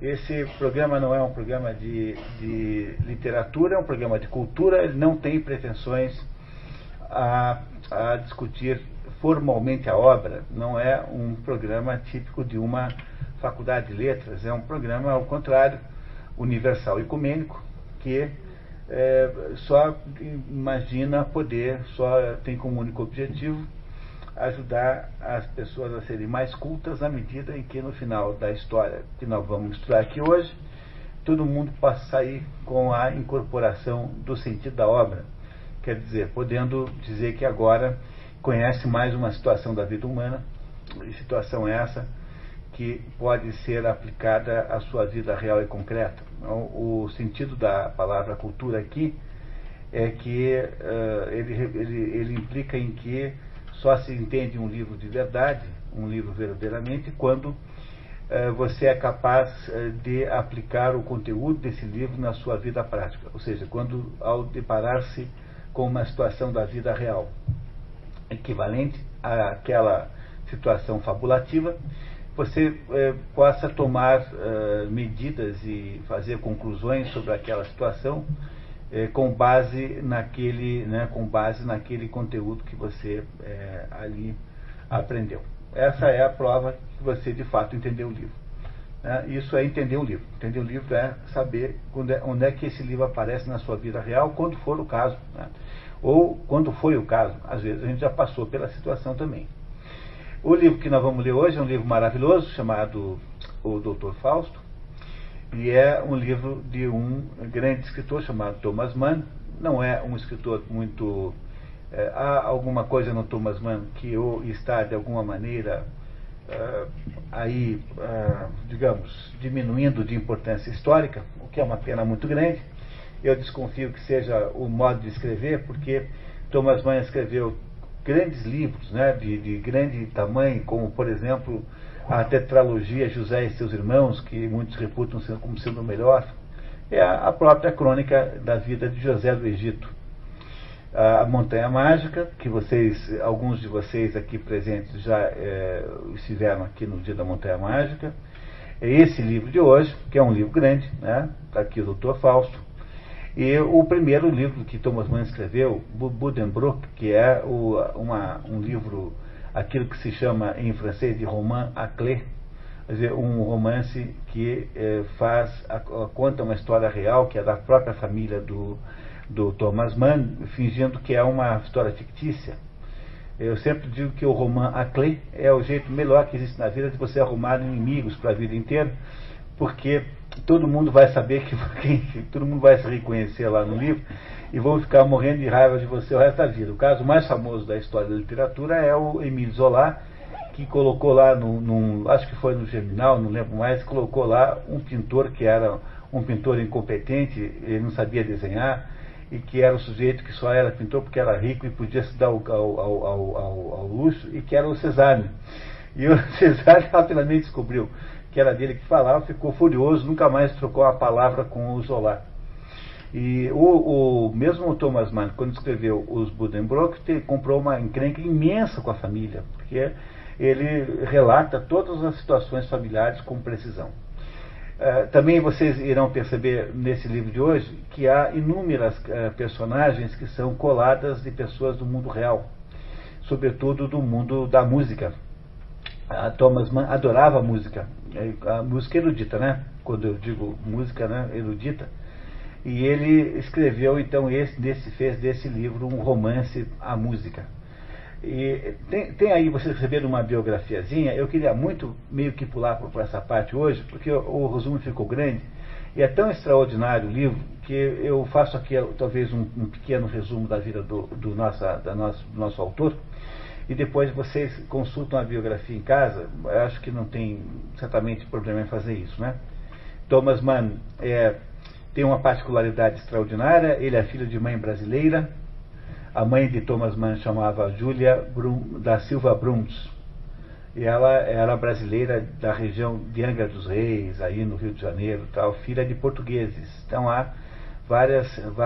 Esse programa não é um programa de literatura, é um programa de cultura. Ele não tem pretensões a discutir formalmente a obra. Não é um programa típico de uma faculdade de letras. É um programa, ao contrário, universal e ecumênico, que só imagina poder, só tem como único objetivo ajudar as pessoas a serem mais cultas, à medida em que no final da história que nós vamos estudar aqui hoje, todo mundo possa sair com a incorporação do sentido da obra. Quer dizer, podendo dizer que agora conhece mais uma situação da vida humana, e situação essa que pode ser aplicada à sua vida real e concreta. Então, o sentido da palavra cultura aqui é que ele implica em que só se entende um livro de verdade, um livro verdadeiramente, quando você é capaz de aplicar o conteúdo desse livro na sua vida prática. Ou seja, quando, ao deparar-se com uma situação da vida real, equivalente àquela situação fabulativa, você possa tomar medidas e fazer conclusões sobre aquela situação com base naquele conteúdo que você ali aprendeu. Essa é a prova que você de fato entendeu o livro. Isso é entender o livro. Entender o livro é saber onde é que esse livro aparece na sua vida real, quando for o caso, ou quando foi o caso. Às vezes a gente já passou pela situação também. O livro que nós vamos ler hoje é um livro maravilhoso, chamado O Dr. Fausto, e é um livro de um grande escritor chamado Thomas Mann. Não é um escritor muito... há alguma coisa no Thomas Mann que está, de alguma maneira, digamos, diminuindo de importância histórica, o que é uma pena muito grande. Eu desconfio que seja o modo de escrever, porque Thomas Mann escreveu grandes livros, de grande tamanho, como, por exemplo, a tetralogia José e seus Irmãos, que muitos reputam como sendo o melhor. É a própria crônica da vida de José do Egito. A Montanha Mágica, que alguns de vocês aqui presentes já estiveram aqui no dia da Montanha Mágica. É esse livro de hoje, que é um livro grande, está aqui o Dr. Fausto. E o primeiro livro que Thomas Mann escreveu, Buddenbrook, que é um livro, aquilo que se chama em francês de roman à clé, quer dizer, um romance que conta uma história real, que é da própria família do Thomas Mann, fingindo que é uma história fictícia. Eu sempre digo que o roman à clé é o jeito melhor que existe na vida de você arrumar inimigos para a vida inteira, porque todo mundo vai saber todo mundo vai se reconhecer lá no livro e vão ficar morrendo de raiva de você o resto da vida. O caso mais famoso da história da literatura é o Émile Zola, que colocou lá, acho que foi no Germinal, não lembro mais, colocou lá um pintor que era um pintor incompetente, ele não sabia desenhar, e que era um sujeito que só era pintor porque era rico e podia se dar ao luxo, e que era o Cézanne. E o Cézanne rapidamente descobriu que era dele que falava, ficou furioso, nunca mais trocou a palavra com o Zola. E mesmo o Thomas Mann, quando escreveu os Buddenbrook, comprou uma encrenca imensa com a família, porque ele relata todas as situações familiares com precisão. Também vocês irão perceber nesse livro de hoje que há inúmeras personagens que são coladas de pessoas do mundo real, sobretudo do mundo da música. Thomas Mann adorava a música erudita, quando eu digo música, erudita. E ele escreveu, então, fez desse livro um romance à música. E tem aí, vocês receberam uma biografiazinha. Eu queria muito meio que pular por essa parte hoje, porque o resumo ficou grande, e é tão extraordinário o livro, que eu faço aqui talvez um pequeno resumo da vida do nosso autor, e depois vocês consultam a biografia em casa. Eu acho que não tem certamente problema em fazer isso, Thomas Mann tem uma particularidade extraordinária. Ele é filho de mãe brasileira. A mãe de Thomas Mann chamava Júlia da Silva Bruns, e ela era brasileira da região de Angra dos Reis, aí no Rio de Janeiro, filha de portugueses. Então há várias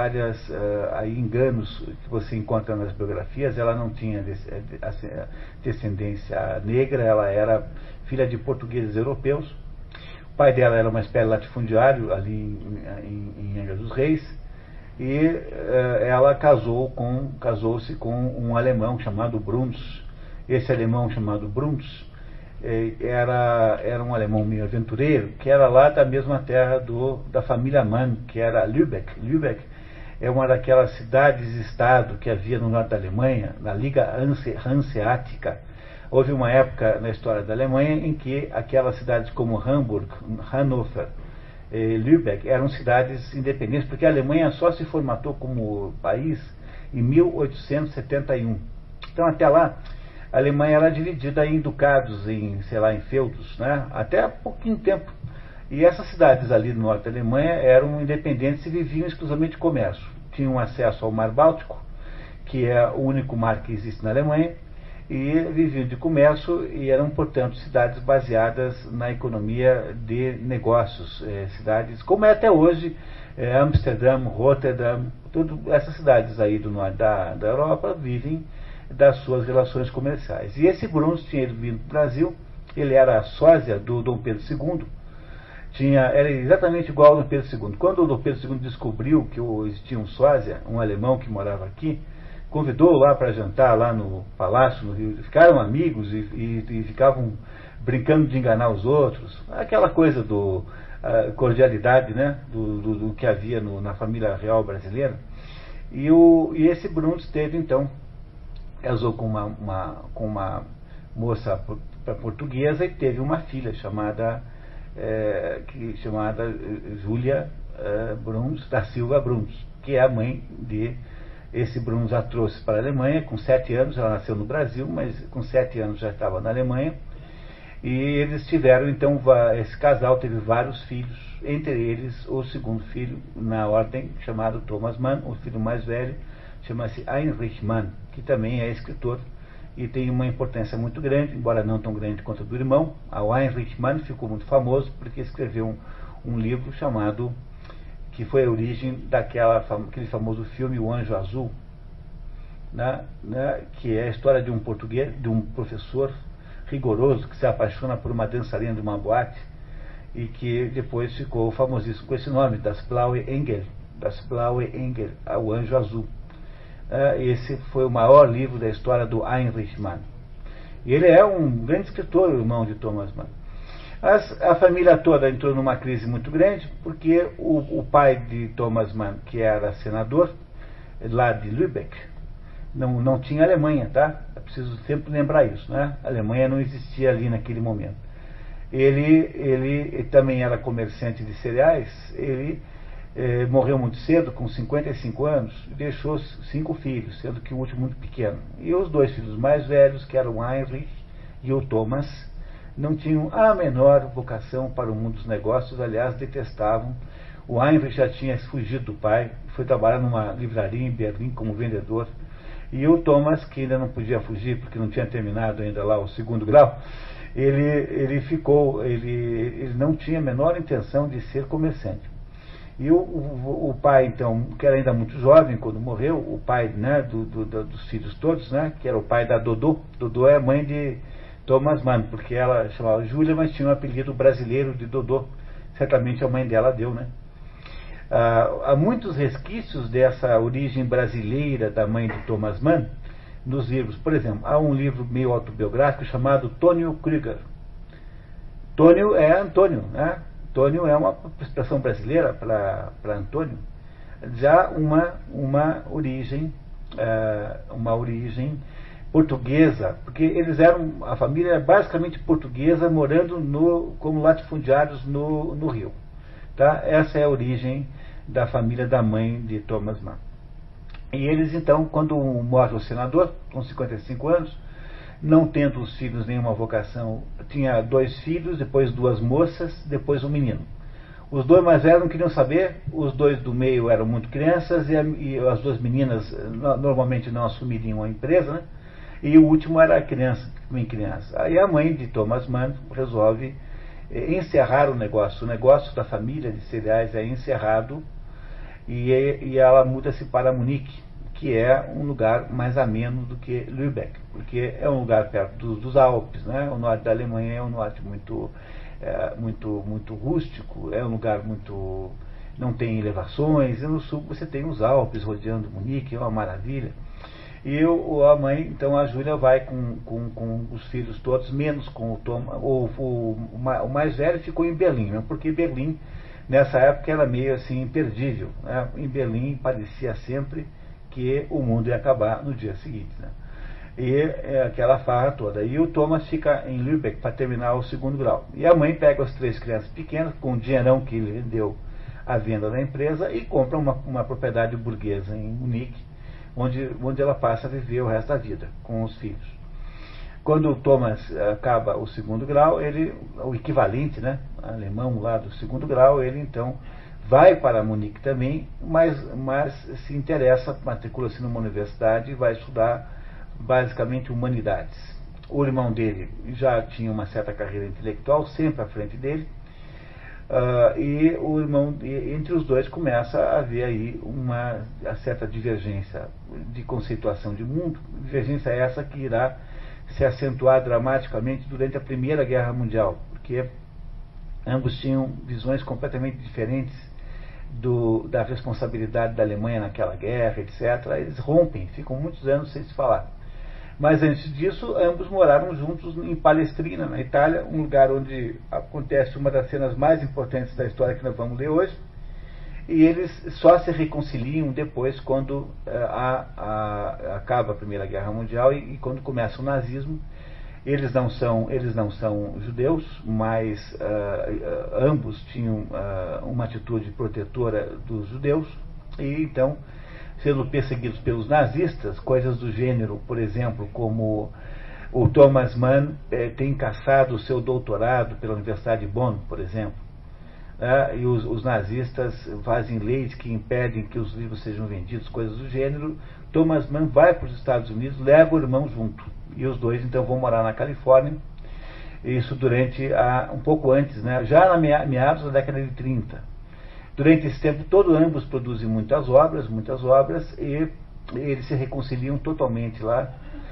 aí enganos que você encontra nas biografias. Ela não tinha descendência negra, ela era filha de portugueses europeus. O pai dela era uma espécie de latifundiário ali em Angra dos Reis, e ela casou-se com um alemão chamado Bruns. Esse alemão chamado Bruns era um alemão meio aventureiro, que era lá da mesma terra da família Mann, que era Lübeck. Lübeck é uma daquelas cidades-estado que havia no norte da Alemanha, na Liga Hanseática. Houve uma época na história da Alemanha em que aquelas cidades como Hamburg, Hannover, Lübeck eram cidades independentes, porque a Alemanha só se formatou como país em 1871. Então, até lá, a Alemanha era dividida em ducados, em feudos, né? Até há pouquinho tempo. E essas cidades ali no norte da Alemanha eram independentes e viviam exclusivamente de comércio. Tinham acesso ao Mar Báltico, que é o único mar que existe na Alemanha, e viviam de comércio e eram, portanto, cidades baseadas na economia de negócios. Cidades, como é até hoje, Amsterdã, Rotterdam, todas essas cidades aí do norte da Europa vivem das suas relações comerciais. E esse Bruns tinha vindo para o Brasil, ele era sósia do Dom Pedro II, era exatamente igual ao Dom Pedro II. Quando o Dom Pedro II descobriu que existia um sósia, um alemão que morava aqui, convidou lá para jantar lá no palácio, no Rio. Ficaram amigos e ficavam brincando de enganar os outros. Aquela coisa do cordialidade, né, do que havia na família real brasileira. E esse Bruns teve, então, casou com uma moça portuguesa e teve uma filha chamada Júlia Bruns da Silva Bruns, que é a mãe de... Esse Bruns a trouxe para a Alemanha com 7 anos, ela nasceu no Brasil, mas com 7 anos já estava na Alemanha, e eles tiveram, então, esse casal teve vários filhos, entre eles o segundo filho, na ordem, chamado Thomas Mann. O filho mais velho chama-se Heinrich Mann, que também é escritor, e tem uma importância muito grande, embora não tão grande quanto a do irmão. O Heinrich Mann ficou muito famoso porque escreveu um livro chamado... que foi a origem daquele famoso filme O Anjo Azul, né, que é a história de um professor rigoroso que se apaixona por uma dançarina de uma boate e que depois ficou famosíssimo com esse nome, Das Blaue Engel, O Anjo Azul. Esse foi o maior livro da história do Heinrich Mann. E ele é um grande escritor, o irmão de Thomas Mann. A família toda entrou numa crise muito grande, porque o pai de Thomas Mann, que era senador, lá de Lübeck, não tinha Alemanha, tá? É preciso sempre lembrar isso, né? A Alemanha não existia ali naquele momento. Ele também era comerciante de cereais. Ele morreu muito cedo, com 55 anos, e deixou 5 filhos, sendo que o último muito pequeno. E os 2 filhos mais velhos, que eram o Heinrich e o Thomas, não tinham a menor vocação para o mundo dos negócios, aliás, detestavam. O Heinrich já tinha fugido do pai, foi trabalhar numa livraria em Berlim como vendedor, e o Thomas, que ainda não podia fugir porque não tinha terminado ainda lá o 2º grau, ele não tinha a menor intenção de ser comerciante. E o pai, então, que era ainda muito jovem quando morreu, o pai, né, dos filhos todos, né, que era o pai da Dodô. Dodô é a mãe de Thomas Mann, porque ela chamava Júlia, mas tinha um apelido brasileiro de Dodô. Certamente a mãe dela deu, né? Há muitos resquícios dessa origem brasileira da mãe de Thomas Mann nos livros. Por exemplo, há um livro meio autobiográfico chamado Tônio Krüger. Tônio é Antônio, né? Tônio é uma expressão brasileira para Antônio. Já uma origem portuguesa, porque a família era basicamente portuguesa, morando como latifundiários no Rio. Tá? Essa é a origem da família da mãe de Thomas Mann. E eles, então, quando morre o senador, com 55 anos, não tendo os filhos nenhuma vocação, tinha 2 filhos, depois 2 moças, depois um menino. Os 2 mais velhos não queriam saber, os 2 do meio eram muito crianças, e as 2 meninas normalmente não assumiriam a empresa, né? E o último era criança. Aí a mãe de Thomas Mann resolve encerrar o negócio da família de cereais é encerrado, e ela muda-se para Munique, que é um lugar mais ameno do que Lübeck, porque é um lugar perto dos Alpes, né? O norte da Alemanha é um norte muito muito rústico, é um lugar muito... não tem elevações, e no sul você tem os Alpes rodeando Munique, é uma maravilha. E a mãe, então a Júlia vai com os filhos todos, menos com o Tom. O mais velho ficou em Berlim, né? Porque Berlim, nessa época, era meio assim imperdível, né? Em Berlim parecia sempre que o mundo ia acabar no dia seguinte, né? E aquela farra toda. E o Thomas fica em Lübeck para terminar o segundo grau. E a mãe pega as 3 crianças pequenas, com o dinheirão que ele deu à venda da empresa, e compra uma propriedade burguesa em Munique, onde ela passa a viver o resto da vida, com os filhos. Quando o Thomas acaba o segundo grau, o equivalente, né, alemão lá do segundo grau, ele então vai para Munique também, mas se interessa, matricula-se numa universidade e vai estudar basicamente humanidades. O irmão dele já tinha uma certa carreira intelectual, sempre à frente dele, e o irmão, entre os dois começa a haver aí uma certa divergência de conceituação de mundo, divergência essa que irá se acentuar dramaticamente durante a Primeira Guerra Mundial, porque ambos tinham visões completamente diferentes da responsabilidade da Alemanha naquela guerra, etc. Eles rompem, ficam muitos anos sem se falar. Mas antes disso, ambos moraram juntos em Palestrina, na Itália, um lugar onde acontece uma das cenas mais importantes da história que nós vamos ler hoje. E eles só se reconciliam depois, quando acaba a Primeira Guerra Mundial e quando começa o nazismo. Eles não são judeus, mas ambos tinham uma atitude protetora dos judeus, e então, sendo perseguidos pelos nazistas, coisas do gênero, por exemplo, como o Thomas Mann tem caçado o seu doutorado pela Universidade de Bonn, por exemplo, e os nazistas fazem leis que impedem que os livros sejam vendidos, coisas do gênero. Thomas Mann vai para os Estados Unidos, leva o irmão junto, e os dois então vão morar na Califórnia, isso durante um pouco antes, né, já na meados da década de 30. Durante esse tempo todo, ambos produzem muitas obras, e eles se reconciliam totalmente lá,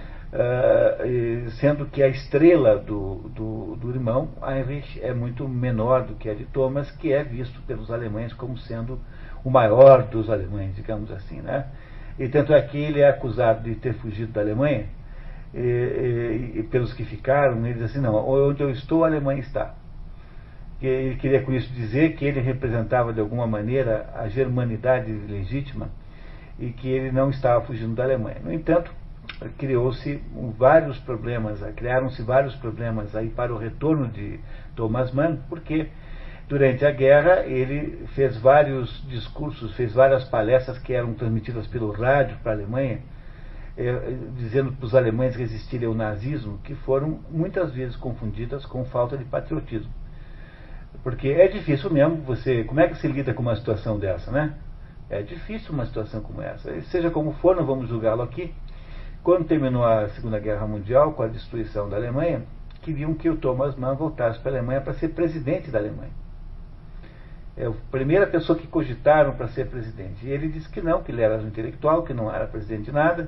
sendo que a estrela do irmão, Heinrich, é muito menor do que a de Thomas, que é visto pelos alemães como sendo o maior dos alemães, digamos assim, né? E tanto é que ele é acusado de ter fugido da Alemanha, e pelos que ficaram, ele diz assim, não, onde eu estou, a Alemanha está. Ele queria com isso dizer que ele representava de alguma maneira a germanidade legítima e que ele não estava fugindo da Alemanha. No entanto, criaram-se vários problemas aí para o retorno de Thomas Mann, porque durante a guerra ele fez vários discursos, fez várias palestras que eram transmitidas pelo rádio para a Alemanha, dizendo para os alemães resistirem ao nazismo, que foram muitas vezes confundidas com falta de patriotismo. Porque é difícil mesmo como é que se lida com uma situação dessa, né? É difícil uma situação como essa. E seja como for, não vamos julgá-lo aqui. Quando terminou a Segunda Guerra Mundial, com a destruição da Alemanha, queriam que o Thomas Mann voltasse para a Alemanha para ser presidente da Alemanha. É a primeira pessoa que cogitaram para ser presidente. E ele disse que não, que ele era um intelectual, que não era presidente de nada.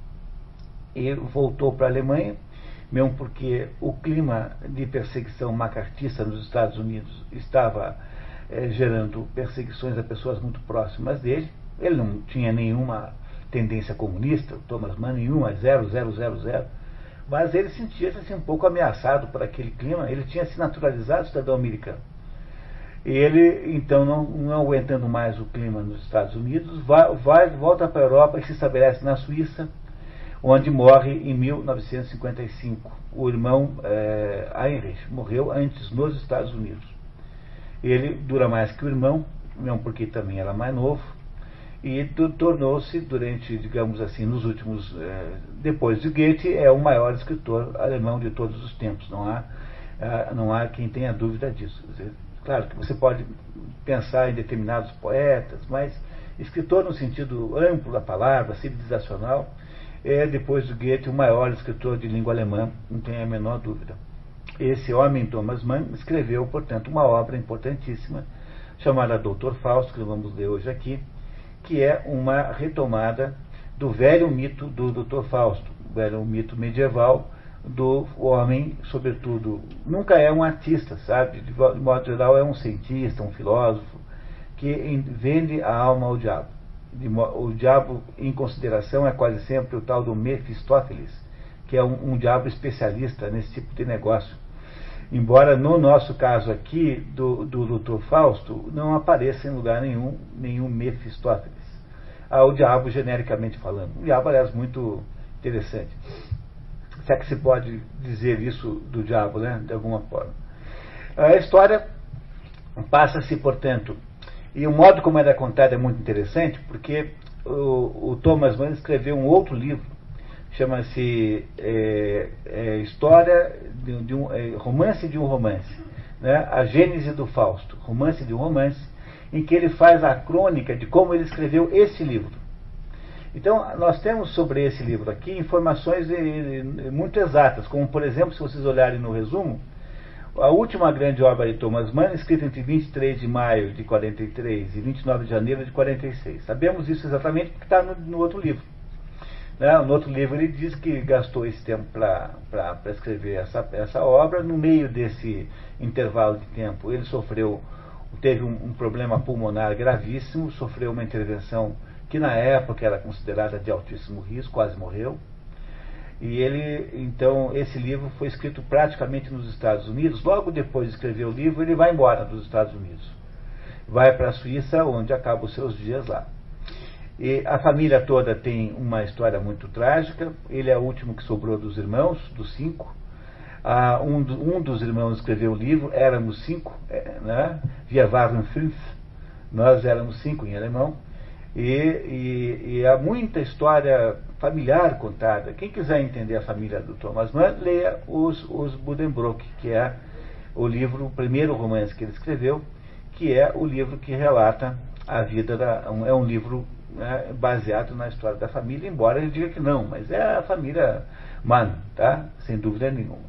E voltou para a Alemanha, mesmo porque o clima de perseguição macartista nos Estados Unidos estava gerando perseguições a pessoas muito próximas dele. Ele não tinha nenhuma tendência comunista, o Thomas Mann, nenhuma, 0, mas ele sentia-se assim, um pouco ameaçado por aquele clima. Ele tinha se naturalizado cidadão americano. Ele, então, não aguentando mais o clima nos Estados Unidos, volta para a Europa e se estabelece na Suíça, onde morre em 1955. O irmão Heinrich morreu antes nos Estados Unidos. Ele dura mais que o irmão, não porque também era mais novo, e tornou-se, durante, digamos assim, nos últimos... depois de Goethe, é o maior escritor alemão de todos os tempos. Não há quem tenha dúvida disso. Claro que você pode pensar em determinados poetas, mas escritor no sentido amplo da palavra, civilizacional, é, depois do Goethe, o maior escritor de língua alemã, não tem a menor dúvida. Esse homem, Thomas Mann, escreveu, portanto, uma obra importantíssima, chamada Doutor Fausto, que vamos ler hoje aqui, que é uma retomada do velho mito do Doutor Fausto, o velho mito medieval, do homem, sobretudo, nunca é um artista, sabe? De modo geral é um cientista, um filósofo, que vende a alma ao diabo. O diabo, em consideração, é quase sempre o tal do Mefistófeles, que é um diabo especialista nesse tipo de negócio. Embora no nosso caso aqui, do Dr. Fausto, não apareça em lugar nenhum Mefistófeles. O diabo, genericamente falando. Um diabo, aliás, muito interessante. Se é que se pode dizer isso do diabo, né? De alguma forma. A história passa-se, portanto, e o modo como ela é contada é muito interessante, porque o Thomas Mann escreveu um outro livro, chama-se História de um Romance de um Romance, né? A Gênese do Fausto, Romance de um Romance, em que ele faz a crônica de como ele escreveu esse livro. Então, nós temos sobre esse livro aqui informações muito exatas, como, por exemplo, se vocês olharem no resumo, a última grande obra de Thomas Mann, escrita entre 23 de maio de 43 e 29 de janeiro de 46. Sabemos isso exatamente porque está no outro livro. Né? No outro livro ele diz que gastou esse tempo para escrever essa obra. No meio desse intervalo de tempo, ele teve um problema pulmonar gravíssimo, sofreu uma intervenção que na época era considerada de altíssimo risco, quase morreu. E então, esse livro foi escrito praticamente nos Estados Unidos. Logo depois de escrever o livro, ele vai embora dos Estados Unidos. Vai para a Suíça, onde acaba os seus dias lá. E a família toda tem uma história muito trágica. Ele é o último que sobrou dos irmãos, dos 5. Um dos irmãos escreveu o livro, éramos 5, né? Wir waren 5. Nós éramos 5 em alemão. E há muita história familiar contada. Quem quiser entender a família do Thomas Mann, leia os Buddenbrook, que é o primeiro romance que ele escreveu, que é o livro que relata a vida é um livro, né, baseado na história da família, embora ele diga que não, mas é a família Mann, tá? Sem dúvida nenhuma.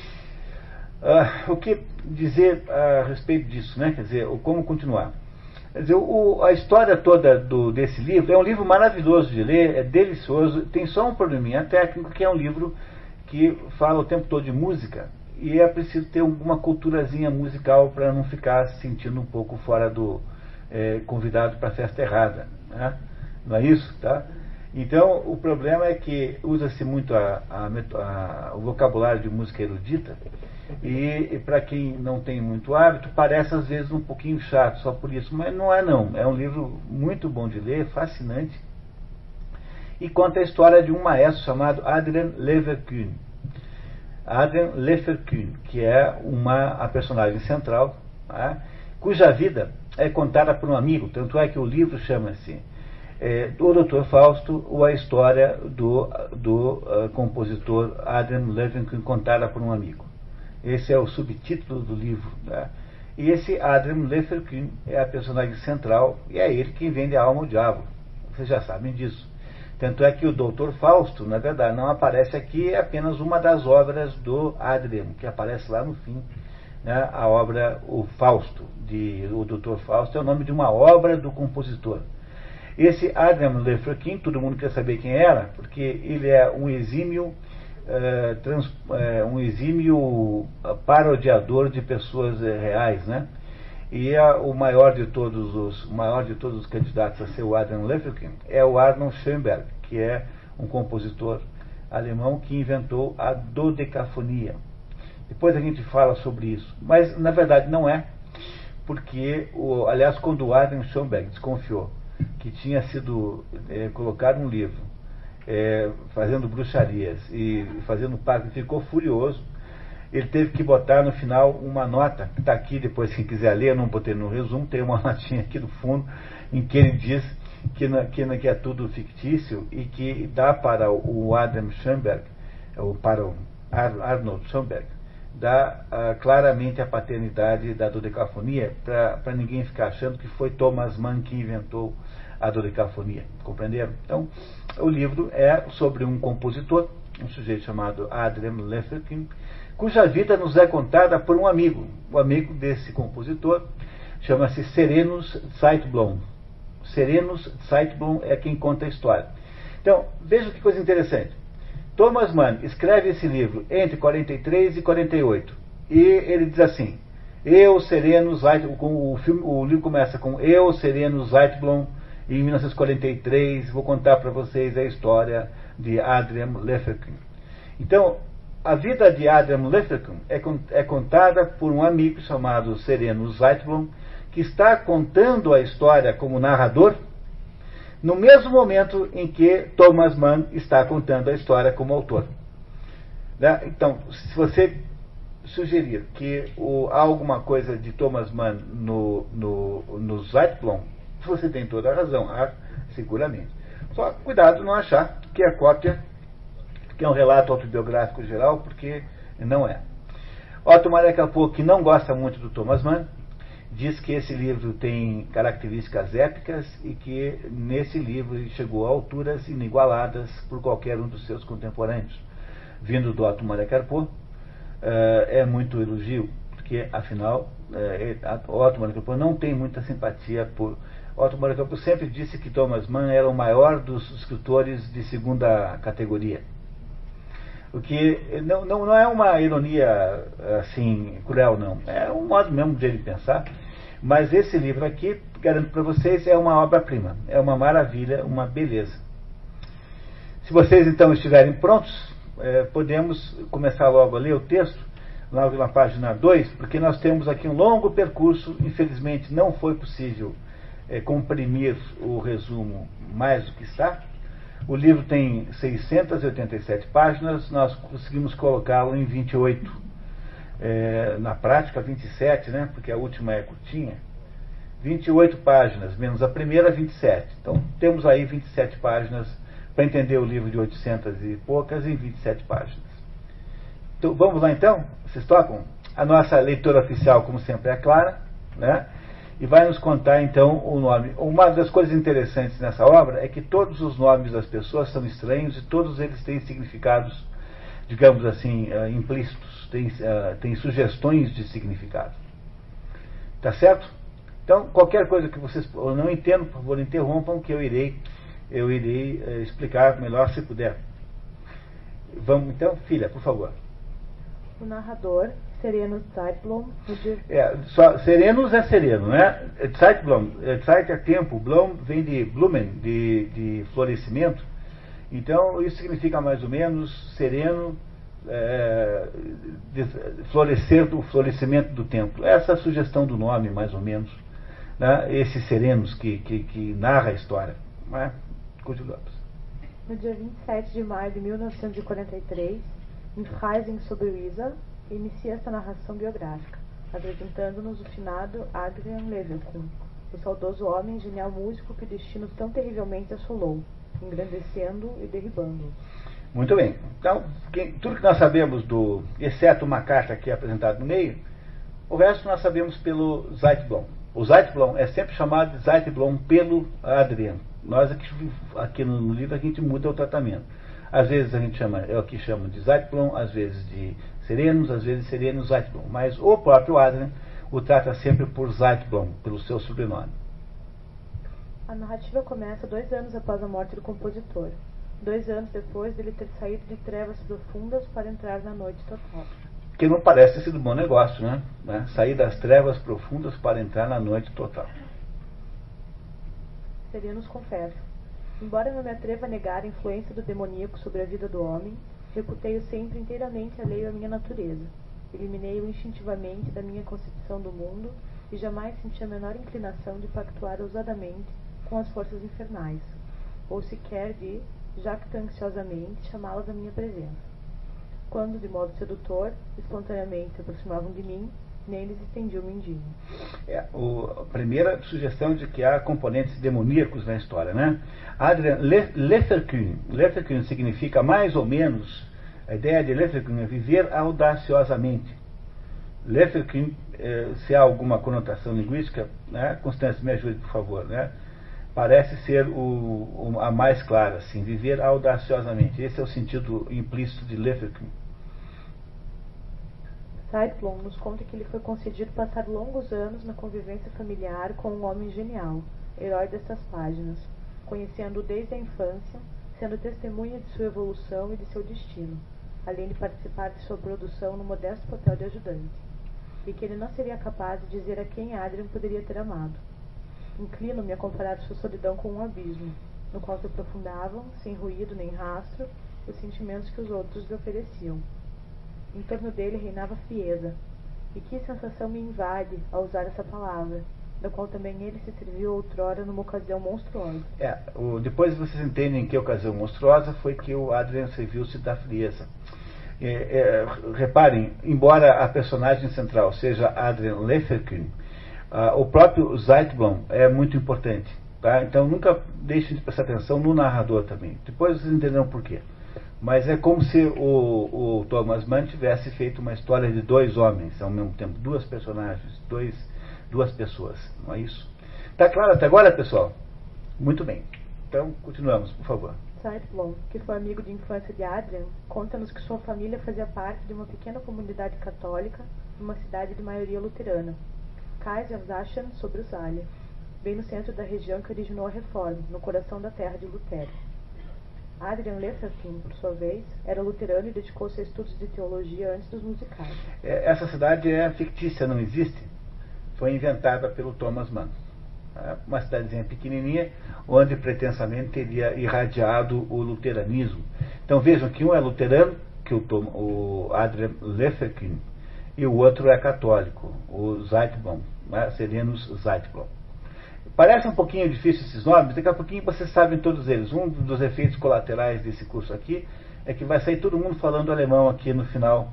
O que dizer a respeito disso, né? Quer dizer, como continuar? Quer dizer, a história toda desse livro é um livro maravilhoso de ler, é delicioso, tem só um probleminha técnico, que é um livro que fala o tempo todo de música, e é preciso ter alguma culturazinha musical para não ficar se sentindo um pouco fora convidado para a festa errada, né? Não é isso, tá? Então, o problema é que usa-se muito o vocabulário de música erudita, e para quem não tem muito hábito, parece às vezes um pouquinho chato só por isso, mas não é não. É um livro muito bom de ler, fascinante, e conta a história de um maestro chamado Adrian Leverkühn. Adrian Leverkühn, que é a personagem central, tá? Cuja vida é contada por um amigo, tanto é que o livro chama-se o Dr. Fausto, ou a história do compositor Adrian Leverkühn contada por um amigo. Esse é o subtítulo do livro, né? E esse Adrian Leverkühn é a personagem central, e é ele quem vende a alma ao diabo. Vocês já sabem disso. Tanto é que o Dr. Fausto, na verdade, não aparece aqui, é apenas uma das obras do Adrian, que aparece lá no fim, né? A obra, o Fausto, o Dr. Fausto, é o nome de uma obra do compositor. Esse Adrian Leverkühn, todo mundo quer saber quem era, porque ele é um exímio parodiador de pessoas reais, né? E o maior de todos os candidatos a ser o Adrian Leverkühn é o Arnold Schoenberg, que é um compositor alemão que inventou a dodecafonia. Depois a gente fala sobre isso, mas na verdade não é, porque aliás, quando o Arnold Schoenberg desconfiou que tinha sido colocado um livro fazendo bruxarias e fazendo pacto, ficou furioso. Ele teve que botar no final uma nota, que está aqui, depois quem quiser ler, eu não botei no resumo, tem uma notinha aqui no fundo, em que ele diz que é tudo fictício e que dá para o Adam Schoenberg, ou para o Arnold Schoenberg, dá claramente a paternidade da dodecafonia, para ninguém ficar achando que foi Thomas Mann que inventou a dodecafonia, compreenderam? Então, o livro é sobre um compositor, um sujeito chamado Adrian Leverkühn, cuja vida nos é contada por um amigo. O amigo desse compositor chama-se Serenus Zeitblom. Serenus Zeitblom é quem conta a história. Então, veja que coisa interessante. Thomas Mann escreve esse livro entre 43 e 48. E ele diz assim: Eu, Sereno Zeitblom, o livro começa com Eu, Sereno Zeitblom, e em 1943 vou contar para vocês a história de Adrian Lefferkin. Então, a vida de Adrian Lefferkin é contada por um amigo chamado Sereno Zeitblom, que está contando a história como narrador, no mesmo momento em que Thomas Mann está contando a história como autor. Então, se você sugerir que há alguma coisa de Thomas Mann no Zeitblom, você tem toda a razão, seguramente. Só cuidado não achar que a cópia, que é um relato autobiográfico geral, porque não é. Otto Marek-Apol, que não gosta muito do Thomas Mann, diz que esse livro tem características épicas e que nesse livro ele chegou a alturas inigualadas por qualquer um dos seus contemporâneos. Vindo do Otto Marek-Apol, é muito elogio, porque afinal Otto Marek-Apol não tem muita simpatia por... Otto Marek-Apol sempre disse que Thomas Mann era o maior dos escritores de segunda categoria. O que não é uma ironia assim cruel, não. É um modo mesmo de ele pensar. Mas esse livro aqui, garanto para vocês, é uma obra-prima. É uma maravilha, uma beleza. Se vocês então estiverem prontos, podemos começar logo a ler o texto, logo na página 2, porque nós temos aqui um longo percurso. Infelizmente não foi possível comprimir o resumo mais do que está. O livro tem 687 páginas, nós conseguimos colocá-lo em 28. Na prática 27, né, porque a última é curtinha. 28 páginas, menos a primeira, 27. Então temos aí 27 páginas para entender o livro de 800 e poucas em 27 páginas. Então, vamos lá então? Vocês tocam? A nossa leitora oficial, como sempre, é a Clara, né? E vai nos contar então o nome. Uma das coisas interessantes nessa obra é que todos os nomes das pessoas são estranhos e todos eles têm significados, digamos assim, implícitos, têm sugestões de significado. Tá certo? Então, qualquer coisa que vocês não entendam, por favor, interrompam, que eu irei explicar melhor se puder. Vamos então, filha, por favor. O narrador, Sereno Zeitblom. Serenos é sereno, né? Zeitblom, Zeit é tempo, Blom vem de Blumen, de florescimento. Então, isso significa mais ou menos sereno, florescer, o florescimento do tempo. Essa é a sugestão do nome, mais ou menos, né? Esses serenos que narra a história. Né? Continuamos. No dia 27 de maio de 1943, em Freising sobre o Isar, inicia esta narração biográfica, apresentando-nos o finado Adrian Lefferkin, o saudoso homem genial músico que o destino tão terrivelmente assolou, engrandecendo e derribando. Muito bem. Então, tudo que nós sabemos exceto uma carta aqui apresentada no meio, o resto nós sabemos pelo Zeitblom. O Zeitblom é sempre chamado de Zeitblom pelo Adrian. Nós aqui no livro a gente muda o tratamento. Às vezes a gente chama de Zeitblom, às vezes de Serenos, às vezes Serenos Zeitblom. Mas o próprio Adrian o trata sempre por Zeitblom, pelo seu sobrenome. A narrativa começa 2 anos após a morte do compositor. 2 anos depois dele ter saído de trevas profundas para entrar na noite total. Que não parece ter sido um bom negócio, né? Sair das trevas profundas para entrar na noite total. Serenos confessa: embora não me atreva a negar a influência do demoníaco sobre a vida do homem, reputei-o sempre inteiramente alheio à minha natureza. Eliminei-o instintivamente da minha concepção do mundo e jamais senti a menor inclinação de pactuar ousadamente com as forças infernais, ou sequer de, jactanciosamente, chamá-las à minha presença. Quando, de modo sedutor, espontaneamente se aproximavam de mim, neles estendi o mindinho. A primeira sugestão de que há componentes demoníacos na história, né? Adrian Lefferkin. Lefferkin significa mais ou menos, a ideia de Lefferkin é viver audaciosamente. Lefferkin, se há alguma conotação linguística, né? Constância, me ajude, por favor, né? Parece ser a mais clara, assim, viver audaciosamente. Esse é o sentido implícito de Lefferkin. Zeitblom nos conta que lhe foi concedido passar longos anos na convivência familiar com um homem genial, herói destas páginas, conhecendo-o desde a infância, sendo testemunha de sua evolução e de seu destino, além de participar de sua produção no modesto papel de ajudante, e que ele não seria capaz de dizer a quem Adrian poderia ter amado. Inclino-me a comparar sua solidão com um abismo, no qual se aprofundavam, sem ruído nem rastro, os sentimentos que os outros lhe ofereciam. Em torno dele reinava frieza, e que sensação me invade ao usar essa palavra, da qual também ele se serviu outrora numa ocasião monstruosa. Depois vocês entendem em que ocasião monstruosa foi que o Adrian serviu-se da frieza. Reparem, embora a personagem central seja Adrian Leferkühn, o próprio Zeitblom é muito importante. Tá? Então nunca deixem de prestar atenção no narrador também. Depois vocês entenderão por quê. Mas é como se o Thomas Mann tivesse feito uma história de dois homens ao mesmo tempo, duas personagens, duas pessoas, não é isso? Tá claro até agora, pessoal? Muito bem. Então, continuamos, por favor. Zeitblom, que foi amigo de infância de Adrian, conta-nos que sua família fazia parte de uma pequena comunidade católica numa cidade de maioria luterana, Kaiserslautern, sobre o Saale, bem no centro da região que originou a Reforma, no coração da terra de Lutero. Adrian Leferkühn, por sua vez, era luterano e dedicou-se a estudos de teologia antes dos musicais. Essa cidade é fictícia, não existe. Foi inventada pelo Thomas Mann. Uma cidadezinha pequenininha, onde pretensamente teria irradiado o luteranismo. Então vejam que um é luterano, que o Adrian Leferkühn, e o outro é católico, o Zeitblom, Serenus Zeitblom. Parece um pouquinho difícil esses nomes, daqui a pouquinho vocês sabem todos eles. Um dos efeitos colaterais desse curso aqui é que vai sair todo mundo falando alemão aqui no final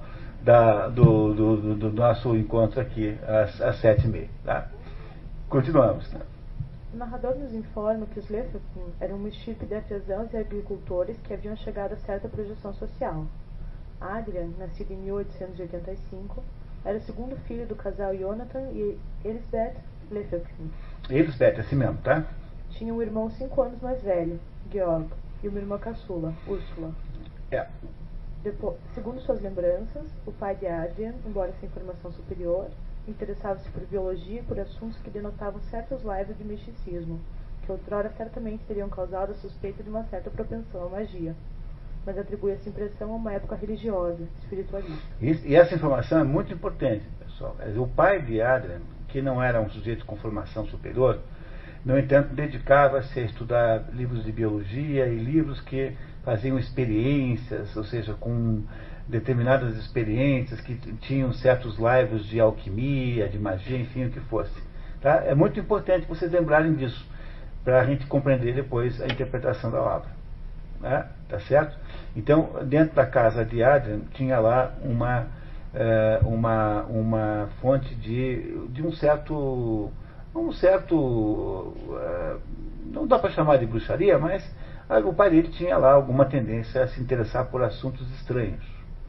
do nosso encontro aqui, às 7h30. Tá? Continuamos. Né? O narrador nos informa que os Leferkühn eram uma estirpe de artesãos e agricultores que haviam chegado a certa projeção social. Adrian, nascido em 1885, era o segundo filho do casal Jonathan e Elisabeth Leferkühn. Elisabeth, assim mesmo, tá? Tinha um irmão 5 anos mais velho, Georg, e uma irmã caçula, Úrsula. Segundo suas lembranças, o pai de Adrian, embora sem formação superior, interessava-se por biologia e por assuntos que denotavam certos laivos de misticismo, que outrora certamente teriam causado a suspeita de uma certa propensão à magia, mas atribui essa impressão a uma época religiosa, espiritualista. E essa informação é muito importante, pessoal. O pai de Adrian, que não era um sujeito com formação superior, no entanto, dedicava-se a estudar livros de biologia e livros que faziam experiências, ou seja, com determinadas experiências que tinham certos laivos de alquimia, de magia, enfim, o que fosse. Tá? É muito importante vocês lembrarem disso, para a gente compreender depois a interpretação da obra. Né? Tá certo? Então, dentro da casa de Adrian, tinha lá uma fonte de um certo, não dá para chamar de bruxaria, mas o pai dele tinha lá alguma tendência a se interessar por assuntos estranhos.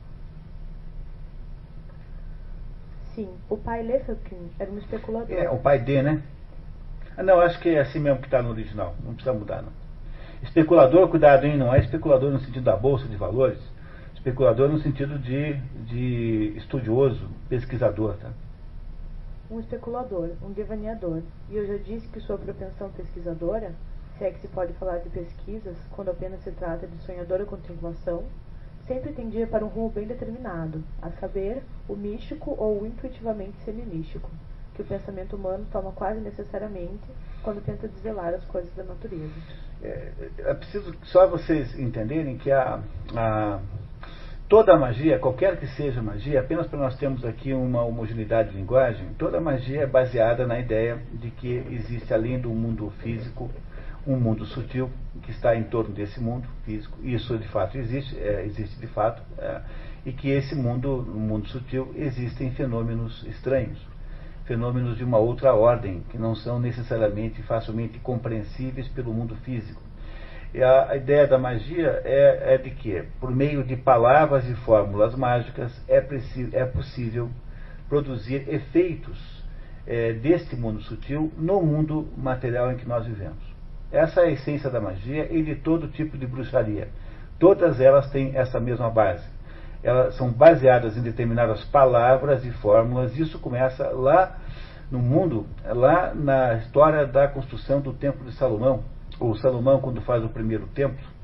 Sim, o pai Leferkühn era um especulador. O pai D, né? Não, acho que é assim mesmo que está no original, não precisa mudar não. Especulador, cuidado, hein? Não é especulador no sentido da bolsa de valores, especulador no sentido de estudioso, pesquisador, tá? Um especulador, um devaneador. E eu já disse que sua propensão pesquisadora, se é que se pode falar de pesquisas, quando apenas se trata de sonhadora contemplação, sempre tendia para um rumo bem determinado, a saber, o místico ou o intuitivamente semimístico, que o pensamento humano toma quase necessariamente quando tenta desvelar as coisas da natureza. É preciso só vocês entenderem que toda a magia, qualquer que seja a magia, apenas para nós termos aqui uma homogeneidade de linguagem, toda a magia é baseada na ideia de que existe, além do mundo físico, um mundo sutil que está em torno desse mundo físico. Isso de fato existe, de fato, e que esse mundo, no mundo sutil, existem fenômenos estranhos, fenômenos de uma outra ordem, que não são necessariamente facilmente compreensíveis pelo mundo físico. E a ideia da magia é de que, por meio de palavras e fórmulas mágicas, é possível produzir efeitos deste mundo sutil no mundo material em que nós vivemos. Essa é a essência da magia e de todo tipo de bruxaria. Todas elas têm essa mesma base. Elas são baseadas em determinadas palavras e fórmulas. Isso começa lá no mundo, lá na história da construção do Templo de Salomão. O Salomão, quando faz o primeiro templo,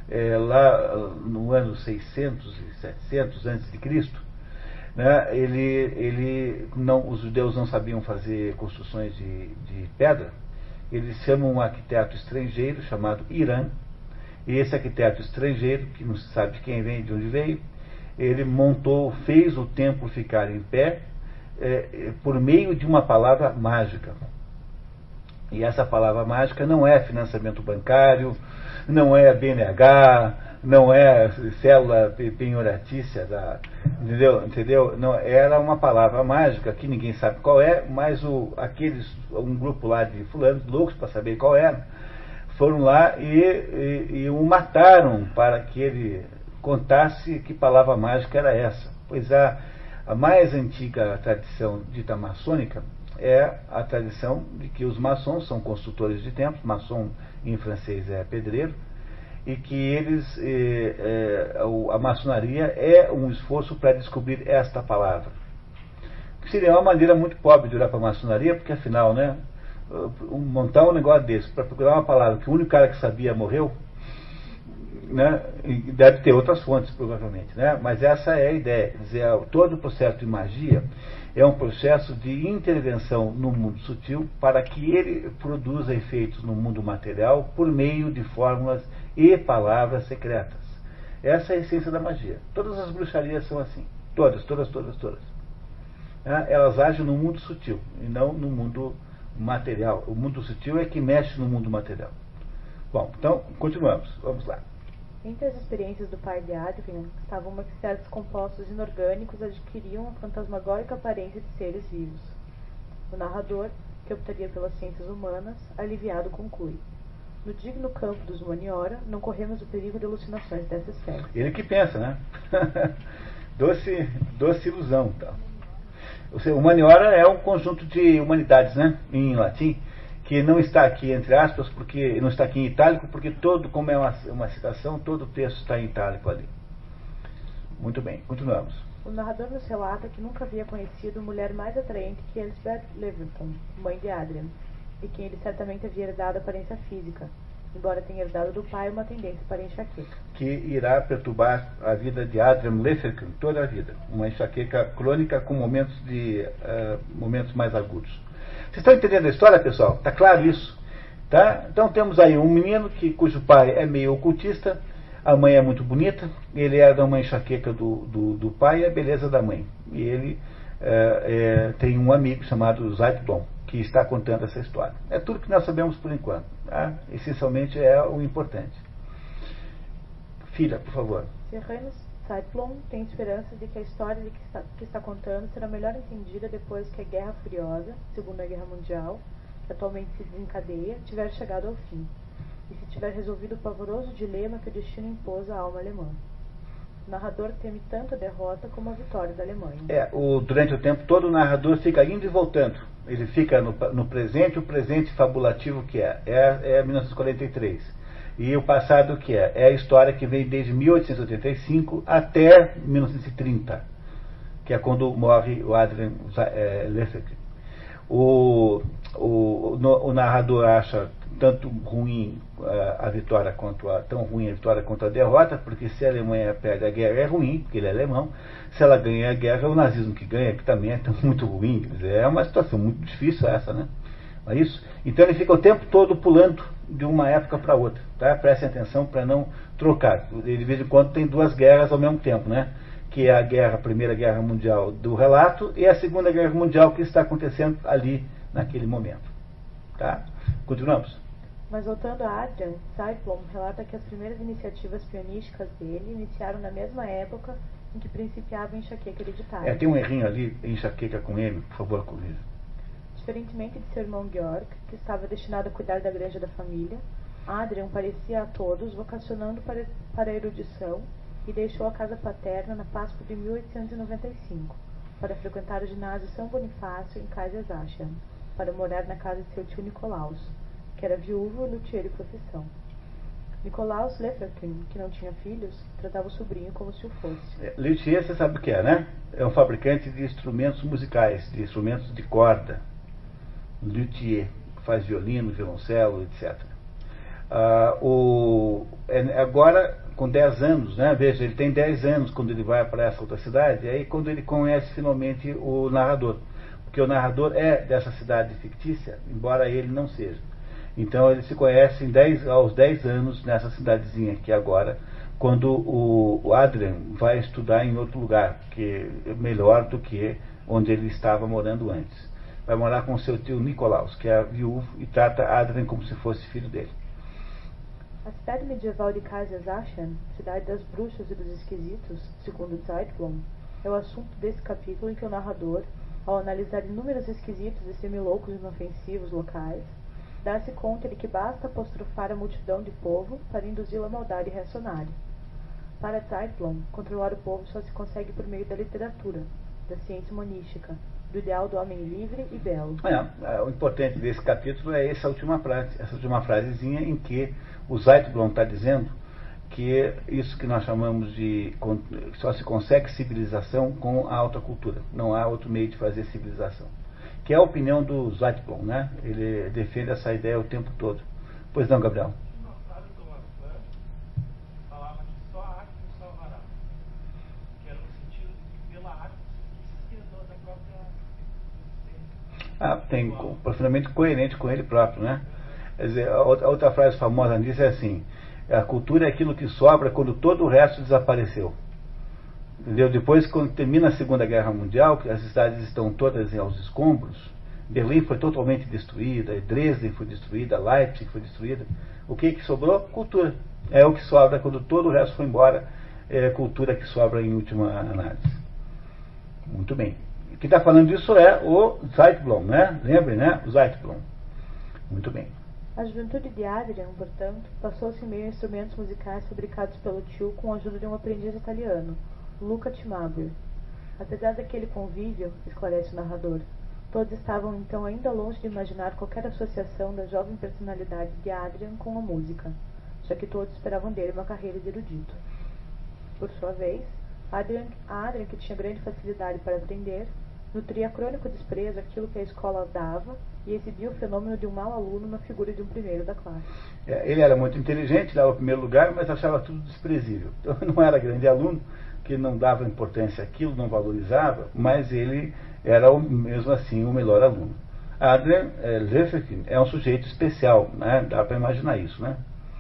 lá no ano 600 e 700 antes de Cristo, né, os judeus não sabiam fazer construções de pedra. Eles chamam um arquiteto estrangeiro chamado Irã, e esse arquiteto estrangeiro, que não se sabe de quem vem, de onde veio, ele fez o templo ficar em pé por meio de uma palavra mágica. E essa palavra mágica não é financiamento bancário, não é BNH, não é célula penhoratícia, entendeu? Não, era uma palavra mágica que ninguém sabe qual é, mas um grupo lá de fulanos, loucos para saber qual era, foram lá e o mataram para que ele contasse que palavra mágica era essa. Pois a mais antiga tradição dita maçônica é a tradição de que os maçons são construtores de templos, maçom em francês é pedreiro, e que a maçonaria é um esforço para descobrir esta palavra. Que seria uma maneira muito pobre de olhar para a maçonaria, porque afinal, né, montar um negócio desse para procurar uma palavra que o único cara que sabia morreu, né, deve ter outras fontes provavelmente, né, mas essa é a ideia. Quer dizer, todo o processo de magia é um processo de intervenção no mundo sutil para que ele produza efeitos no mundo material por meio de fórmulas e palavras secretas. Essa é a essência da magia. Todas as bruxarias são assim. Todas. Elas agem no mundo sutil e não no mundo material. O mundo sutil é que mexe no mundo material. Bom, então, continuamos. Vamos lá. Entre as experiências do pai de Adrian estavam uma que certos compostos inorgânicos adquiriam a fantasmagórica aparência de seres vivos. O narrador, que optaria pelas ciências humanas, aliviado conclui: no digno campo dos Humaniora, não corremos o perigo de alucinações dessa espécie. Ele que pensa, né? doce ilusão. Então. Ou seja, Humaniora é um conjunto de humanidades, né? Em latim, que não está aqui entre aspas, porque não está aqui em itálico, porque como é uma citação, todo o texto está em itálico ali. Muito bem, continuamos. O narrador nos relata que nunca havia conhecido mulher mais atraente que Elizabeth Leverton, mãe de Adrian, de quem ele certamente havia herdado a aparência física, embora tenha herdado do pai uma tendência para enxaqueca. Que irá perturbar a vida de Adrian Leverton toda a vida. Uma enxaqueca crônica com momentos mais agudos. Vocês estão entendendo a história, pessoal? Está claro isso? Tá? Então temos aí um menino cujo pai é meio ocultista, a mãe é muito bonita, ele herda uma enxaqueca do pai e a beleza da mãe. E ele tem um amigo chamado Zeitblom, que está contando essa história. É tudo que nós sabemos por enquanto. Tá? Essencialmente é o importante. Filha, por favor. Serranos Zeitblom tem esperança de que a história que está contando será melhor entendida depois que a Guerra Furiosa, Segunda Guerra Mundial, que atualmente se desencadeia, tiver chegado ao fim, e se tiver resolvido o pavoroso dilema que o destino impôs à alma alemã. O narrador teme tanto a derrota como a vitória da Alemanha. Durante o tempo todo o narrador fica indo e voltando. Ele fica no presente, o presente fabulativo que é 1943. E o passado que é a história que vem desde 1885 até 1930, que é quando morre o Adrian Leverton. O narrador acha tanto ruim a vitória tão ruim a vitória quanto a derrota, porque se a Alemanha perde a guerra é ruim, porque ele é alemão. Se ela ganha a guerra é o nazismo que ganha, que também é muito ruim. Quer dizer, é uma situação muito difícil essa, né? Não é isso? Então ele fica o tempo todo pulando de uma época para outra, tá? Prestem atenção para não trocar. Ele, de vez em quando, tem duas guerras ao mesmo tempo, né? Que é a Primeira Guerra Mundial do relato e a Segunda Guerra Mundial que está acontecendo ali, naquele momento. Tá? Continuamos. Mas voltando a Adrian, Zeitblom relata que as primeiras iniciativas pianísticas dele iniciaram na mesma época em que principiava a enxaqueca hereditária. Tem um errinho ali, enxaqueca com M, por favor, corrija. Diferentemente de seu irmão Georg, que estava destinado a cuidar da granja da família, Adrian parecia a todos vocacionando para a erudição e deixou a casa paterna na Páscoa de 1895, para frequentar o ginásio São Bonifácio em Kaiserslautern, para morar na casa de seu tio Nicolaus, que era viúvo, luthier de profissão. Nicolaus Leverton, que não tinha filhos, tratava o sobrinho como se o fosse. Luthier, você sabe o que é, né? É um fabricante de instrumentos musicais, de instrumentos de corda. Luthier, faz violino, violoncelo, etc. Agora, com 10 anos, né? Veja, ele tem 10 anos quando ele vai para essa outra cidade, e aí quando ele conhece finalmente o narrador, porque o narrador é dessa cidade fictícia, embora ele não seja. Então eles se conhecem aos 10 anos nessa cidadezinha aqui agora, quando o Adrian vai estudar em outro lugar, que é melhor do que onde ele estava morando antes. Vai morar com seu tio Nicolaus, que é viúvo, e trata Adrian como se fosse filho dele. A cidade medieval de Kaisersachen, cidade das bruxas e dos esquisitos, segundo Zeitblom, é o assunto desse capítulo em que o narrador, ao analisar inúmeros esquisitos e semiloucos e inofensivos locais, dá-se conta de que basta apostrofar a multidão de povo para induzi-la à maldade reacionária. Para Zeitblom, controlar o povo só se consegue por meio da literatura, da ciência monística, do ideal do homem livre e belo. O importante desse capítulo é essa última frasezinha em que o Zeitblom está dizendo que isso que nós chamamos de só se consegue civilização com a alta cultura, não há outro meio de fazer civilização, que é a opinião do Zeitblom, né? Ele defende essa ideia o tempo todo. Pois não, Gabriel? Tem profundamente coerente com ele próprio, né? Quer dizer, a outra frase famosa disso é assim: a cultura é aquilo que sobra quando todo o resto desapareceu. Entendeu? Depois, quando termina a Segunda Guerra Mundial, que as cidades estão todas aos escombros, Berlim foi totalmente destruída, Dresden foi destruída, Leipzig foi destruída, o que sobrou? Cultura. É o que sobra quando todo o resto foi embora, é a cultura que sobra em última análise. Muito bem. Quem está falando disso é o Zeitblom, né? Lembre, né? O Zeitblom. Muito bem. A juventude de Adrian, portanto, passou-se em meio a instrumentos musicais fabricados pelo tio com a ajuda de um aprendiz italiano, Luca Cimabue. Apesar daquele convívio, esclarece o narrador, todos estavam então ainda longe de imaginar qualquer associação da jovem personalidade de Adrian com a música, já que todos esperavam dele uma carreira de erudito. Por sua vez, Adrian, que tinha grande facilidade para aprender, nutria crônico desprezo aquilo que a escola dava e exibia o fenômeno de um mau aluno na figura de um primeiro da classe. Ele era muito inteligente, dava o primeiro lugar, mas achava tudo desprezível. Então não era grande aluno, que não dava importância àquilo, não valorizava, mas ele era mesmo assim o melhor aluno. Adrian Lerfkin é um sujeito especial, né? Dá para imaginar isso, né?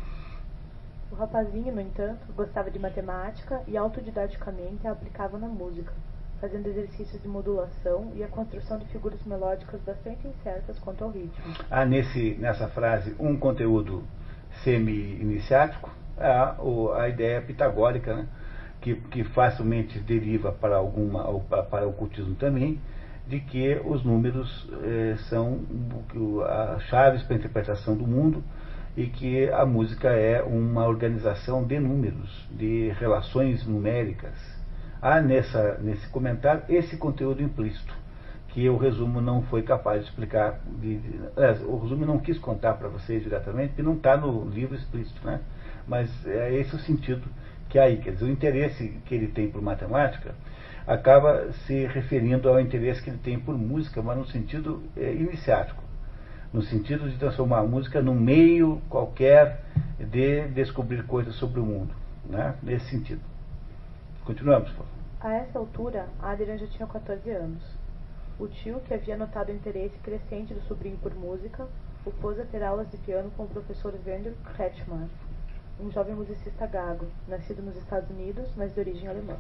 O rapazinho, no entanto, gostava de matemática e autodidaticamente a aplicava na música, fazendo exercícios de modulação e a construção de figuras melódicas bastante incertas quanto ao ritmo. Nessa frase, um conteúdo semi-iniciático, a ideia pitagórica, né? que facilmente deriva para o ocultismo também, de que os números são as chaves para a interpretação do mundo, e que a música é uma organização de números, de relações numéricas. Há nesse comentário esse conteúdo implícito, que o resumo não foi capaz de explicar. O resumo não quis contar para vocês diretamente, porque não está no livro explícito, né? Mas é esse o sentido que há aí. Quer dizer, o interesse que ele tem por matemática acaba se referindo ao interesse que ele tem por música, mas no sentido iniciático, no sentido de transformar a música num meio qualquer de descobrir coisas sobre o mundo, né? Nesse sentido. Continuamos, por favor. A essa altura, Adrian já tinha 14 anos. O tio, que havia notado o interesse crescente do sobrinho por música, o pôs a ter aulas de piano com o professor Wendel Kretschmann, um jovem musicista gago, nascido nos Estados Unidos, mas de origem alemã.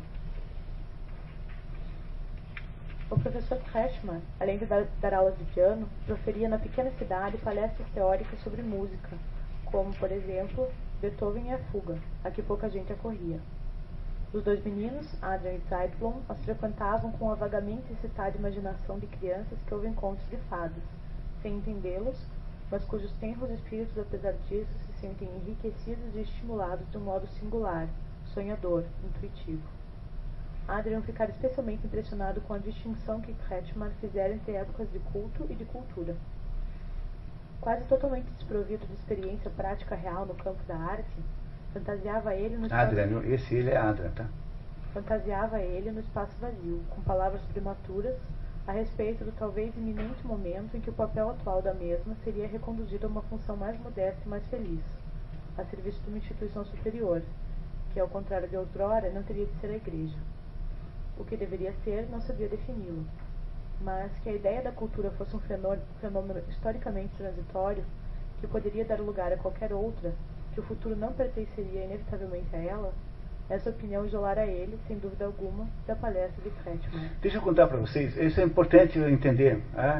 O professor Kretschmann, além de dar aulas de piano, proferia na pequena cidade palestras teóricas sobre música, como, por exemplo, Beethoven e a Fuga, a que pouca gente acorria. Os dois meninos, Adrian e Zeitblom, as frequentavam com a vagamente excitada imaginação de crianças que ouvem contos de fadas, sem entendê-los, mas cujos tenros espíritos, apesar disso, se sentem enriquecidos e estimulados de um modo singular, sonhador, intuitivo. Adrian ficara especialmente impressionado com a distinção que Kretschmann fizera entre épocas de culto e de cultura. Quase totalmente desprovido de experiência prática real no campo da arte, fantasiava ele no espaço... ele é Adrian, tá? Fantasiava ele no espaço vazio, com palavras prematuras, a respeito do talvez iminente momento em que o papel atual da mesma seria reconduzido a uma função mais modesta e mais feliz, a serviço de uma instituição superior, que, ao contrário de outrora, não teria de ser a igreja. O que deveria ser, não sabia defini-lo. Mas que a ideia da cultura fosse um fenômeno historicamente transitório, que poderia dar lugar a qualquer outra, que o futuro não pertenceria inevitavelmente a ela, essa opinião isolara ele, sem dúvida alguma, da palestra de Kretschmann. Deixa eu contar para vocês, isso é importante entender.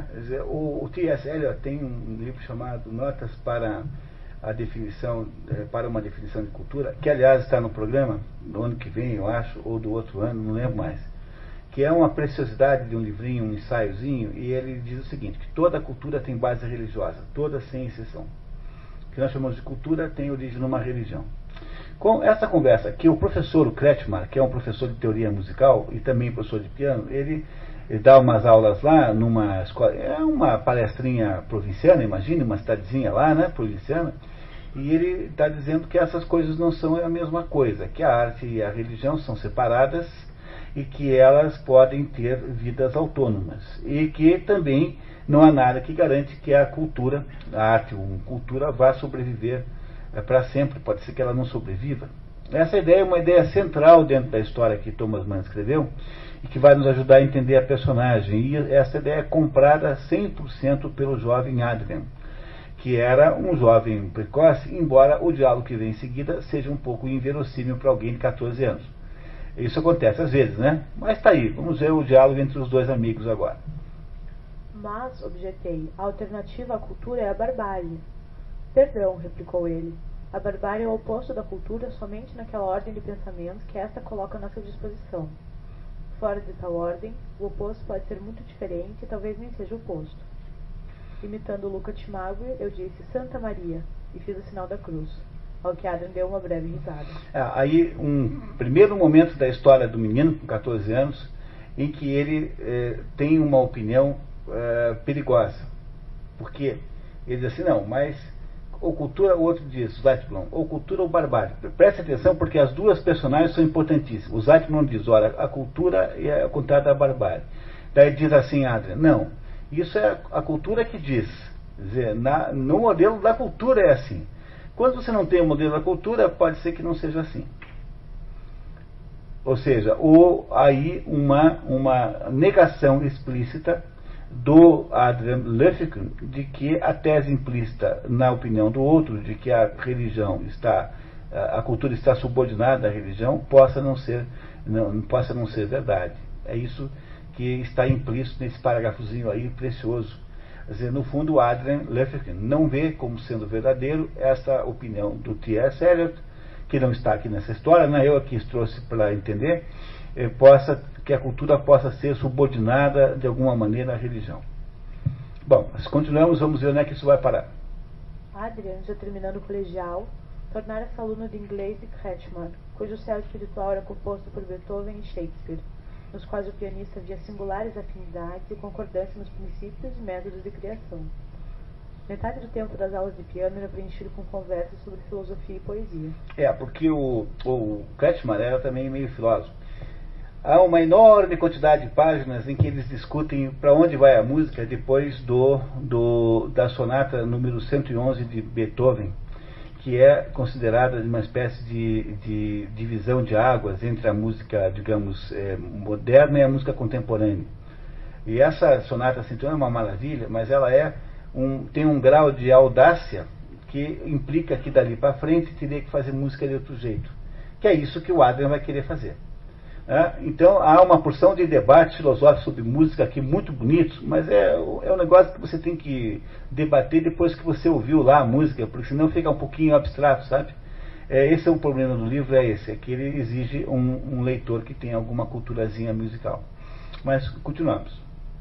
O T.S. Eliot tem um livro chamado Notas para a definição, para uma definição de cultura, que aliás está no programa do ano que vem, eu acho, ou do outro ano, não lembro mais, que é uma preciosidade de um livrinho, um ensaiozinho, e ele diz o seguinte, que toda cultura tem base religiosa, toda sem exceção. O que nós chamamos de cultura tem origem numa religião. Com essa conversa, que o professor Kretschmann, que é um professor de teoria musical e também professor de piano, ele dá umas aulas lá numa escola, é uma palestrinha provinciana, imagine, uma cidadezinha lá, né, provinciana, e ele está dizendo que essas coisas não são a mesma coisa, que a arte e a religião são separadas e que elas podem ter vidas autônomas e que também não há nada que garante que a cultura, a arte ou cultura vá sobreviver para sempre, pode ser que ela não sobreviva. Essa ideia é uma ideia central dentro da história que Thomas Mann escreveu e que vai nos ajudar a entender a personagem. E essa ideia é comprada 100% pelo jovem Adrian, que era um jovem precoce, embora o diálogo que vem em seguida seja um pouco inverossímil para alguém de 14 anos. Isso acontece às vezes, né? Mas está aí, vamos ver o diálogo entre os dois amigos agora. Mas, objetei, a alternativa à cultura é a barbárie. Perdão, replicou ele. A barbárie é o oposto da cultura somente naquela ordem de pensamentos que esta coloca à nossa disposição. Fora de tal ordem, o oposto pode ser muito diferente e talvez nem seja o oposto. Imitando Luca Timagui, eu disse Santa Maria e fiz o sinal da cruz, ao que Adam deu uma breve risada. Aí um primeiro momento da história do menino com 14 anos em que ele tem uma opinião perigosa. Porque ele diz assim, não, mas ou cultura, o outro diz, Zeitblom, ou cultura ou barbárie. Preste atenção porque as duas personagens são importantíssimas. O Zeitblom diz, olha, a cultura é o contrário da barbárie. Daí diz assim, Adrian, não, isso é a cultura que diz. Quer dizer, no modelo da cultura é assim. Quando você não tem o modelo da cultura, pode ser que não seja assim. Ou seja, aí uma negação explícita do Adrian Löfgren de que a tese implícita na opinião do outro, de que a religião a cultura está subordinada à religião, possa não ser verdade. É isso que está implícito nesse parágrafozinho aí precioso. Quer dizer, no fundo, o Adrian Löfgren não vê como sendo verdadeiro essa opinião do T.S. Eliot, que não está aqui nessa história, né? Eu aqui trouxe para entender, que a cultura possa ser subordinada de alguma maneira à religião. Bom, se continuamos, vamos ver onde é que isso vai parar. Adrian, já terminando o colegial, tornara-se aluno de inglês de Kretschmann, cujo céu espiritual era composto por Beethoven e Shakespeare, nos quais o pianista via singulares afinidades e concordância nos princípios e métodos de criação. Metade do tempo das aulas de piano era preenchido com conversas sobre filosofia e poesia. Porque o Kretschmann era também meio filósofo. Há uma enorme quantidade de páginas em que eles discutem para onde vai a música depois da sonata número 111 de Beethoven, que é considerada uma espécie de divisão de águas entre a música, digamos, moderna e a música contemporânea. E essa sonata 111 é uma maravilha, mas ela tem um grau de audácia que implica que dali para frente teria que fazer música de outro jeito. Que é isso que o Adrian vai querer fazer. Então há uma porção de debates filosóficos sobre música aqui muito bonitos, mas é um negócio que você tem que debater depois que você ouviu lá a música, porque senão fica um pouquinho abstrato, sabe? Esse é o problema do livro, é que ele exige um leitor que tenha alguma culturazinha musical. Mas continuamos.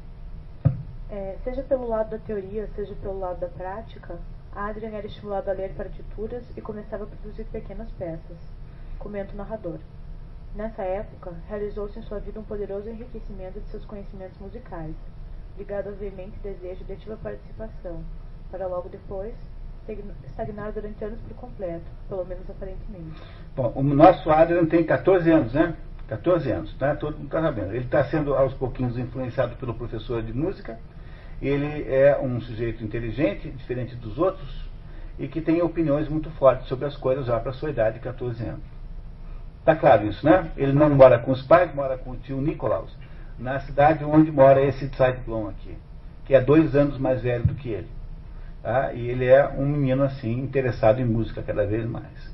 Seja pelo lado da teoria, seja pelo lado da prática, Adrian era estimulado a ler partituras e começava a produzir pequenas peças, comenta o narrador. Nessa época, realizou-se em sua vida um poderoso enriquecimento de seus conhecimentos musicais, ligado ao veemente desejo de ativa participação, para logo depois estagnar durante anos por completo, pelo menos aparentemente. Bom, o nosso Adrian tem 14 anos, né? 14 anos, tá? Todo mundo está sabendo. Ele está sendo aos pouquinhos influenciado pelo professor de música. Ele é um sujeito inteligente, diferente dos outros. e que tem opiniões muito fortes sobre as coisas já para a sua idade de 14 anos. Está claro isso, né? Ele não mora com os pais, mora com o tio Nicolaus, na cidade onde mora esse Zeitblom aqui, que é 2 anos mais velho do que ele. Tá? E ele é um menino assim, interessado em música cada vez mais.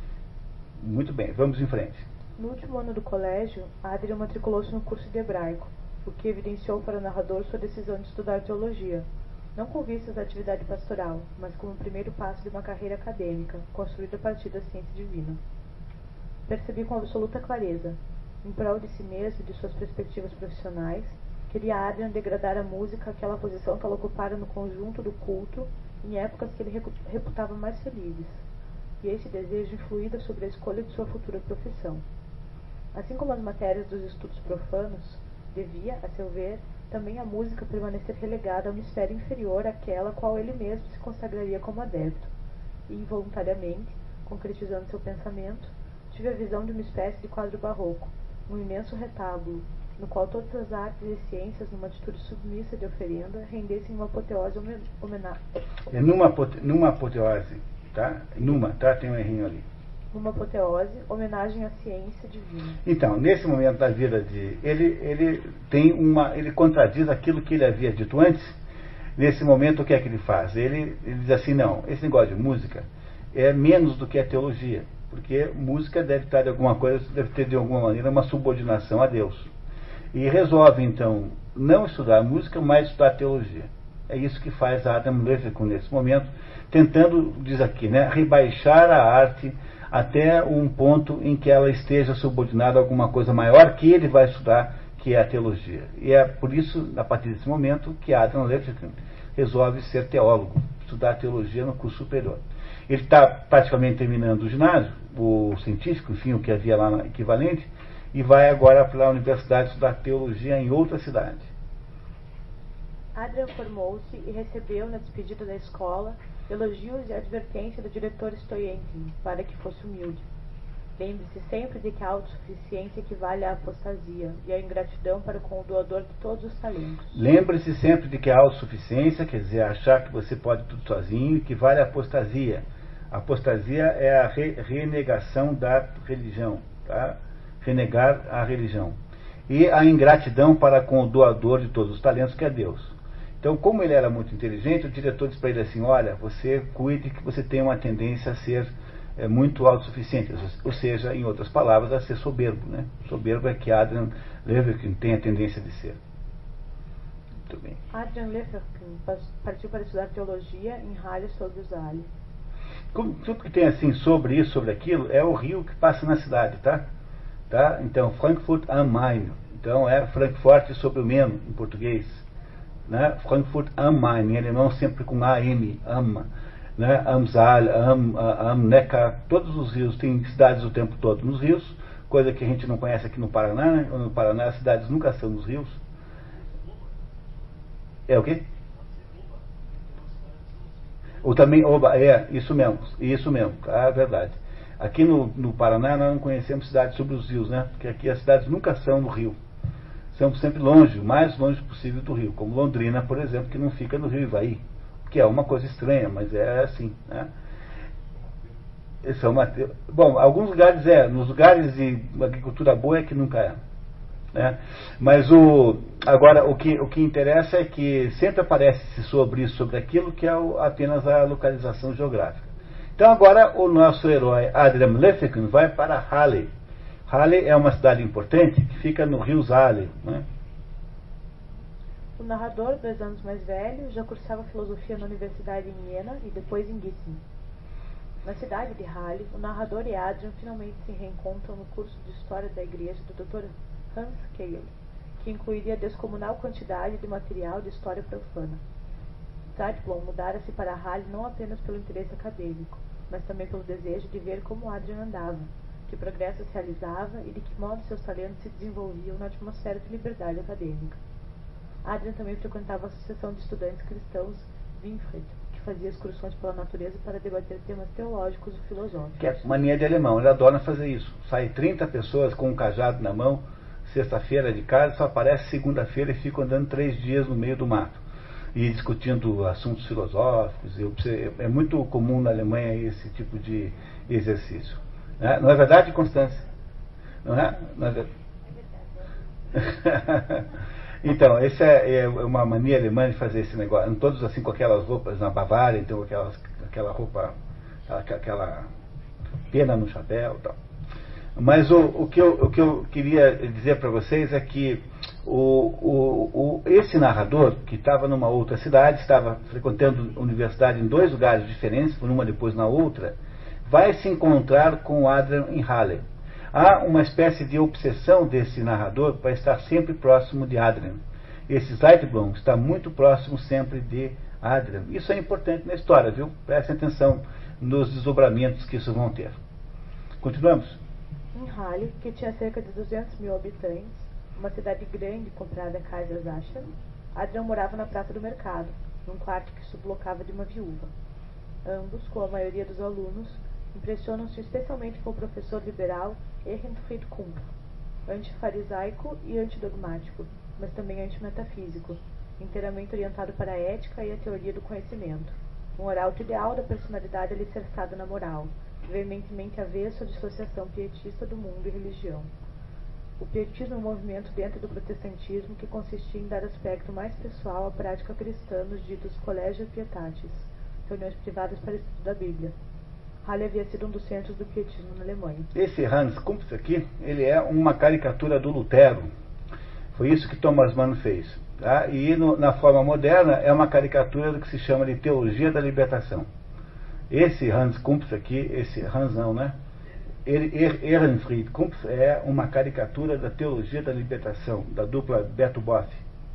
Muito bem, vamos em frente. No último ano do colégio, Adrian matriculou-se no curso de hebraico, o que evidenciou para o narrador sua decisão de estudar teologia, não com vistas à atividade pastoral, mas como o primeiro passo de uma carreira acadêmica, construída a partir da ciência divina. Percebi com absoluta clareza, em prol de si mesmo e de suas perspectivas profissionais, queria Adrian degradar a música àquela posição que ela ocupara no conjunto do culto, em épocas que ele reputava mais felizes, e esse desejo influíra sobre a escolha de sua futura profissão. Assim como as matérias dos estudos profanos, devia, a seu ver, também a música permanecer relegada a uma esfera inferior àquela a qual ele mesmo se consagraria como adepto, e involuntariamente, concretizando seu pensamento, tive a visão de uma espécie de quadro barroco, um imenso retábulo, no qual todas as artes e ciências, numa atitude submissa de oferenda, rendessem uma apoteose homenagem. É numa apoteose, tá? Tem um errinho ali. Uma apoteose, homenagem à ciência divina. Então, nesse momento da vida de ele contradiz aquilo que ele havia dito antes. Nesse momento, o que é que ele faz? Ele diz assim, não, esse negócio de música é menos do que a teologia, porque música deve ter de alguma maneira uma subordinação a Deus. E resolve, então, não estudar música, mas estudar teologia. É isso que faz Adam Lefevre nesse momento, tentando, diz aqui, né, rebaixar a arte até um ponto em que ela esteja subordinada a alguma coisa maior que ele vai estudar, que é a teologia. E é por isso, a partir desse momento, que Adam Lefevre resolve ser teólogo, estudar teologia no curso superior. Ele está praticamente terminando o ginásio, o científico, enfim, o que havia lá na equivalente, e vai agora para a universidade estudar teologia em outra cidade. Adrian formou-se e recebeu, na despedida da escola, elogios e advertência do diretor Stoyantin, para que fosse humilde. Lembre-se sempre de que a autossuficiência equivale à apostasia e à ingratidão para com o doador de todos os talentos. Lembre-se sempre de que a autossuficiência, quer dizer, achar que você pode tudo sozinho, equivale à apostasia. A apostasia é a renegação da religião, tá? Renegar a religião. E a ingratidão para com o doador de todos os talentos, que é Deus. Então, como ele era muito inteligente, o diretor disse para ele assim, olha, você cuide que você tem uma tendência a ser muito autossuficiente, ou seja, em outras palavras, a ser soberbo, né? Soberbo é que Adrian Lefevre tem a tendência de ser. Muito bem. Adrian Lefevre partiu para estudar teologia em Halle sobre o Saale. Tudo que tem assim sobre isso, sobre aquilo, é o rio que passa na cidade, tá? Então, Frankfurt am Main. Então, é Frankfurt sobre o Meno, em português. Né? Frankfurt am Main, em alemão sempre com AM, Am. Né? Am Saal, Am Neckar, todos os rios, tem cidades o tempo todo nos rios, coisa que a gente não conhece aqui no Paraná, né? No Paraná as cidades nunca são nos rios. É o quê? Ou também, isso mesmo, é verdade. Aqui no Paraná nós não conhecemos cidades sobre os rios, né? Porque aqui as cidades nunca são no rio. São sempre longe, o mais longe possível do rio. Como Londrina, por exemplo, que não fica no rio Ivaí. Que é uma coisa estranha, mas é assim, né? Bom, alguns lugares nos lugares de agricultura boa é que nunca é. Né? Mas agora o que interessa é que sempre aparece sobre isso, sobre aquilo, que é apenas a localização geográfica. Então agora o nosso herói Adrian Lefevre vai para Halle. Halle é uma cidade importante que fica no rio Saale, né? O narrador, 2 anos mais velho, já cursava filosofia na universidade em Iena e depois em Gießen. Na cidade de Halle, o narrador e Adrian finalmente se reencontram no curso de História da Igreja do Dr. Hans Kegel, que incluiria a descomunal quantidade de material de história profana. Zeitblom mudara-se para Halle não apenas pelo interesse acadêmico, mas também pelo desejo de ver como Adrian andava, que progresso se realizava e de que modo seus talentos se desenvolviam na atmosfera de liberdade acadêmica. Adrian também frequentava a Associação de Estudantes Cristãos Winfried, que fazia excursões pela natureza para debater temas teológicos e filosóficos. Que é mania de alemão, ele adora fazer isso. Sai 30 pessoas com um cajado na mão, sexta-feira de casa, só aparece segunda-feira e ficam andando 3 dias no meio do mato. e discutindo assuntos filosóficos. É muito comum na Alemanha esse tipo de exercício. Né? Não é verdade, Constância? Não é? Não é verdade? Então, essa é uma mania alemã de fazer esse negócio. Todos assim com aquelas roupas na Bavária, então aquela roupa, aquela pena no chapéu e tal. Mas o que eu queria dizer para vocês é que esse narrador, que estava numa outra cidade, estava frequentando universidade em 2 lugares diferentes, por uma depois na outra, vai se encontrar com o Adrian em Halle. Há uma espécie de obsessão desse narrador para estar sempre próximo de Adrian. Esse Zeitblom está muito próximo sempre de Adrian. Isso é importante na história, viu? Prestem atenção nos desdobramentos que isso vão ter. Continuamos? Em Halle, que tinha cerca de 200 mil habitantes, uma cidade grande comparada a Kaiserslautern, Adrian morava na Praça do Mercado, num quarto que sublocava de uma viúva. Ambos, como a maioria dos alunos, impressionam-se especialmente com o professor liberal Ehrenfried Kumpf, antifarisaico e antidogmático, mas também antimetafísico, inteiramente orientado para a ética e a teoria do conhecimento, um arauto ideal da personalidade alicerçada na moral, veementemente avesso à dissociação pietista do mundo e religião. O pietismo é um movimento dentro do protestantismo que consistia em dar aspecto mais pessoal à prática cristã nos ditos Collegia Pietatis, reuniões privadas para estudo da Bíblia. Halle havia sido um dos centros do pietismo na Alemanha. Esse Hans Kumpf aqui, ele é uma caricatura do Lutero. Foi isso que Thomas Mann fez. Tá? E na forma moderna é uma caricatura do que se chama de teologia da libertação. Esse Hans Kumpf aqui, esse Hans não, né? Ehrenfried Kumpf é uma caricatura da teologia da libertação, da dupla Beto Boff.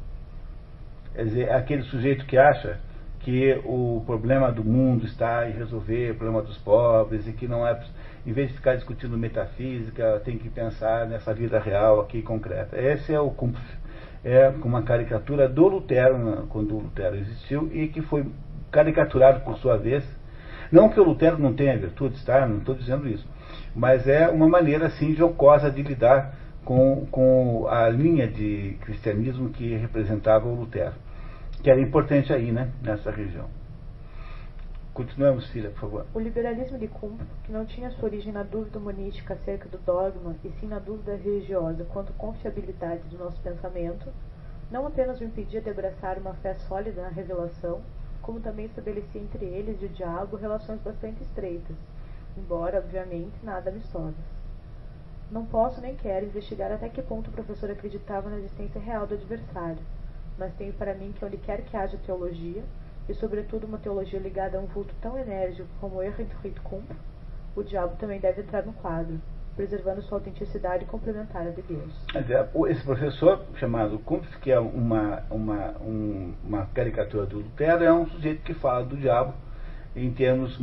Quer dizer, é aquele sujeito que acha que o problema do mundo está em resolver o problema dos pobres e que não é, em vez de ficar discutindo metafísica, tem que pensar nessa vida real aqui concreta. Esse é o Kumpf. É uma caricatura do Lutero, quando o Lutero existiu, e que foi caricaturado por sua vez. Não que o Lutero não tenha virtudes, tá? Não estou dizendo isso. Mas é uma maneira, assim, jocosa de lidar com a linha de cristianismo que representava o Lutero, que era importante aí, né, nessa região. Continuamos, filha, por favor. O liberalismo de Kumpf, que não tinha sua origem na dúvida humanística acerca do dogma, e sim na dúvida religiosa quanto à confiabilidade do nosso pensamento, não apenas o impedia de abraçar uma fé sólida na revelação, como também estabelecia entre eles e o diabo relações bastante estreitas, embora, obviamente, nada amistosas. Não posso nem quero investigar até que ponto o professor acreditava na existência real do adversário, mas tenho para mim que onde quer que haja teologia, e sobretudo uma teologia ligada a um vulto tão enérgico como Ehrenfried Kumpf, o diabo também deve entrar no quadro, preservando sua autenticidade complementar à de Deus. Esse professor, chamado Kumpf, que é uma caricatura do Lutero, é um sujeito que fala do diabo em termos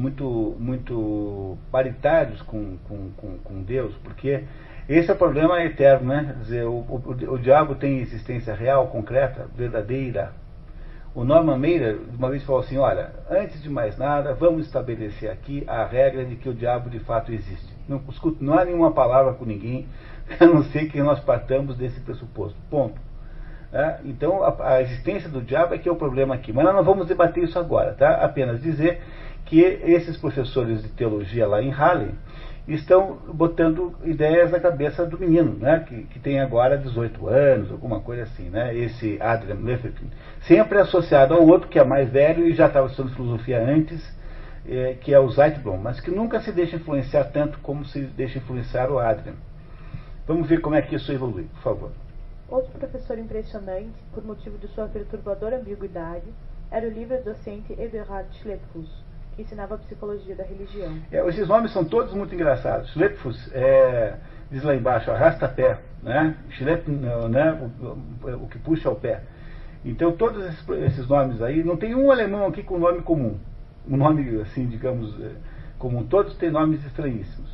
muito paritários com Deus, porque esse é o problema eterno, né? Quer dizer, o diabo tem existência real, concreta, verdadeira. O Norman Mailer uma vez falou assim: olha, antes de mais nada, vamos estabelecer aqui a regra de que o diabo de fato existe. Não há nenhuma palavra com ninguém, a não ser que nós partamos desse pressuposto. Ponto. Então, a existência do diabo é que é o problema aqui. Mas nós não vamos debater isso agora, tá? Apenas dizer que esses professores de teologia lá em Halle estão botando ideias na cabeça do menino, né? que tem agora 18 anos, alguma coisa assim, né? Esse Adrian Lefebvre, sempre associado ao outro que é mais velho e já estava estudando filosofia antes, que é o Zeitblom, mas que nunca se deixa influenciar tanto como se deixa influenciar o Adrian. Vamos ver como é que isso evolui, por favor. Outro professor impressionante, por motivo de sua perturbadora ambiguidade, era o livre-docente Eberhard Schleppfuss, que ensinava a psicologia da religião. Esses nomes são todos muito engraçados. Schleppfuss diz lá embaixo, arrasta-pé, né? Schlepp, né? O que puxa o pé. Então todos esses nomes aí, não tem um alemão aqui com nome comum. Um nome, assim, digamos, comum. Todos têm nomes estranhíssimos.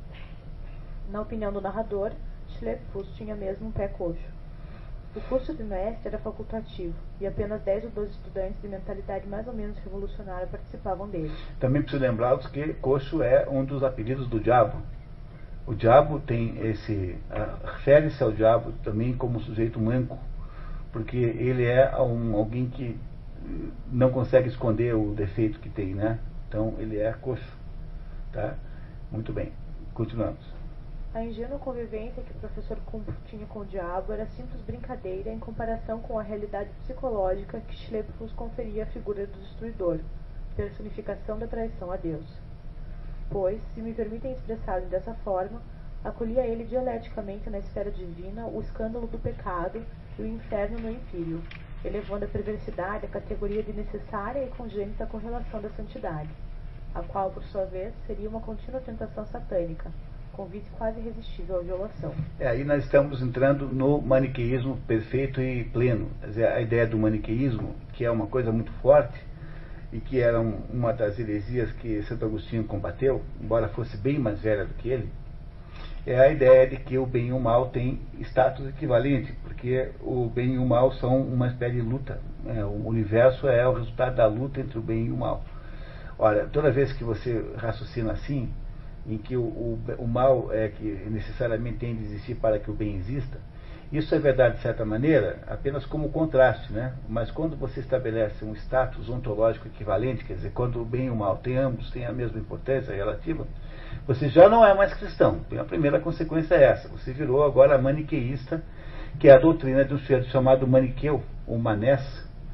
Na opinião do narrador, Schleppfuss tinha mesmo um pé coxo. O curso de mestre era facultativo, e apenas 10 ou 12 estudantes de mentalidade mais ou menos revolucionária participavam dele. Também preciso lembrá-los que coxo é um dos apelidos do diabo. O diabo tem refere-se ao diabo também como sujeito manco, porque ele é alguém que não consegue esconder o defeito que tem, né? Então ele é coxo, tá? Muito bem, continuamos. A ingênua convivência que o professor Kumpf tinha com o diabo era simples brincadeira em comparação com a realidade psicológica que Schlepfus conferia à figura do destruidor, personificação da traição a Deus. Pois, se me permitem expressar-me dessa forma, acolhia ele dialeticamente na esfera divina o escândalo do pecado e o inferno no empírio, elevando a perversidade à categoria de necessária e congênita correlação da santidade, a qual, por sua vez, seria uma contínua tentação satânica, convite quase irresistível à violação. Aí nós estamos entrando no maniqueísmo perfeito e pleno. Quer dizer, a ideia do maniqueísmo, que é uma coisa muito forte, e que era uma das heresias que Santo Agostinho combateu, embora fosse bem mais velha do que ele, é a ideia de que o bem e o mal têm status equivalente, porque o bem e o mal são uma espécie de luta. O universo é o resultado da luta entre o bem e o mal. Ora, toda vez que você raciocina assim, em que o mal é que necessariamente tem de existir para que o bem exista, isso é verdade de certa maneira, apenas como contraste, né? Mas quando você estabelece um status ontológico equivalente, quer dizer, quando o bem e o mal ambos têm a mesma importância relativa, você já não é mais cristão. A primeira consequência é essa, você virou agora maniqueísta, que é a doutrina de um sujeito chamado Maniqueu, o Manés,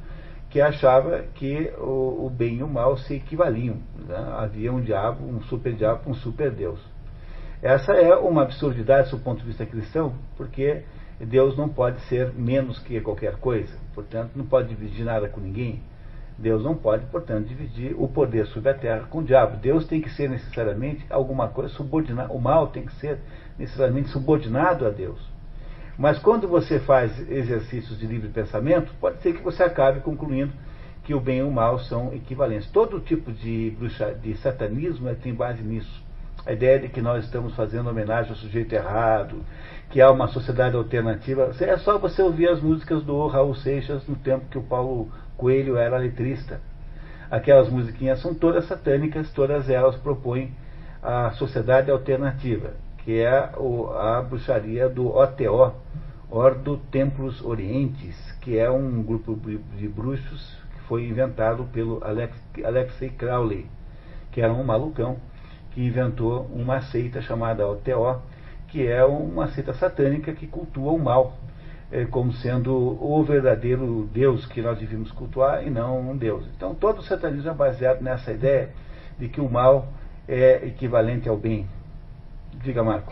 que achava que o bem e o mal se equivaliam, né? Havia um diabo, um super Deus. Essa é uma absurdidade do ponto de vista cristão, porque Deus não pode ser menos que qualquer coisa, portanto não pode dividir nada com ninguém. Deus não pode, portanto, dividir o poder sobre a terra com o diabo. Deus tem que ser necessariamente alguma coisa subordinada, o mal tem que ser necessariamente subordinado a Deus. Mas quando você faz exercícios de livre pensamento, pode ser que você acabe concluindo que o bem e o mal são equivalentes. Todo tipo de satanismo tem base nisso. A ideia de que nós estamos fazendo homenagem ao sujeito errado, que há uma sociedade alternativa. É só você ouvir as músicas do Raul Seixas no tempo que o Paulo Coelho era letrista. Aquelas musiquinhas são todas satânicas, todas elas propõem a sociedade alternativa, que é a bruxaria do OTO, Ordo Templos Orientis, que é um grupo de bruxos que foi inventado pelo Alexei Crowley, que era um malucão, que inventou uma seita chamada OTO, que é uma seita satânica que cultua o mal, como sendo o verdadeiro Deus que nós devíamos cultuar e não um Deus. Então todo o satanismo é baseado nessa ideia de que o mal é equivalente ao bem. Diga, Marco.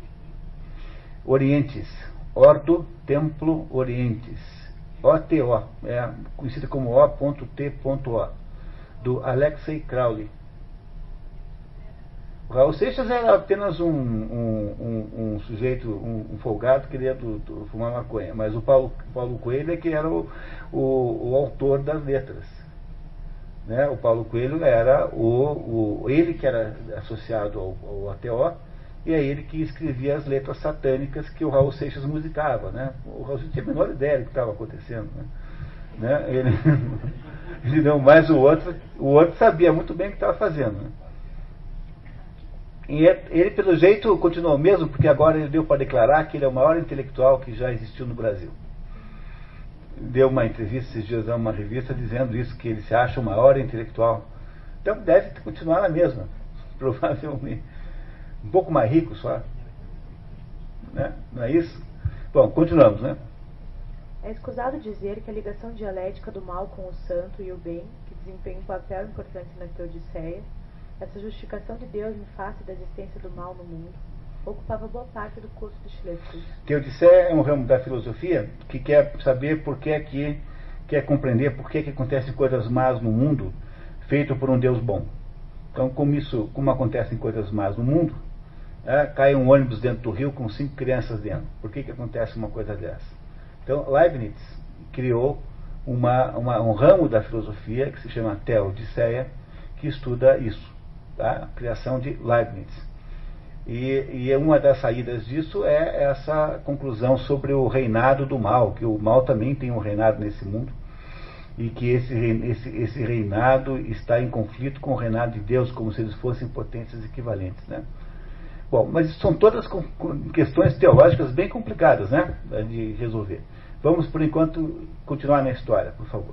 Orientes, Ordo Templo Orientes, OTO, conhecida como O.T.O, do Alexei Crowley. O Raul Seixas era apenas um sujeito, um folgado que queria fumar maconha, mas o Paulo Coelho é que era o autor das letras. Né? O Paulo Coelho era ele que era associado ao ATO, e é ele que escrevia as letras satânicas que o Raul Seixas musicava. Né? O Raul Seixas tinha a menor ideia do que estava acontecendo. Né? Ele não, mas o outro sabia muito bem o que estava fazendo. Né? E ele, pelo jeito, continuou mesmo, porque agora ele deu para declarar que ele é o maior intelectual que já existiu no Brasil. Deu uma entrevista esses dias a uma revista dizendo isso, que ele se acha o maior intelectual. Então deve continuar na mesma, provavelmente. Um pouco mais rico só. Né? Não é isso? Bom, continuamos, né? É escusado dizer que a ligação dialética do mal com o santo e o bem, que desempenha um papel importante na Teodiceia, essa justificação de Deus em face da existência do mal no mundo, ocupava boa parte do curso de Schlepfus. Teodiceia é um ramo da filosofia que quer saber quer compreender por que acontecem coisas más no mundo, feito por um Deus bom. Então, como acontecem coisas más no mundo, cai um ônibus dentro do rio com 5 crianças dentro. Por que acontece uma coisa dessa? Então, Leibniz criou um ramo da filosofia que se chama Teodiceia, que estuda isso. Tá? A criação de Leibniz. E uma das saídas disso é essa conclusão sobre o reinado do mal, que o mal também tem um reinado nesse mundo, e que esse reinado está em conflito com o reinado de Deus, como se eles fossem potências equivalentes. Né? Bom, mas são todas questões teológicas bem complicadas, né, de resolver. Vamos, por enquanto, continuar na história, por favor.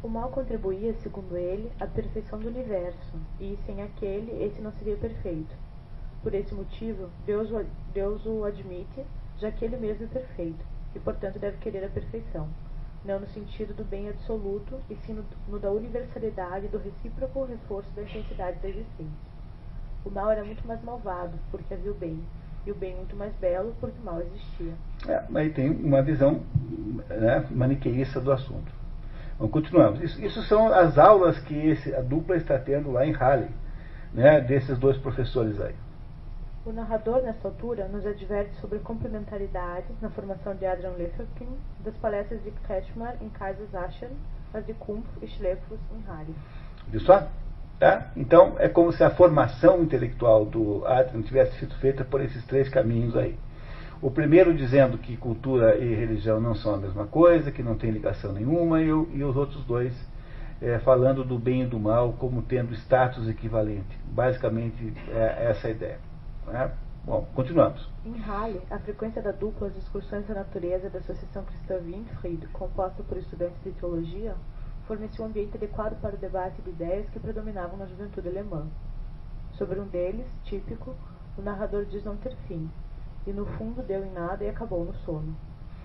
O mal contribuía, segundo ele, à perfeição do universo, e sem aquele, esse não seria perfeito. Por esse motivo, Deus o admite, já que ele mesmo é perfeito, e portanto deve querer a perfeição, não no sentido do bem absoluto, e sim no da universalidade e do recíproco reforço da intensidade da existência. O mal era muito mais malvado, porque havia o bem, e o bem muito mais belo, porque o mal existia. Aí tem uma visão, né, maniqueísta do assunto. Então, continuamos. Isso são as aulas que a dupla está tendo lá em Halle, né, desses dois professores aí. O narrador, nesta altura, nos adverte sobre a complementaridade na formação de Adrian Lefferkin das palestras de Kretschmer em Kaiserslautern, as de Kumpf e Schleifus em Halle. Viu só? Tá? Então, é como se a formação intelectual do Adrian tivesse sido feita por esses três caminhos aí. O primeiro dizendo que cultura e religião não são a mesma coisa, que não tem ligação nenhuma, e os outros dois falando do bem e do mal como tendo status equivalente. Basicamente, é essa a ideia. Bom, continuamos. Em Halle, a frequência da dupla As Discussões da Natureza da Associação Cristã Winfried, composta por estudantes de teologia, fornecia um ambiente adequado para o debate de ideias que predominavam na juventude alemã. Sobre um deles, típico, o narrador diz não ter fim, e no fundo deu em nada e acabou no sono.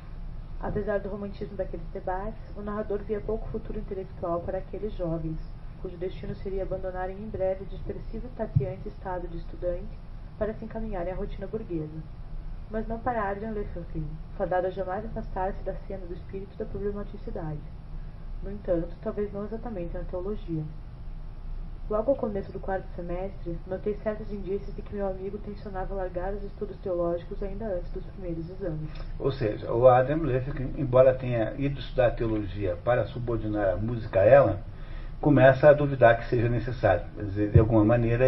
Apesar do romantismo daqueles debates, o narrador via pouco futuro intelectual para aqueles jovens, cujo destino seria abandonarem em breve o dispersivo e tateante estado de estudante para se encaminharem à rotina burguesa. Mas não para Adrian Lefferkin, fadado a jamais afastar-se da cena do espírito da problematicidade. No entanto, talvez não exatamente na teologia. Logo ao começo do quarto semestre, notei certos indícios de que meu amigo tensionava largar os estudos teológicos ainda antes dos primeiros exames. Ou seja, o Adrian Lefferkin, embora tenha ido estudar teologia para subordinar a música a ela, começa a duvidar que seja necessário. Quer dizer, de alguma maneira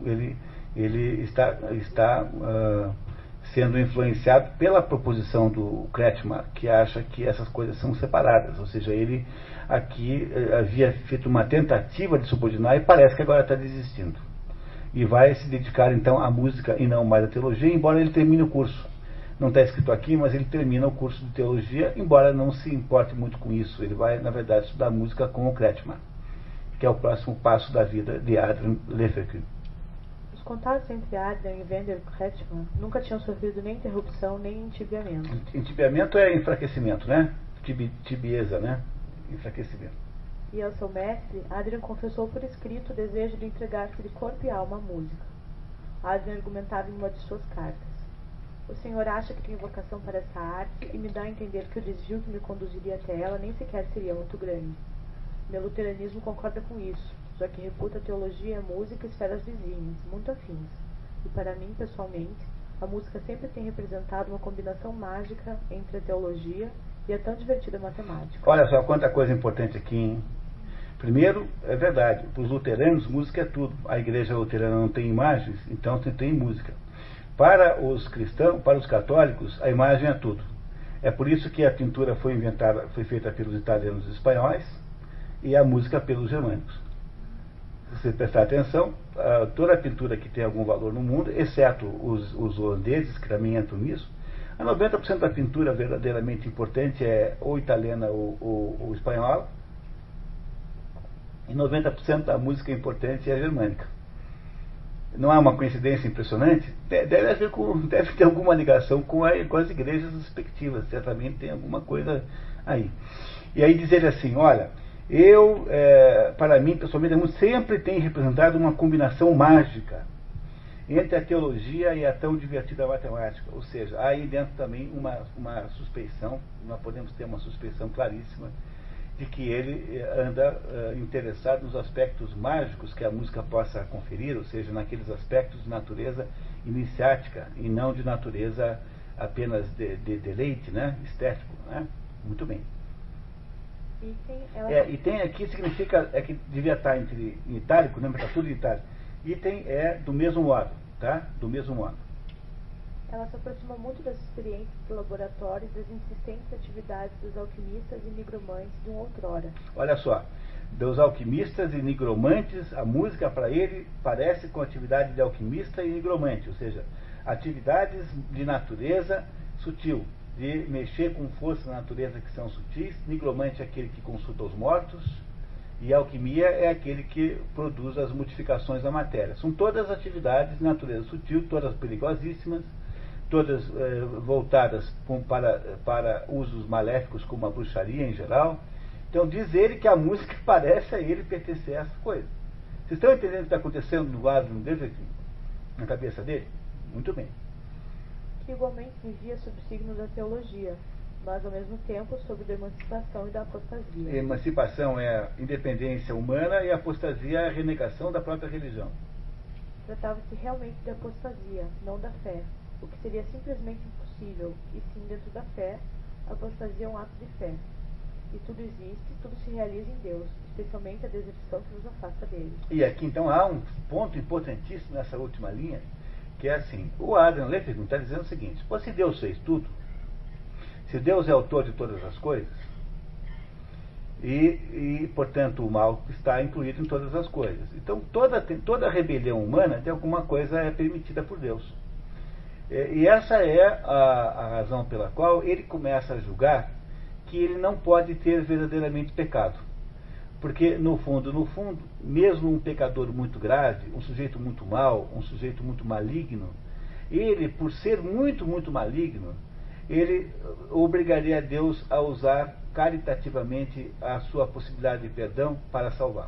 ele está sendo influenciado pela proposição do Kretschmer, que acha que essas coisas são separadas. Ou seja, ele aqui havia feito uma tentativa de subordinar e parece que agora está desistindo. E vai se dedicar então à música e não mais à teologia, embora ele termine o curso. Não está escrito aqui, mas ele termina o curso de teologia, embora não se importe muito com isso. Ele vai, na verdade, estudar música com o Kretschmer, que é o próximo passo da vida de Adrian Lefferkin. Os contatos entre Adrian e Wendell Kretschmer nunca tinham sofrido nem interrupção nem entibiamento. Entibiamento é enfraquecimento, né? Tibieza, né? Enfraquecimento. E ao seu mestre, Adrian confessou por escrito o desejo de entregar-se de corpo e alma à música. Adrian argumentava em uma de suas cartas: o senhor acha que tenho vocação para essa arte e me dá a entender que o desvio que me conduziria até ela nem sequer seria muito grande. Meu luteranismo concorda com isso, já que reputa a teologia e a música esferas vizinhas, muito afins. E para mim, pessoalmente, a música sempre tem representado uma combinação mágica entre a teologia e a tão divertida matemática. Olha só quanta coisa importante aqui, hein? Primeiro, é verdade, para os luteranos, música é tudo. A igreja luterana não tem imagens, então tem música. Para os cristãos, para os católicos, a imagem é tudo. É por isso que a pintura foi feita pelos italianos e espanhóis e a música pelos germânicos. Se você prestar atenção, toda a pintura que tem algum valor no mundo, exceto os holandeses, que também entram nisso, a 90% da pintura verdadeiramente importante é ou italiana ou espanhola, e 90% da música importante é germânica. Não há uma coincidência impressionante? Deve ter alguma ligação com as igrejas respectivas, certamente tem alguma coisa aí. E aí dizer assim, olha, para mim, pessoalmente, a música sempre tem representado uma combinação mágica entre a teologia e a tão divertida matemática. Ou seja, há aí dentro também uma suspeição, nós podemos ter uma suspeição claríssima de que ele anda interessado nos aspectos mágicos que a música possa conferir, ou seja, naqueles aspectos de natureza iniciática e não de natureza apenas de deleite, né, estético, né? Muito bem. Item aqui significa, que devia estar em itálico, né, mas está tudo em itálico. Item é do mesmo modo, tá? Do mesmo modo. Ela se aproxima muito das experiências do laboratório e das insistentes atividades dos alquimistas e nigromantes de um outrora. Olha só, dos alquimistas e nigromantes, a música para ele parece com atividade de alquimista e nigromante, ou seja, atividades de natureza sutil, de mexer com forças da natureza que são sutis. Nigromante é aquele que consulta os mortos, E a alquimia é aquele que produz as modificações da matéria. São todas atividades de natureza sutil, todas perigosíssimas, todas voltadas para usos maléficos, como a bruxaria em geral. Então diz ele que a música parece a ele pertencer a essa coisa. Vocês estão entendendo o que está acontecendo no Adrian Levitkin, na cabeça dele? Muito bem. Que igualmente vivia sob o signo da teologia, mas ao mesmo tempo sob a emancipação e da apostasia. Emancipação é a independência humana e a apostasia é a renegação da própria religião. Tratava-se realmente de apostasia, não da fé, o que seria simplesmente impossível, e sim dentro da fé, a apostasia é um ato de fé. E tudo existe, tudo se realiza em Deus, especialmente a deserção que nos afasta dele. E aqui então há um ponto importantíssimo nessa última linha, que é assim, o Adrian Levitkin está dizendo o seguinte: pô, se Deus fez tudo, se Deus é autor de todas as coisas, e portanto o mal está incluído em todas as coisas. Então toda rebelião humana tem alguma coisa permitida por Deus. E essa é a razão pela qual ele começa a julgar que ele não pode ter verdadeiramente pecado. Porque, no fundo, mesmo um pecador muito grave, um sujeito muito mau, um sujeito muito maligno, ele, por ser muito, muito maligno, ele obrigaria a Deus a usar caritativamente a sua possibilidade de perdão para salvá-lo.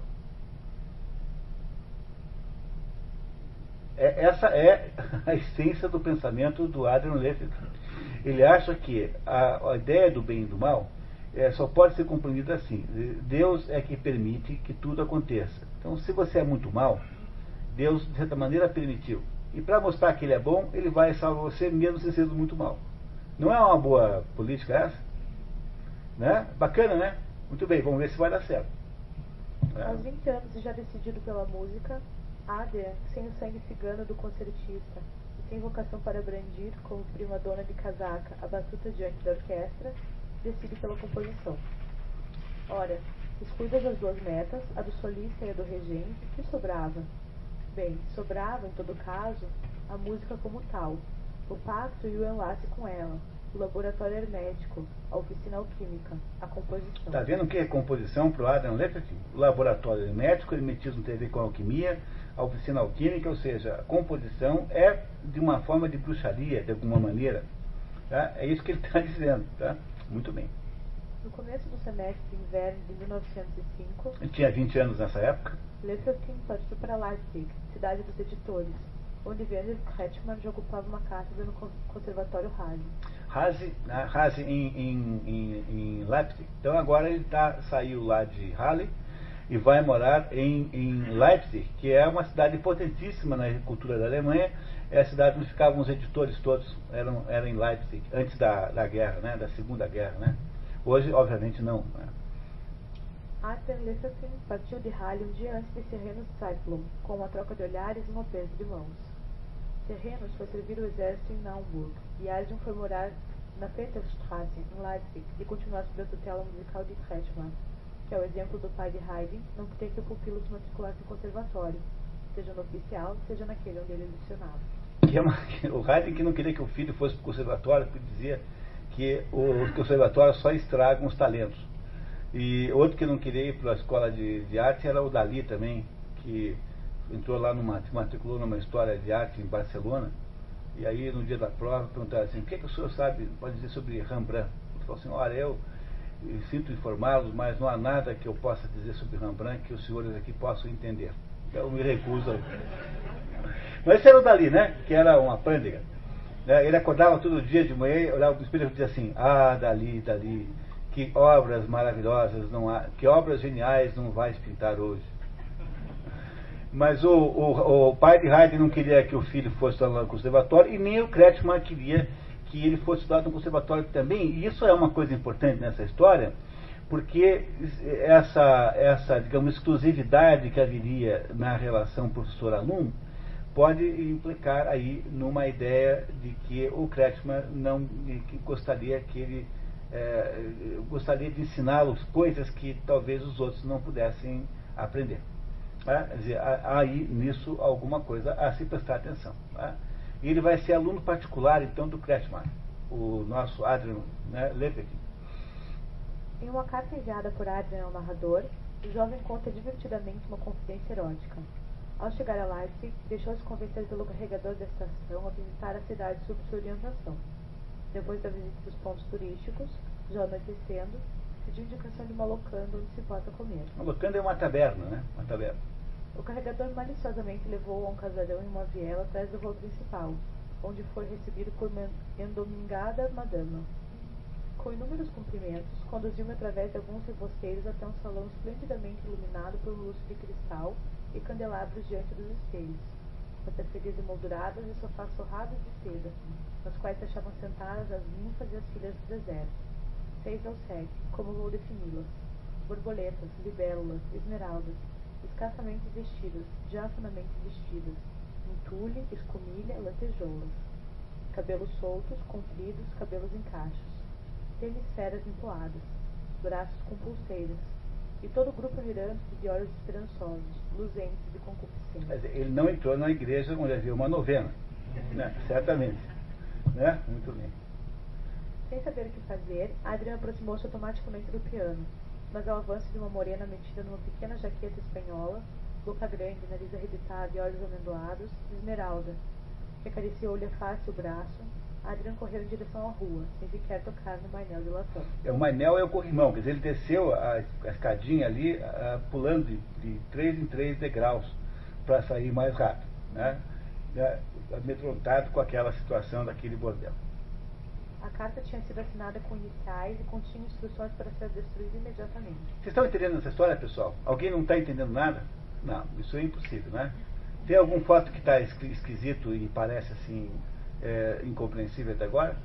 Essa é a essência do pensamento do Adrian Levitkin. Ele acha que a ideia do bem e do mal só pode ser compreendida assim: Deus é que permite que tudo aconteça. Então, se você é muito mal, Deus de certa maneira permitiu, e para mostrar que ele é bom, ele vai salvar você mesmo sem sendo muito mal. Não é uma boa política essa? Né? Bacana, né? Muito bem, vamos ver se vai dar certo. Aos 20 anos e já decidido pela música, Adrian, sem o sangue cigano do concertista e sem vocação para brandir, como prima-dona de casaca, a batuta diante da orquestra, decide pela composição. Ora, excluídas as duas metas, a do solista e a do regente, o que sobrava? Bem, sobrava, em todo caso, a música como tal, o pacto e o enlace com ela, o laboratório hermético, a oficina alquímica, a composição. Está vendo o que é composição para o Adrian Levitkin? O laboratório hermético, o hermetismo tem a ver com a alquimia, a oficina alquímica, ou seja, a composição é de uma forma de bruxaria, de alguma maneira. Tá? É isso que ele está dizendo. Tá? Muito bem. No começo do semestre de inverno de 1905, ele tinha 20 anos nessa época. Levitkin partiu para Leipzig, cidade dos editores, onde Werner Kretschmann já ocupava uma cátedra no Conservatório Halle. Halle em Leipzig. Então agora ele saiu lá de Halle e vai morar em Leipzig, que é uma cidade potentíssima na cultura da Alemanha. É a cidade onde ficavam os editores todos, eram em Leipzig, antes da guerra, né, da Segunda Guerra. Né? Hoje, obviamente, não. Né? Adrian Levitkin partiu de Halle um dia antes de Serrenos Zeitlum, com uma troca de olhares e um aperto de mãos. Serrenos foi servir o exército em Naumburg, e Adrian foi morar na Peterstrasse, em Leipzig, e continuar sob a tutela musical de Kretschmann, que é o exemplo do pai de Haydn, não queria que o pupilo se matriculasse em conservatório, seja no oficial, seja naquele onde ele lecionava. O Haydn que não queria que o filho fosse para o conservatório, porque dizia que os conservatórios só estragam os talentos. E outro que não queria ir para a escola de arte era o Dalí também, que entrou lá, se matriculou numa história de arte em Barcelona, e aí no dia da prova perguntaram assim: o que o senhor sabe, pode dizer sobre Rembrandt? Ele falou assim: olha, eu sinto informá-los, mas não há nada que eu possa dizer sobre Rembrandt que os senhores aqui possam entender. Então eu me recuso. Mas esse era o Dalí, né? Que era uma pândega. Ele acordava todo dia de manhã, olhava para o espelho e dizia assim: ah, Dalí, que obras maravilhosas não há, que obras geniais não vais pintar hoje. Mas o pai de Haydn não queria que o filho fosse estudar no conservatório, e nem o Kretschmann queria que ele fosse estudar no conservatório também. E isso é uma coisa importante nessa história, porque essa digamos, exclusividade que haveria na relação professor-aluno pode implicar aí numa ideia de que o Kretschmann gostaria de ensiná-los coisas que talvez os outros não pudessem aprender. Quer dizer, há aí nisso alguma coisa a se prestar atenção. E ele vai ser aluno particular então do Kretschmann, o nosso Adrian, né, Levitkin. Em uma carta enviada por Adrian ao narrador, O jovem conta divertidamente uma confidência erótica. Ao chegar a Leipzig, deixou-se convencer pelo carregador da estação a visitar a cidade sob sua orientação. Depois da visita dos pontos turísticos, já anoitecendo, pediu indicação de uma locanda onde se possa comer. Uma locanda é uma taberna, né? Uma taberna. O carregador maliciosamente levou-o a um casarão em uma viela atrás da rua principal, onde foi recebido por uma endomingada madama. Com inúmeros cumprimentos, conduziu-me através de alguns rebosteiros até um salão esplendidamente iluminado por luz de cristal e candelabros diante dos espelhos, com tapeçarias emolduradas e sofás forrados de seda, nos quais se achavam sentadas as ninfas e as filhas do deserto. 6 ou 7, como vou defini-las: borboletas, libélulas, esmeraldas, escassamente vestidas, diafanamente vestidas, entule, escumilha, lantejoulas, cabelos soltos, compridos, cabelos em cachos, tenisferas empoadas, braços com pulseiras, e todo o grupo mirante de olhos esperançosos, luzentes de concupiscência. Quer dizer, ele não entrou na igreja onde havia uma novena, né? Certamente. Né? Muito bem. Sem saber o que fazer, Adrian aproximou-se automaticamente do piano, mas ao avanço de uma morena metida numa pequena jaqueta espanhola, boca grande, nariz arrebitado e olhos amendoados, Esmeralda, que acariciou-lhe a face e o braço, Adrian correu em direção à rua, sem sequer tocar no mainel de latão. O mainel é o corrimão, quer dizer, ele desceu a escadinha ali, pulando de 3 em 3 degraus, para sair mais rápido, né? Amedrontado com aquela situação daquele bordel. A carta tinha sido assinada com iniciais e continha instruções para ser destruída imediatamente. Vocês estão entendendo essa história, pessoal? Alguém não está entendendo nada? Não, isso é impossível, né? Tem algum fato que está esquisito e parece assim incompreensível até agora?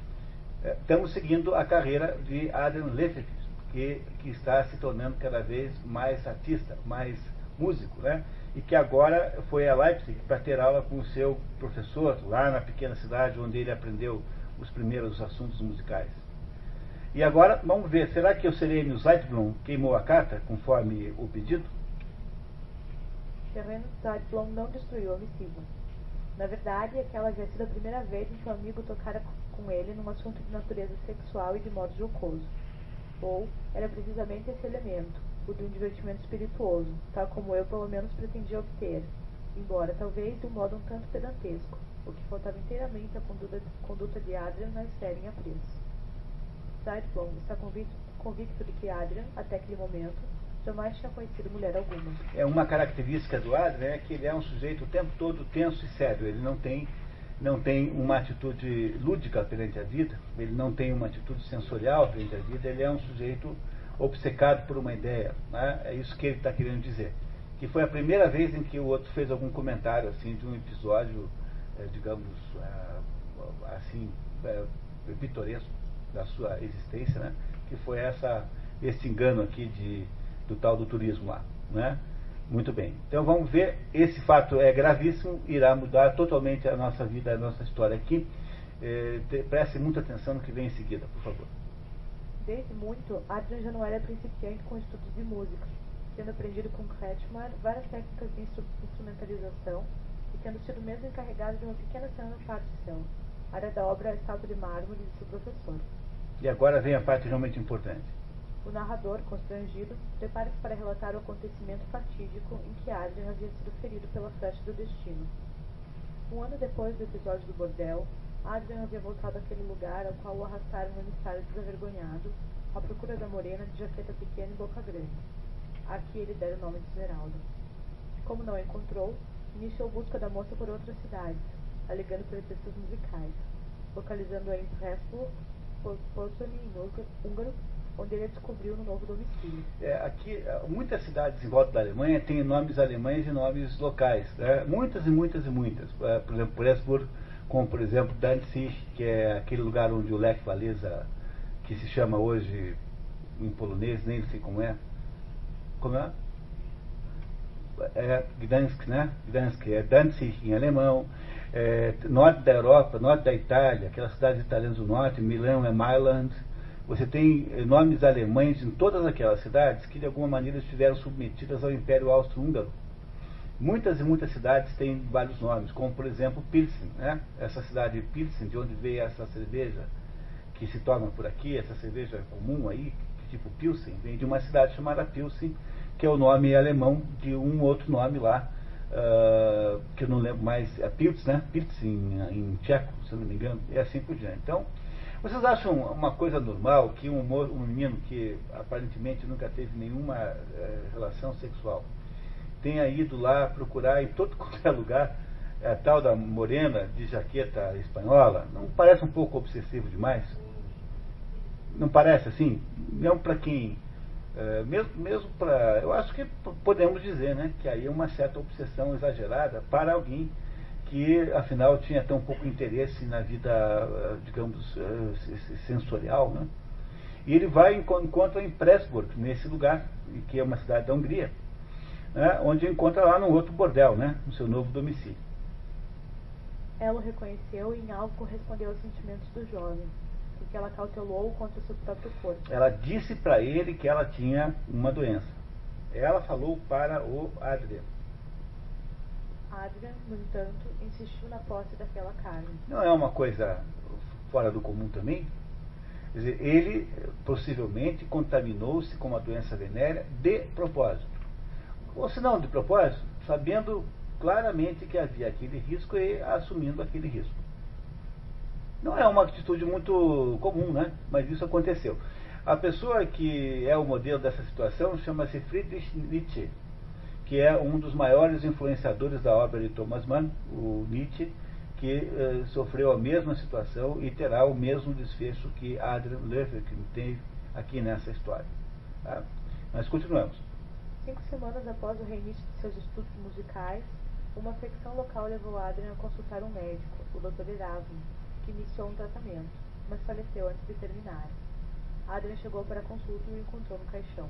Estamos seguindo a carreira de Adrian Lefebvre, que está se tornando cada vez mais artista, mais músico, né? E que agora foi a Leipzig para ter aula com o seu professor, lá na pequena cidade onde ele aprendeu os primeiros assuntos musicais. E agora, vamos ver, será que o Serênio Zeitblom queimou a carta, conforme o pedido? Serênio Zeitblom não destruiu a missiva. Na verdade, aquela havia sido a primeira vez em que o amigo tocara com ele num assunto de natureza sexual e de modo jocoso. Ou, era precisamente esse elemento, o de um divertimento espirituoso, tal como eu pelo menos pretendia obter, embora talvez de um modo um tanto pedantesco, o que faltava inteiramente à conduta de Adrian na esfera em apreço. Zeitblom está convicto de que Adrian, até aquele momento, jamais tinha conhecido mulher alguma. É uma característica do Adrian é que ele é um sujeito o tempo todo tenso e sério. Ele não tem uma atitude lúdica perante a vida, ele não tem uma atitude sensorial perante a vida, ele é um sujeito obcecado por uma ideia, né? É isso que ele está querendo dizer. Que foi a primeira vez em que o outro fez algum comentário assim de um episódio, digamos, assim, pitoresco da sua existência, né? Que foi esse engano aqui do tal do turismo lá, né? Muito bem. Então vamos ver, esse fato é gravíssimo, irá mudar totalmente a nossa vida, a nossa história aqui. Preste muita atenção no que vem em seguida, por favor. Desde muito, Adrian já não era principiante com estudos de música, tendo aprendido com Kretschmer várias técnicas de instrumentalização e tendo sido mesmo encarregado de uma pequena cena de partição, área da obra A Estátua de Mármore de seu professor. E agora vem a parte realmente importante. O narrador, constrangido, prepara-se para relatar o acontecimento fatídico em que Adrian havia sido ferido pela flecha do destino. Um ano depois do episódio do bordel, Adrian havia voltado àquele lugar ao qual o arrastaram um emissário desavergonhado, à procura da morena de jaqueta pequena e boca grande. Aqui ele dera o nome de Esmeralda. Como não a encontrou, iniciou busca da moça por outras cidades, alegando pretextos musicais, localizando-a em Pressburg, Pozsony, em húngaro, onde ele a descobriu no novo domicílio. Aqui, muitas cidades em volta da Alemanha têm nomes alemães e nomes locais, né? Muitas e muitas e muitas. Por exemplo, Pressburg, como por exemplo Danzig, que é aquele lugar onde o Lech Walesa, que se chama hoje em polonês, nem sei como é. Como é? É Gdansk, né? Gdansk é Danzig em alemão. Norte da Europa, norte da Itália, aquelas cidades italianas do norte, Milão é Mailand. Você tem nomes alemães em todas aquelas cidades que de alguma maneira estiveram submetidas ao Império Austro-Húngaro. Muitas e muitas cidades têm vários nomes, como por exemplo Pilsen, né? Essa cidade de Pilsen, de onde veio essa cerveja que se toma por aqui, essa cerveja comum aí, tipo Pilsen, vem de uma cidade chamada Pilsen, que é o nome alemão de um outro nome lá, que eu não lembro mais, é Pilz, né? Pilz em tcheco, se eu não me engano, e assim por diante. Então, vocês acham uma coisa normal que um menino que aparentemente nunca teve nenhuma relação sexual tenha ido lá procurar em todo qualquer lugar a tal da morena de jaqueta espanhola? Não parece um pouco obsessivo demais? Não parece assim? Mesmo para quem... mesmo para... Eu acho que podemos dizer, né, que aí é uma certa obsessão exagerada para alguém que, afinal, tinha tão pouco interesse na vida, digamos, sensorial, né? E ele vai e encontra em Pressburg, nesse lugar, que é uma cidade da Hungria, né, onde encontra lá num outro bordel, né, no seu novo domicílio. Ela o reconheceu e em algo correspondeu aos sentimentos do jovem, porque ela cautelou contra o seu próprio corpo. Ela disse para ele que ela tinha uma doença. Ela falou para o Adrian. Adrian, no entanto, insistiu na posse daquela carne. Não é uma coisa fora do comum também? Quer dizer, ele possivelmente contaminou-se com uma doença venérea de propósito. Ou se não de propósito, sabendo claramente que havia aquele risco e assumindo aquele risco. Não é uma atitude muito comum, né? Mas isso aconteceu. A pessoa que é o modelo dessa situação chama-se Friedrich Nietzsche, que é um dos maiores influenciadores da obra de Thomas Mann, o Nietzsche, que sofreu a mesma situação e terá o mesmo desfecho que Adrian Löffel teve aqui nessa história. Tá? Mas continuamos. 5 semanas após o reinício de seus estudos musicais, uma afecção local levou Adrian a consultar um médico, o Dr. Erasmo, que iniciou um tratamento, mas faleceu antes de terminar. Adrian chegou para a consulta e o encontrou no caixão.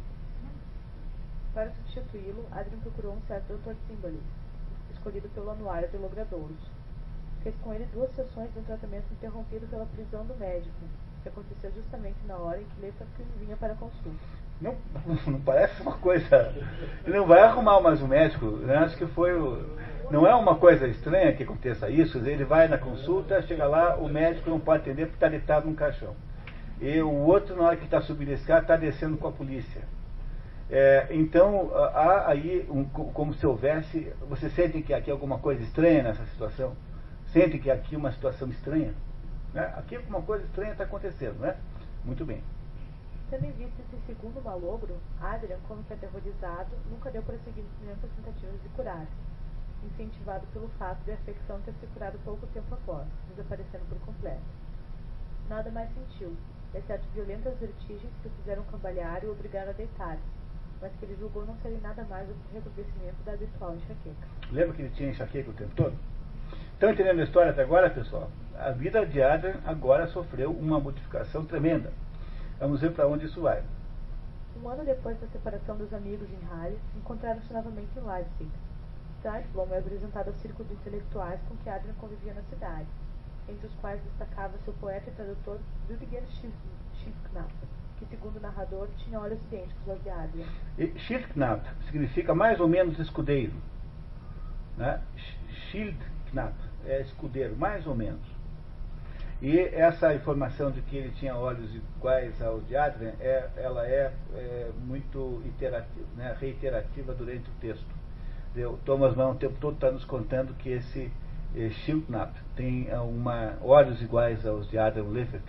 Para substituí-lo, Adrian procurou um certo Dr. Timberlake, escolhido pelo anuário de logradouros. Fez com ele 2 sessões de um tratamento interrompido pela prisão do médico, que aconteceu justamente na hora em que Löffel vinha para a consulta. Não parece uma coisa... Ele não vai arrumar mais um médico, né? Acho que foi não é uma coisa estranha que aconteça isso. Ele vai na consulta, chega lá, o médico não pode atender porque está deitado num caixão. E o outro, na hora que está subindo a escada, está descendo com a polícia. Então, há aí, como se houvesse... Você sente que aqui alguma coisa estranha nessa situação? Sente que aqui uma situação estranha? Né? Aqui alguma coisa estranha está acontecendo, né? Muito bem. Tendo em vista esse segundo malogro, Adrian, como que aterrorizado, nunca deu prosseguimento às tentativas de curar-se, incentivado pelo fato de a afecção ter se curado pouco tempo após, desaparecendo por completo. Nada mais sentiu, exceto violentas vertigens que o fizeram cambalear e o obrigaram a deitar-se, mas que ele julgou não serem nada mais do que recrudescimento da habitual enxaqueca. Lembra que ele tinha enxaqueca o tempo todo? Estão entendendo a história até agora, pessoal? A vida de Adrian agora sofreu uma modificação tremenda. Vamos ver para onde isso vai. Um ano depois da separação dos amigos em Halle, encontraram-se novamente em Leipzig. Zeitblom é apresentado ao círculo de intelectuais com que Adrian convivia na cidade, entre os quais destacava seu poeta e tradutor Rüdiger Schildknapp, que, segundo o narrador, tinha olhos idênticos aos de Adrian. E Schildknapp significa mais ou menos escudeiro, né? Schildknapp é escudeiro, mais ou menos. E essa informação de que ele tinha olhos iguais aos de Adrian, ela é muito iterativa, né, reiterativa durante o texto. O Thomas Mann o tempo todo está nos contando que esse Schildknapp tem olhos iguais aos de Adrian Löffel.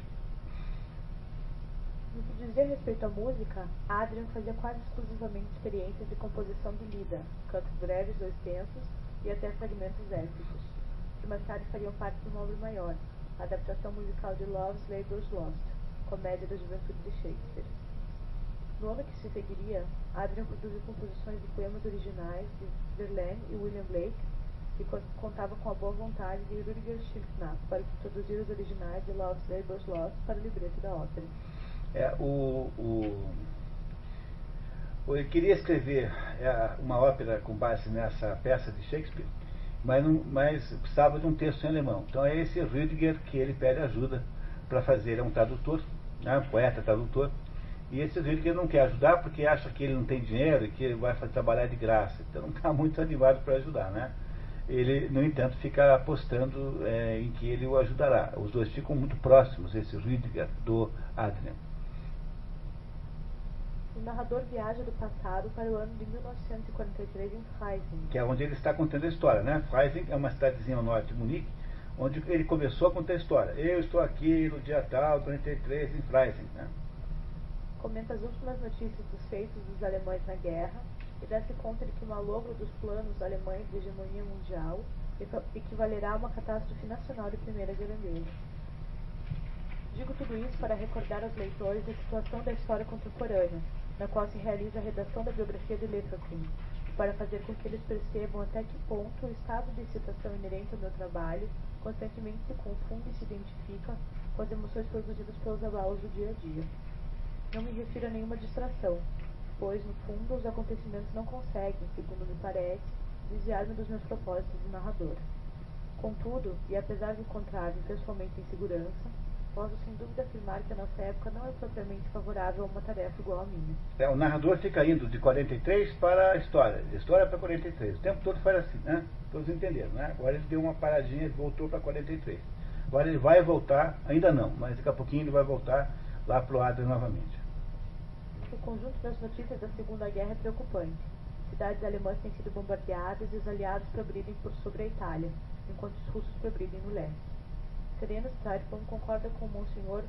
No que dizia respeito à música, Adrian fazia quase exclusivamente experiências de composição de lida, cantos breves ou extensos e até fragmentos épicos, que mais tarde fariam parte de uma obra maior, a adaptação musical de Love's Labour's Lost, comédia da juventude de Shakespeare. No ano que se seguiria, Adrian produziu composições de poemas originais de Verlaine e William Blake e contava com a boa vontade de Rüdiger Schildknapp para traduzir os originais de Love's Labour's Lost para o libreto da ópera. Ele queria escrever uma ópera com base nessa peça de Shakespeare, mas precisava de um texto em alemão. Então é esse Rüdiger que ele pede ajuda para fazer. É um tradutor, né, um poeta tradutor, e esse Rüdiger não quer ajudar porque acha que ele não tem dinheiro e que ele vai trabalhar de graça. Então não está muito animado para ajudar, né? Ele, no entanto, fica apostando em que ele o ajudará. Os dois ficam muito próximos, esse Rüdiger do Adrian. O narrador viaja do passado para o ano de 1943 em Freising. Que é onde ele está contando a história, né? Freising é uma cidadezinha ao norte de Munique, onde ele começou a contar a história. Eu estou aqui no dia tal, 43, em Freising, né? Comenta as últimas notícias dos feitos dos alemães na guerra e dá-se conta de que o malogro dos planos alemães de hegemonia mundial equivalerá a uma catástrofe nacional de primeira grandeza. Digo tudo isso para recordar aos leitores a situação da história contemporânea, na qual se realiza a redação da biografia de Lepelkin, e para fazer com que eles percebam até que ponto o estado de excitação inerente ao meu trabalho constantemente se confunde e se identifica com as emoções produzidas pelos abalos do dia a dia. Não me refiro a nenhuma distração, pois, no fundo, os acontecimentos não conseguem, segundo me parece, desviar-me dos meus propósitos de narrador. Contudo, e apesar de encontrar-me pessoalmente em segurança, posso sem dúvida afirmar que a nossa época não é propriamente favorável a uma tarefa igual à minha. O narrador fica indo de 43 para a história, de história para 43. O tempo todo faz assim, né? Todos entenderam, né? Agora ele deu uma paradinha e voltou para 43. Agora ele vai voltar, ainda não, mas daqui a pouquinho ele vai voltar lá para o Adrian novamente. O conjunto das notícias da Segunda Guerra é preocupante. Cidades alemãs têm sido bombardeadas e os aliados progridem sobre a Itália, enquanto os russos progridem no leste. Serena Streitbaum concorda com o Monsenhor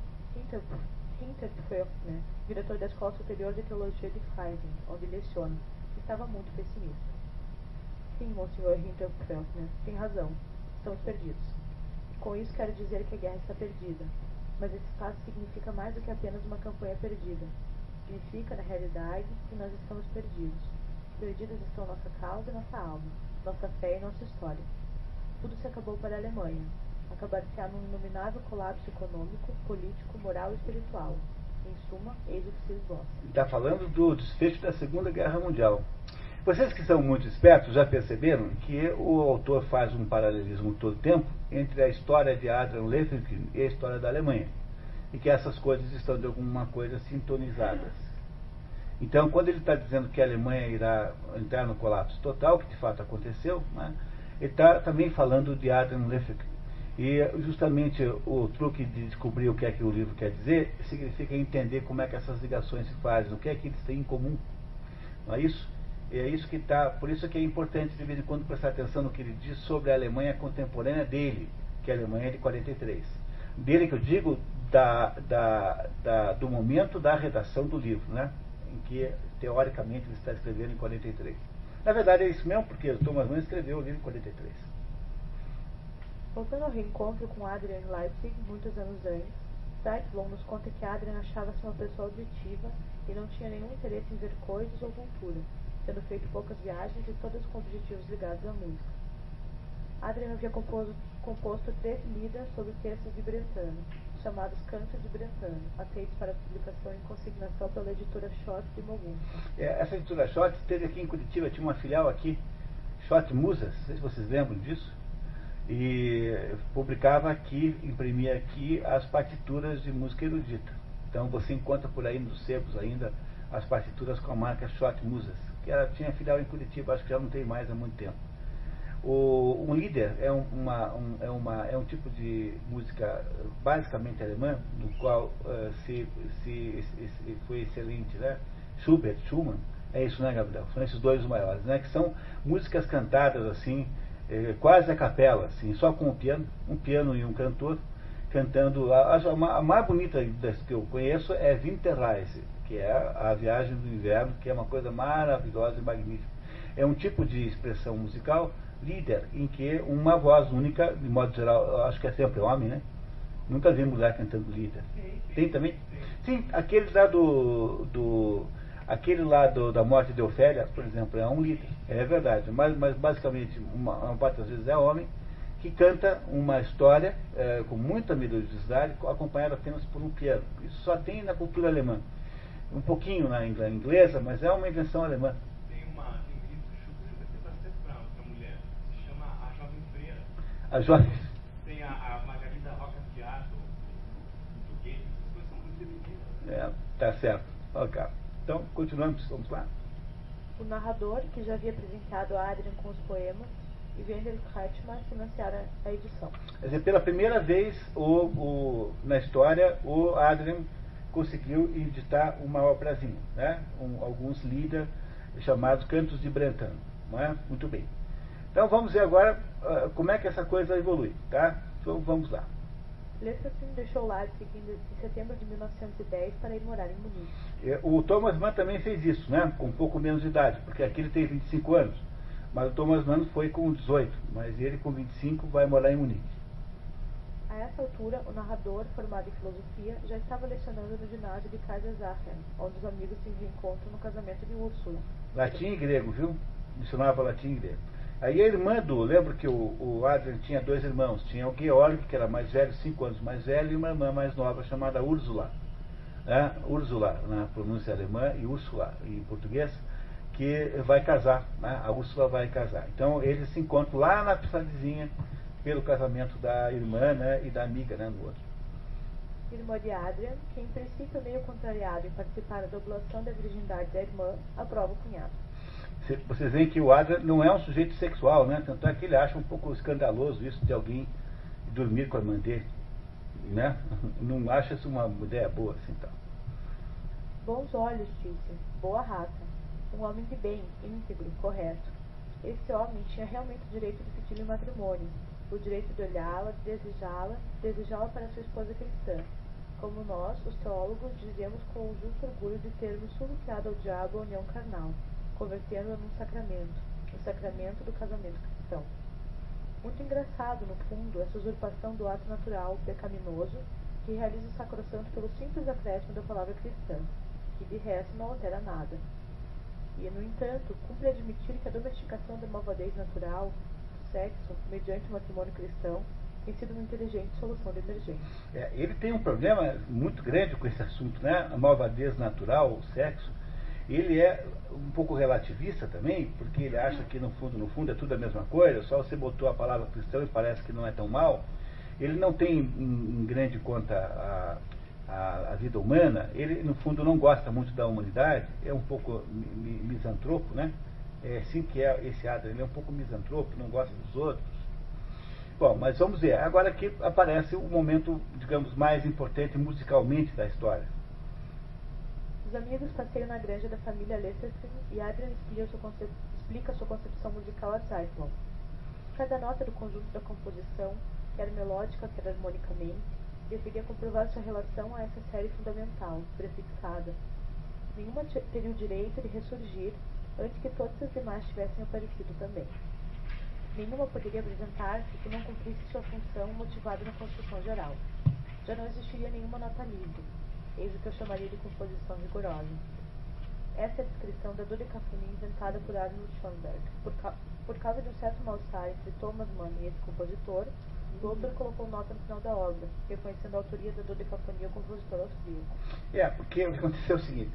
Hinterpfefner, diretor da Escola Superior de Teologia de Freising, onde leciona, que estava muito pessimista. Sim, Monsenhor Hinterpfefner, tem razão. Estamos perdidos. Com isso quero dizer que a guerra está perdida. Mas esse fato significa mais do que apenas uma campanha perdida. Significa, na realidade, que nós estamos perdidos. Perdidas estão nossa causa e nossa alma, nossa fé e nossa história. Tudo se acabou para a Alemanha. Acabar-se-á num inominável colapso econômico, político, moral e espiritual. Em suma, eis o que se esboça. Está falando do desfecho da Segunda Guerra Mundial. Vocês que são muito espertos já perceberam que o autor faz um paralelismo todo o tempo entre a história de Adrian Lepelkin e a história da Alemanha. E que essas coisas estão de alguma coisa sintonizadas. Então, quando ele está dizendo que a Alemanha irá entrar no colapso total, que de fato aconteceu, né, ele está também falando de Adrian Lepelkin. E justamente o truque de descobrir o que é que o livro quer dizer significa entender como é que essas ligações se fazem, o que é que eles têm em comum. Não é isso? E é isso que está. Por isso que é importante de vez em quando prestar atenção no que ele diz sobre a Alemanha contemporânea dele, que é a Alemanha de 43. Dele que eu digo do momento da redação do livro, né? Em que teoricamente ele está escrevendo em 43. Na verdade é isso mesmo, porque o Thomas Mann escreveu o livro em 43. Voltando ao reencontro com Adrian em Leipzig, muitos anos antes, Streitbaum nos conta que Adrian achava-se uma pessoa auditiva e não tinha nenhum interesse em ver coisas ou cultura, tendo feito poucas viagens e todas com objetivos ligados à música. Adrian havia composto 13 lidas sobre textos de Brentano, chamados Cantos de Brentano, aceitos para publicação em consignação pela editora Schott de Mogum. Essa editora Schott esteve aqui em Curitiba, tinha uma filial aqui, Schott Musas, não sei se vocês lembram disso, e publicava aqui, imprimia aqui as partituras de música erudita. Então você encontra por aí nos sebos ainda as partituras com a marca Schott Musas, que ela tinha filial em Curitiba, acho que já não tem mais há muito tempo. Um líder é um tipo de música basicamente alemã, no qual foi excelente, né? Schubert, Schumann, é isso, né, Gabriel? São esses dois os maiores, né? Que são músicas cantadas assim, quase a capela, assim, só com um piano e um cantor cantando. A mais bonita das que eu conheço é Winterreise, que é a viagem do inverno, que é uma coisa maravilhosa e magnífica. É um tipo de expressão musical líder, em que uma voz única, de modo geral, acho que é sempre homem, né? Nunca vi mulher cantando líder. Tem também? Sim, aquele lá da morte de Ofélia, por exemplo, é um líder, é verdade, mas basicamente, uma parte das vezes é homem, que canta uma história com muita melodiosidade, acompanhada apenas por um piano. Isso só tem na cultura alemã. Um pouquinho na inglesa, mas é uma invenção alemã. A jovem. Tem a Margarida Roca Fiado, do português, essas coisas são muito femininas. Tá certo. Ok. Então, continuamos, vamos lá. O narrador, que já havia apresentado a Adrian com os poemas, e Wendel Kretschmann financiaram a edição. Quer dizer, pela primeira vez na história, o Adrian conseguiu editar uma obrazinha, né? Alguns Lieder chamados Cantos de Brentano, não é? Muito bem. Então vamos ver agora como é que essa coisa evolui, tá? Então vamos lá. Lestersen deixou Leipzig em setembro de 1910 para ir morar em Munique. O Thomas Mann também fez isso, né? Com um pouco menos de idade, porque aqui ele tem 25 anos, mas o Thomas Mann foi com 18, mas ele com 25 vai morar em Munique. A essa altura, o narrador, formado em filosofia, já estava lecionando no ginásio de Kaiserslautern, onde os amigos se reencontram no casamento de Úrsula. Latim e grego, viu? Ensinava latim e grego. Aí a irmã lembro que o Adrian tinha 2 irmãos, tinha o Georg, que era mais velho, 5 anos mais velho, e uma irmã mais nova chamada Úrsula. Né? Úrsula na pronúncia alemã e Úrsula em português, que vai casar, né? A Úrsula vai casar. Então eles se encontram lá na cidadezinha pelo casamento da irmã, né? E da amiga, né? No outro. Irmã de Adrian, que em princípio meio contrariado em participar da oblação da virgindade da irmã, aprova o cunhado. Vocês veem que o Adrian não é um sujeito sexual, né? Tanto é que ele acha um pouco escandaloso isso de alguém dormir com a irmã dele, né? Não acha isso uma ideia boa assim, tal. Bons olhos, disse, boa raça, um homem de bem, íntegro, correto. Esse homem tinha realmente o direito de pedir-lhe matrimônio, o direito de olhá-la, de desejá-la para sua esposa cristã, como nós, os teólogos, dizemos com o justo orgulho de termos suplicado ao diabo a união carnal, convertendo-a num sacramento, o sacramento do casamento cristão. Muito engraçado, no fundo, essa usurpação do ato natural, pecaminoso, que realiza o sacrossanto pelo simples acréscimo da palavra cristã, que de resto não altera nada. E, no entanto, cumpre admitir que a domesticação da malvadez natural, do sexo, mediante o matrimônio cristão, tem sido uma inteligente solução de emergência. Ele tem um problema muito grande com esse assunto, né? A malvadez natural, o sexo. Ele é um pouco relativista também, porque ele acha que no fundo é tudo a mesma coisa, só você botou a palavra cristão e parece que não é tão mal. Ele não tem em grande conta a vida humana, ele no fundo não gosta muito da humanidade, é um pouco misantropo, né? É assim que é esse Adrian, ele é um pouco misantropo, não gosta dos outros. Bom, mas vamos ver, agora que aparece o momento, digamos, mais importante musicalmente da história. Os amigos passeiam na granja da família Lestersen e Adrian explica sua concepção musical a Zeitlon. Cada nota do conjunto da composição, quer melódica, quer harmonicamente, deveria comprovar sua relação a essa série fundamental, prefixada. Nenhuma teria o direito de ressurgir antes que todas as demais tivessem aparecido também. Nenhuma poderia apresentar-se que não cumprisse sua função motivada na construção geral. Já não existiria nenhuma nota livre, eis o que eu chamaria de composição rigorosa. Essa é a descrição da dodecafonia inventada por Arnold Schoenberg. Por causa de um certo mal-estar entre Thomas Mann e esse compositor, o autor colocou nota no final da obra, reconhecendo a autoria da dodecafonia ao compositor austríaco. Porque o que aconteceu é o seguinte,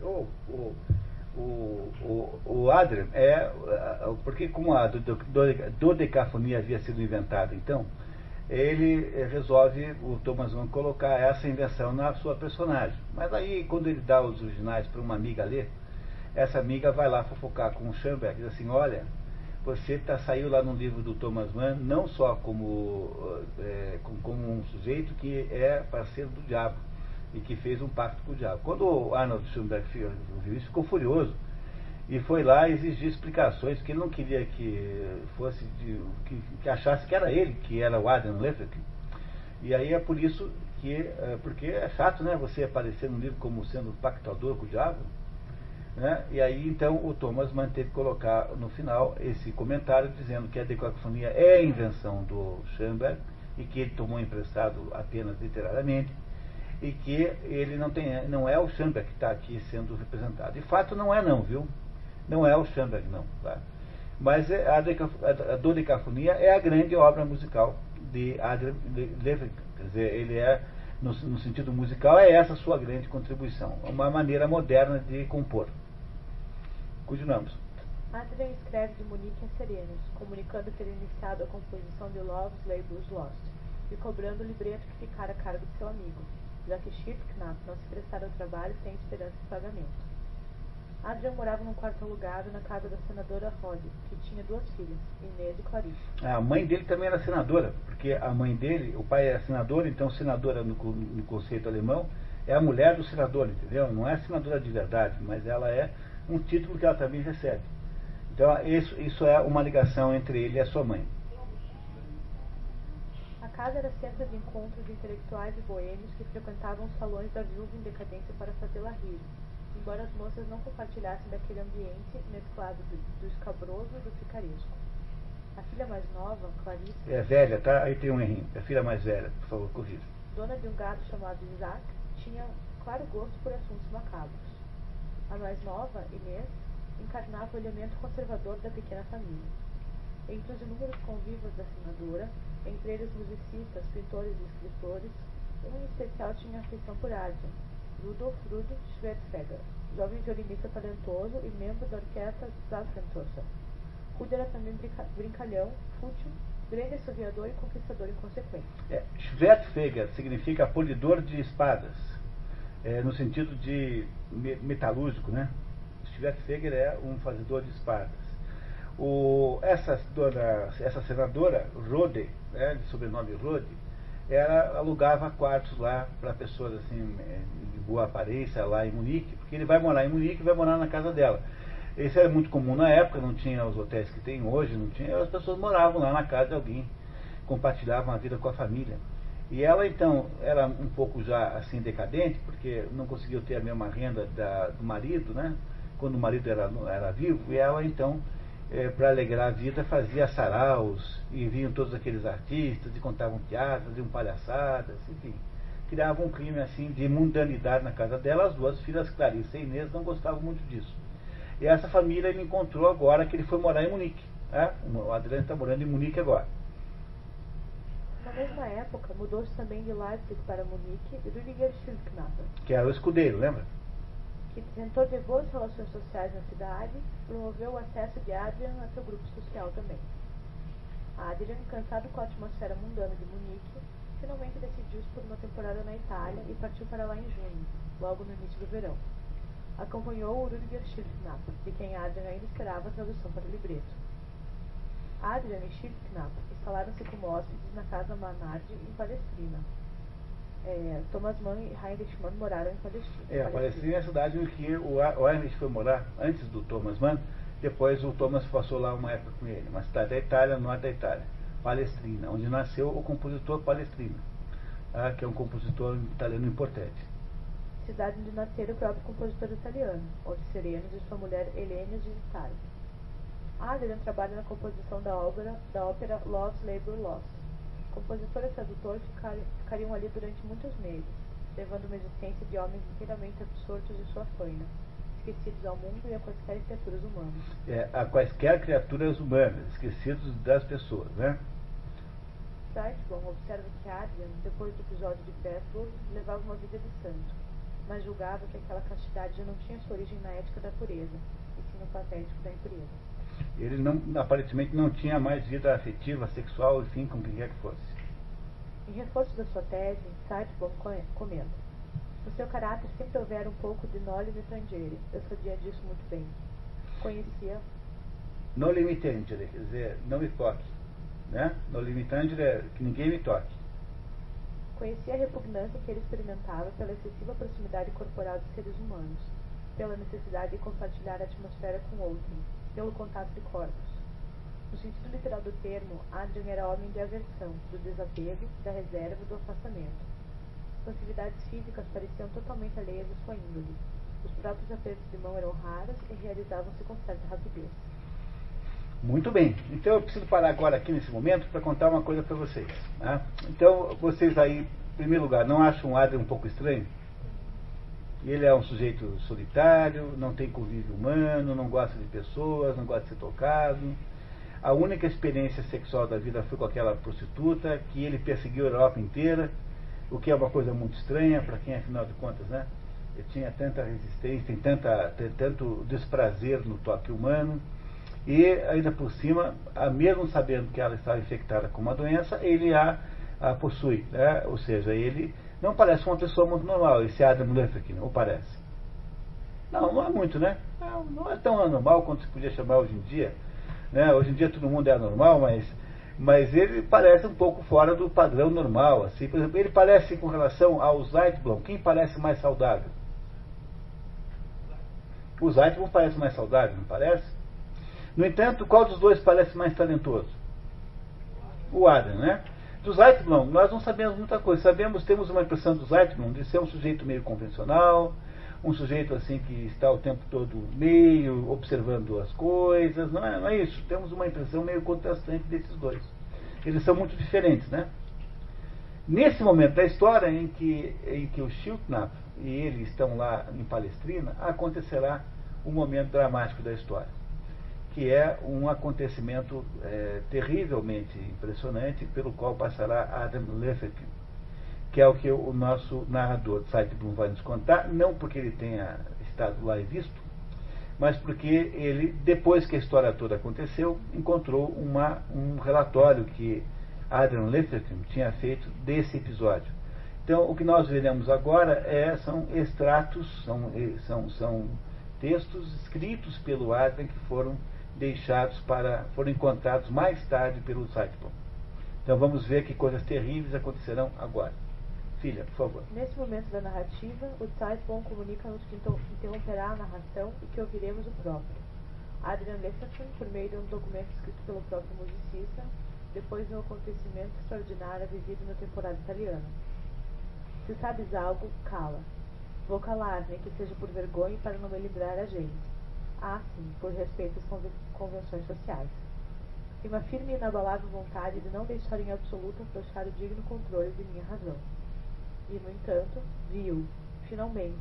o Adrian porque como a dodecafonia havia sido inventada, então, ele resolve, o Thomas Mann, colocar essa invenção na sua personagem. Mas aí, quando ele dá os originais para uma amiga ler, essa amiga vai lá fofocar com o Schoenberg e diz assim, olha, você saiu lá no livro do Thomas Mann não só como um sujeito que é parceiro do diabo e que fez um pacto com o diabo. Quando o Arnold Schoenberg viu isso, ficou furioso e foi lá exigir explicações, porque ele não queria que fosse que achasse que era ele, que era o Adrian Leverett. E aí é por isso que, porque é chato, né, você aparecer no livro como sendo um pactuador com o diabo, né? E aí então o Thomas Mann teve que colocar no final esse comentário dizendo que a decafonia é a invenção do Schoenberg e que ele tomou emprestado apenas literariamente e que ele não é o Schoenberg que está aqui sendo representado. De fato não é não, viu? Não é o Schoenberg não, tá? Mas a dodecafonia é a grande obra musical de Adrian Leverett. Quer dizer, ele é, no sentido musical, é essa a sua grande contribuição, uma maneira moderna de compor. Continuamos. Adrian escreve de Munique a Serenos, comunicando ter iniciado a composição de Love's Labour's Lost e cobrando o libreto que ficara a cargo de seu amigo, já que Schiffknapp não se prestara ao trabalho sem esperança de pagamento. Adrian morava num quarto alugado na casa da senadora Rhodes, que tinha 2 filhas, Inês e Clarice. A mãe dele também era senadora, porque a mãe dele, o pai era senador, então senadora no conceito alemão, É a mulher do senador, entendeu? Não é senadora de verdade, mas ela é um título que ela também recebe. Então, isso é uma ligação entre ele e a sua mãe. A casa era centro de encontro de intelectuais e boêmios que frequentavam os salões da viúva em decadência para fazê-la rir, embora as moças não compartilhassem daquele ambiente mesclado do escabroso e do picaresco. A filha mais nova, Clarice... É velha, tá? Aí tem um errinho. É a filha mais velha, por favor, corrija. Dona de um gato chamado Isaac, tinha claro gosto por assuntos macabros. A mais nova, Inês, encarnava o elemento conservador da pequena família. Entre os inúmeros convívos da senadora, entre eles musicistas, pintores e escritores, um em especial tinha afeição por Adrian, Rudolf Rudolf Schwertfeger, jovem violinista talentoso e membro da orquestra Salzkentorsa. Rude era também brincalhão, fútil, grande assoviador e conquistador inconsequente. Schwertfeger significa polidor de espadas, no sentido de metalúrgico, né? Schwertfeger é um fazedor de espadas. Essa senadora, Rode, né, de sobrenome Rode, ela alugava quartos lá para pessoas assim, de boa aparência lá em Munique, porque ele vai morar em Munique e vai morar na casa dela. Isso era muito comum na época, não tinha os hotéis que tem hoje, não tinha, as pessoas moravam lá na casa de alguém, compartilhavam a vida com a família. E ela então era um pouco já assim decadente, porque não conseguiu ter a mesma renda do marido, né? Quando o marido era vivo, e ela então, para alegrar a vida, fazia saraus, e vinham todos aqueles artistas, e contavam teatros, faziam palhaçadas, enfim. Criavam um clima assim de mundanidade na casa dela. As duas filhas, Clarice e Inês, não gostavam muito disso. E essa família ele encontrou agora que ele foi morar em Munique. Né? O Adriano está morando em Munique agora. Na mesma época, mudou-se também de Leipzig para Munique Rüdiger Schildknappe, Que era o escudeiro, lembra? que tentou de boas relações sociais na cidade, promoveu o acesso de Adrian a seu grupo social também. Adrian, cansado com a atmosfera mundana de Munique, finalmente decidiu-se por uma temporada na Itália e partiu para lá em junho, logo no início do verão. Acompanhou o Rüdiger Schildknappe, de quem Adrian ainda esperava a tradução para o libreto. Adrian e Schildknappe instalaram-se como hóspedes na casa Manard em Palestrina. Thomas Mann e Heinrich Mann moraram em Palestrina. Palestrina é a cidade em que o Heinrich foi morar antes do Thomas Mann. Depois o Thomas passou lá uma época com ele. Uma cidade da Itália, norte da Itália, Palestrina, onde nasceu o compositor Palestrina, que é um compositor italiano importante. Cidade onde nascera o próprio compositor italiano, onde Serenos e sua mulher Helene os visitaram. Adrian trabalha na composição da ópera Love's Labour Lost. Compositor e tradutor ficariam ali durante muitos meses, levando uma existência de homens inteiramente absortos em sua faina, esquecidos ao mundo e a quaisquer criaturas humanas. A quaisquer criaturas humanas, esquecidos das pessoas, né? Saitbaum observa que Adrian, depois do episódio de Pressburg, levava uma vida de santo, mas julgava que aquela castidade já não tinha sua origem na ética da pureza, e sim no patético da impureza. Ele aparentemente não tinha mais vida afetiva, sexual, enfim, com quem quer que fosse. Em reforço da sua tese, Saitbaum comenta: no seu caráter sempre houvera um pouco de noli me tangere. Eu sabia disso muito bem. Conhecia... Noli me tangere, quer dizer, não me toque. Né? Noli me tangere é que ninguém me toque. Conhecia a repugnância que ele experimentava pela excessiva proximidade corporal dos seres humanos, pela necessidade de compartilhar a atmosfera com outrem, pelo contato de corpos. No sentido literal do termo, Adrian era homem de aversão, do desapego, da reserva e do afastamento. Suas atividades físicas pareciam totalmente alheias à sua índole. Os próprios apertos de mão eram raros e realizavam-se com certa rapidez. Muito bem. Então eu preciso parar agora aqui nesse momento para contar uma coisa para vocês. Né? Então vocês aí, em primeiro lugar, não acham o Adrian um pouco estranho? Ele é um sujeito solitário, não tem convívio humano, não gosta de pessoas, não gosta de ser tocado. A única experiência sexual da vida foi com aquela prostituta que ele perseguiu a Europa inteira, o que é uma coisa muito estranha para quem, afinal de contas, né? Ele tinha tanta resistência, tem tanto desprazer no toque humano. E ainda por cima, mesmo sabendo que ela estava infectada com uma doença, ele a possui, né? Ou seja, ele não parece uma pessoa muito normal, esse Adam Lefferts, ou parece? Não é muito, né? Não é tão anormal quanto se podia chamar hoje em dia. Né? Hoje em dia todo mundo é anormal, mas Mas ele parece um pouco fora do padrão normal. Assim, por exemplo, ele parece com relação ao Zeitblom, quem parece mais saudável? O Zeitblom parece mais saudável, não parece? No entanto, qual dos dois parece mais talentoso? O Adrian, né? Do Zeitblom, nós não sabemos muita coisa. Temos uma impressão do Zeitblom de ser um sujeito meio convencional, um sujeito assim que está o tempo todo meio observando as coisas, não é isso. Temos uma impressão meio contrastante desses dois. Eles são muito diferentes, né? Nesse momento da história em que o Schildknapp e ele estão lá em Palestrina, acontecerá um momento dramático da história, que é um acontecimento terrivelmente impressionante, pelo qual passará Adam Lefferkin, que é o que o nosso narrador Zeitblom vai nos contar, não porque ele tenha estado lá e visto, mas porque ele, depois que a história toda aconteceu, encontrou um relatório que Adam Lefferkin tinha feito desse episódio. Então, o que nós veremos agora são extratos, são textos escritos pelo Adam que foram encontrados mais tarde pelo Zeitblom. Então vamos ver que coisas terríveis acontecerão agora. Filha, por favor. Nesse momento da narrativa, o Zeitblom comunica-nos que interromperá a narração e que ouviremos o próprio. Adrian Lefferkin, por meio de um documento escrito pelo próprio musicista, depois de um acontecimento extraordinário vivido na temporada italiana. Se sabes algo, cala. Vou calar, nem que seja por vergonha para não me livrar a gente. Ah, sim, por respeito às convenções sociais. E uma firme e inabalável vontade de não deixar em absoluto afrouxar o digno controle de minha razão. E, no entanto, viu, finalmente.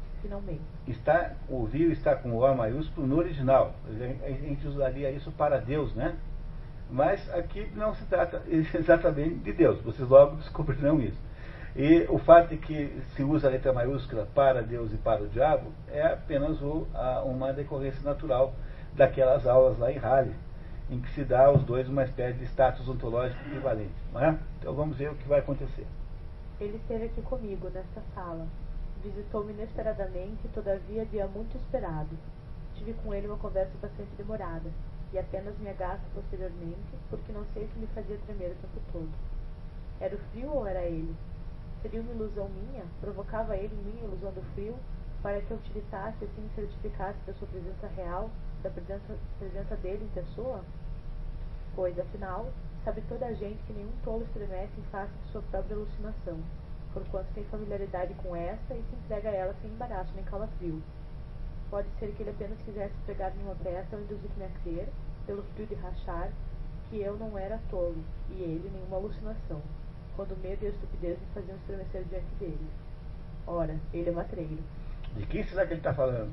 O viu está com o O maiúsculo no original. A gente usaria isso para Deus, né? Mas aqui não se trata exatamente de Deus. Vocês logo descobrirão isso. E o fato de que se usa a letra maiúscula para Deus e para o diabo é apenas uma decorrência natural daquelas aulas lá em Halle, em que se dá aos dois uma espécie de status ontológico equivalente. Não é? Então vamos ver o que vai acontecer. Ele esteve aqui comigo, nesta sala. Visitou-me inesperadamente, todavia havia muito esperado. Tive com ele uma conversa bastante demorada, e apenas me agasto posteriormente, porque não sei o que me fazia tremer o tempo todo. Era o frio ou era ele? Seria uma ilusão minha? Provocava ele em mim a ilusão do frio, para que eu utilizasse e assim me certificasse da sua presença real, da presença dele em pessoa? Pois, afinal, sabe toda a gente que nenhum tolo estremece em face de sua própria alucinação, porquanto tem familiaridade com essa e se entrega a ela sem embaraço nem calafrio. Pode ser que ele apenas quisesse pregar-me uma peça ou induzir-me a crer, pelo frio de rachar, que eu não era tolo, e ele nenhuma alucinação, quando o medo e a estupidez me faziam estremecer diante dele. Ora, ele é matreiro. De quem será que ele está falando?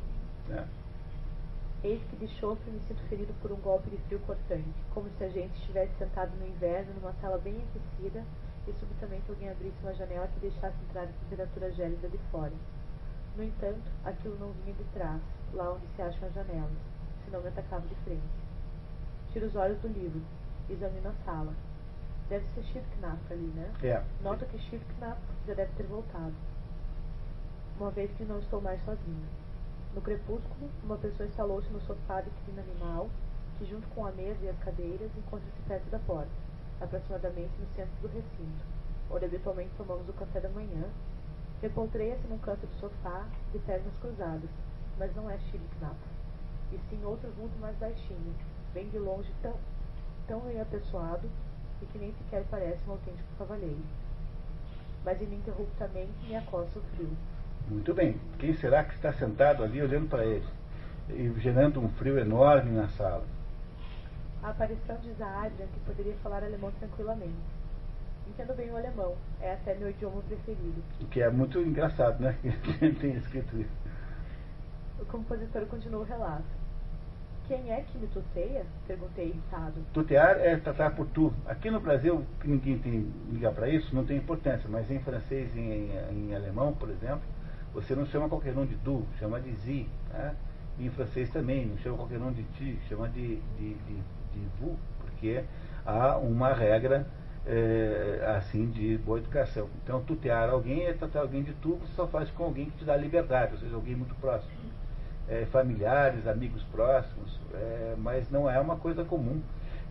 Eis que de chofre me sinto ferido por um golpe de frio cortante, como se a gente estivesse sentado no inverno numa sala bem aquecida e subitamente alguém abrisse uma janela que deixasse entrar a temperatura gélida de fora. No entanto, aquilo não vinha de trás, lá onde se acham as janelas, senão me atacava de frente. Tiro os olhos do livro, examino a sala. Deve ser Schildknapp ali, né? É. Noto que Schildknapp já deve ter voltado, uma vez que não estou mais sozinha. No crepúsculo, uma pessoa instalou-se no sofá de crina animal, que junto com a mesa e as cadeiras encontra-se perto da porta, aproximadamente no centro do recinto, onde habitualmente tomamos o café da manhã. Repoltreia-se num canto do sofá, de pernas cruzadas, mas não é Schildknapp, e sim outro vulto mais baixinho, bem de longe tão bem apessoado, e que nem sequer parece um autêntico cavalheiro. Mas ininterruptamente me acosta o frio. Muito bem. Quem será que está sentado ali olhando para ele? E gerando um frio enorme na sala. A aparição diz a Adrian que poderia falar alemão tranquilamente. Entendo bem o alemão, é até meu idioma preferido. O que é muito engraçado, né? Que ele tenha escrito isso. O compositor continua o relato. Quem é que me tuteia? Perguntei irritado. Tutear é tratar por tu. Aqui no Brasil, que ninguém tem ligar para isso, não tem importância, mas em francês e em alemão, por exemplo, você não chama qualquer um de du, chama de zi. Né? E em francês também, não chama qualquer um de ti, chama de vous, porque há uma regra assim de boa educação. Então, tutear alguém é tratar alguém de tu, você só faz com alguém que te dá liberdade, ou seja, alguém muito próximo. Familiares, amigos próximos, mas não é uma coisa comum.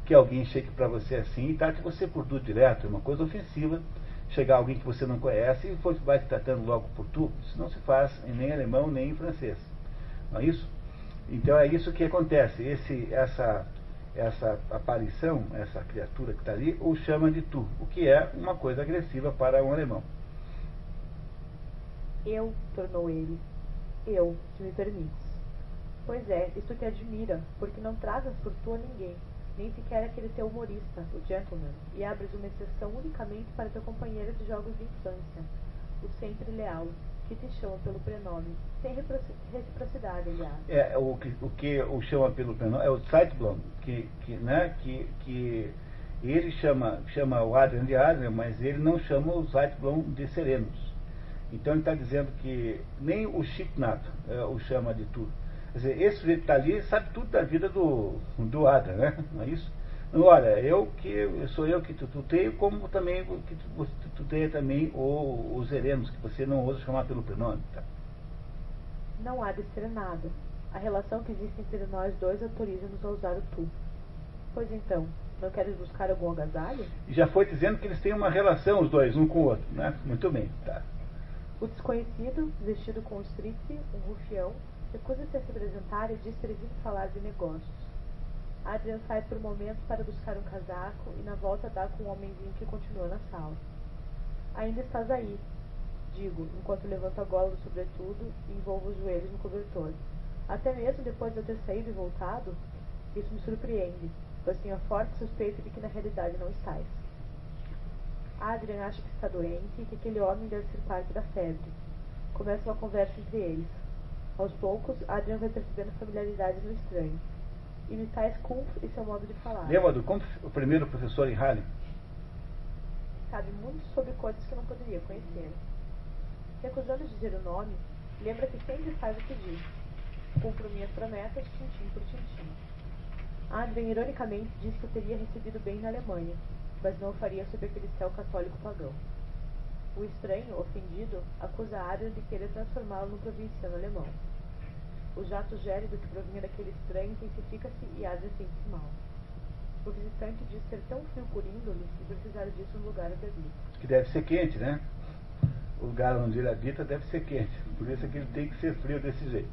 que alguém chegue para você assim e trate você por tu direto, é uma coisa ofensiva. Chegar alguém que você não conhece e vai te tratando logo por tu, isso não se faz nem em alemão nem em francês. Não é isso? Então é isso que acontece. Essa aparição, essa criatura que está ali, o chama de tu, o que é uma coisa agressiva para um alemão. Eu, tornou ele. Eu, se me permites. Pois é, isto te admira, porque não trazes por tu a ninguém, nem sequer aquele teu humorista, o gentleman, e abres uma exceção unicamente para teu companheiro de jogos de infância, o sempre leal, que te chama pelo prenome, sem reciprocidade, aliás. O que o chama pelo prenome é o Zeitblom, que ele chama o Adrian de Adrian, mas ele não chama o Zeitblom de Serenos. Então ele está dizendo que nem o Chipnap o chama de tu. Quer dizer, esse sujeito que está ali sabe tudo da vida do Adrian, né? Não é isso? Olha, sou eu que tuteio, como também que você tuteia também os Serenos, que você não ousa chamar pelo prenome. Tá? Não há de ser nada. A relação que existe entre nós dois autoriza-nos a usar o tu. Pois então, não queres buscar algum agasalho? E já foi dizendo que eles têm uma relação, os dois, um com o outro, né? Muito bem, tá. O desconhecido, vestido com um stripe, um rufião, recusa-se a se apresentar e diz ter vindo falar de negócios. Adrian sai por momentos para buscar um casaco e na volta dá com um homenzinho que continua na sala. Ainda estás aí, digo, enquanto levanto a gola do sobretudo e envolvo os joelhos no cobertor. Até mesmo depois de eu ter saído e voltado, isso me surpreende, pois tenho a forte suspeita de que na realidade não estás. Adrian acha que está doente e que aquele homem deve ser parte da febre. Começa uma conversa entre eles. Aos poucos, Adrian vai percebendo familiaridade no estranho. Imitais Kumpf e seu modo de falar. Lembra do Kumpf, o primeiro professor em Halle? Sabe muito sobre coisas que eu não poderia conhecer. Recusando dizer o nome, lembra que sempre faz o que diz. Cumpro minhas promessas, tintim por tintim. Adrian ironicamente diz que eu teria recebido bem na Alemanha, mas não o faria sob aquele céu católico pagão. O estranho, ofendido, acusa Adrian de querer transformá-lo num provinciano alemão. O jato gélido que provinha daquele estranho intensifica-se e Adrian sente-se mal. O visitante diz ser tão frio por índole e precisar disso no lugar onde habita. Que deve ser quente, né? O lugar onde ele habita deve ser quente. Por isso é que ele tem que ser frio desse jeito.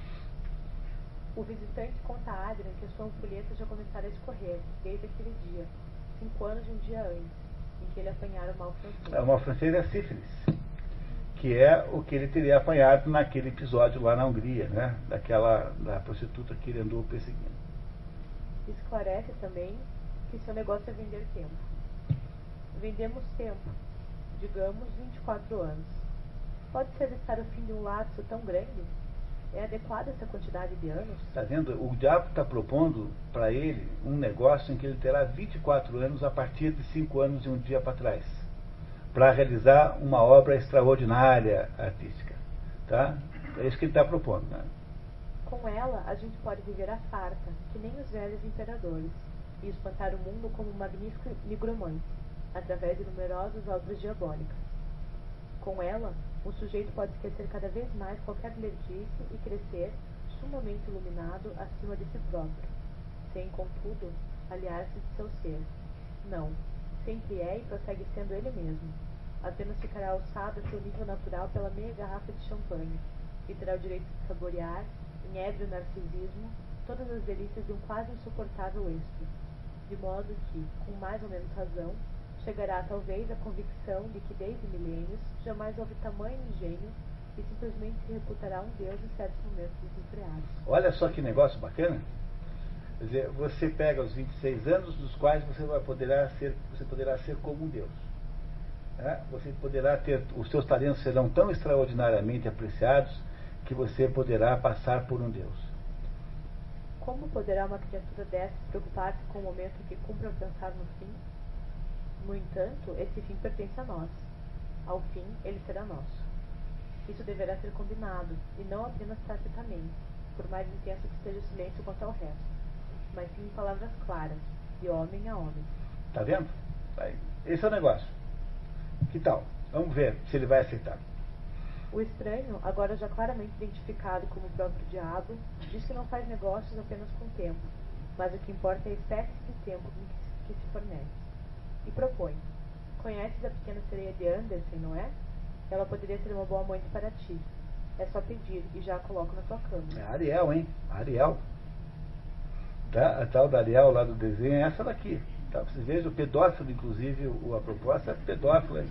O visitante conta a Adrian que a sua ampulheta já começara a escorrer, desde aquele dia, 5 anos de um dia antes, em que ele apanhara o mal francês. O mal francês é sífilis, que é o que ele teria apanhado naquele episódio lá na Hungria, né? Da prostituta que ele andou perseguindo. Esclarece também que seu negócio é vender tempo. Vendemos tempo, digamos 24 anos. Pode ser estar o fim de um lapso tão grande? É adequada essa quantidade de anos? Está vendo? O diabo está propondo para ele um negócio em que ele terá 24 anos a partir de 5 anos e um dia para trás, para realizar uma obra extraordinária artística. Tá? É isso que ele está propondo. Né? Com ela, a gente pode viver à farta, que nem os velhos imperadores, e espantar o mundo como um magnífico nigromante, através de numerosas obras diabólicas. Com ela, um sujeito pode esquecer cada vez mais qualquer lerdice e crescer, sumamente iluminado, acima de si próprio, sem, contudo, aliar-se de seu ser. Não, sempre é e prossegue sendo ele mesmo. Apenas ficará alçado a seu nível natural pela meia garrafa de champanhe, e terá o direito de saborear, em ébrio narcisismo, todas as delícias de um quase insuportável êxtase, de modo que, com mais ou menos razão, chegará talvez à convicção de que desde milênios jamais houve tamanho engenho e simplesmente se reputará um deus em certos momentos desenfreados. Olha só que negócio bacana. Quer dizer, você pega os 26 anos dos quais você poderá ser como um deus. Você poderá ter, os seus talentos serão tão extraordinariamente apreciados que você poderá passar por um deus. Como poderá uma criatura dessas preocupar-se com o momento em que cumpre alcançar no fim? No entanto, esse fim pertence a nós. Ao fim, ele será nosso. Isso deverá ser combinado, e não apenas tacitamente, por mais intenso que esteja o silêncio quanto ao resto, mas sim em palavras claras, de homem a homem. Tá vendo? Esse é o negócio. Que tal? Vamos ver se ele vai aceitar. O estranho, agora já claramente identificado como o próprio diabo, diz que não faz negócios apenas com o tempo, mas o que importa é a espécie de tempo que se fornece. E propõe: conheces a pequena sereia de Andersen, não é? Ela poderia ser uma boa amante para ti. É só pedir e já a coloco na tua cama. É a Ariel, hein? A Ariel. Tá? A tal da Ariel lá do desenho é essa daqui. Tá? Vocês vejam, o pedófilo, inclusive, a proposta é pedófila.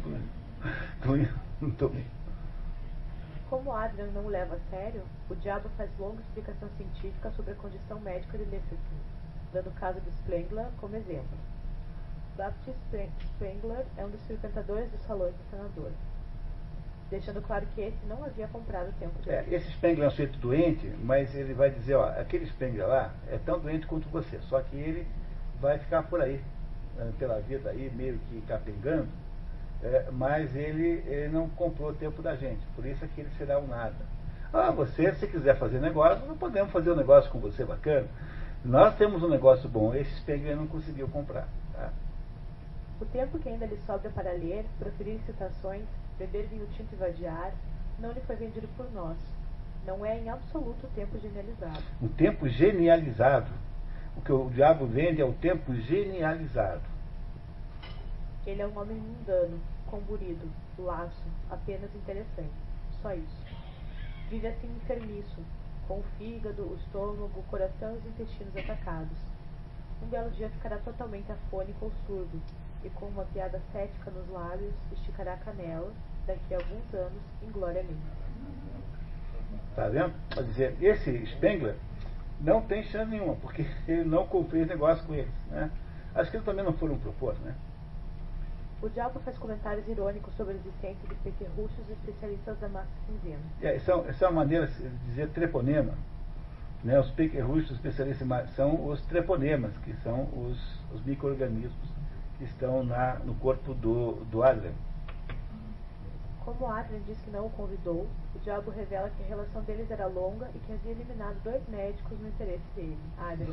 Como Adrian não o leva a sério, o diabo faz longa explicação científica sobre a condição médica de Leferton, dando o caso de Spengler como exemplo. Baptist Spengler é um dos frequentadores dos salões do senador, deixando claro que esse não havia comprado o tempo dele. Esse Spengler é um sujeito doente, mas ele vai dizer, ó, aquele Spengler lá é tão doente quanto você, só que ele vai ficar por aí, pela vida aí, meio que capengando, mas ele não comprou o tempo da gente, por isso é que ele será um nada. Ah, você, se quiser fazer negócio, nós podemos fazer um negócio com você bacana. Nós temos um negócio bom, esse Spengler não conseguiu comprar. Tá? O tempo que ainda lhe sobra para ler, proferir citações, beber vinho tinto e vadiar, não lhe foi vendido por nós. Não é em absoluto o tempo genializado. O tempo genializado. O que o diabo vende é o tempo genializado. Ele é um homem mundano, comburido, laço, apenas interessante. Só isso. Vive assim enfermiço, com o fígado, o estômago, o coração e os intestinos atacados. Um belo dia ficará totalmente afônico ou surdo, e com uma piada cética nos lábios, esticará a canela, daqui a alguns anos, ingloriamente. Tá vendo? Quer dizer, esse Spengler não tem chance nenhuma, porque ele não fez negócio com eles. Né? Acho que eles também não foram propor, né? O diabo faz comentários irônicos sobre a existência de pequerruchos especialistas da massa cinzenta. Essa é uma maneira de dizer treponema. Né? Os pequerruchos especialistas são os treponemas, que são os micro-organismos que estão no corpo do Adrian. Como Adrian diz que não o convidou, o diabo revela que a relação deles era longa e que havia eliminado 2 médicos no interesse dele, Adrian.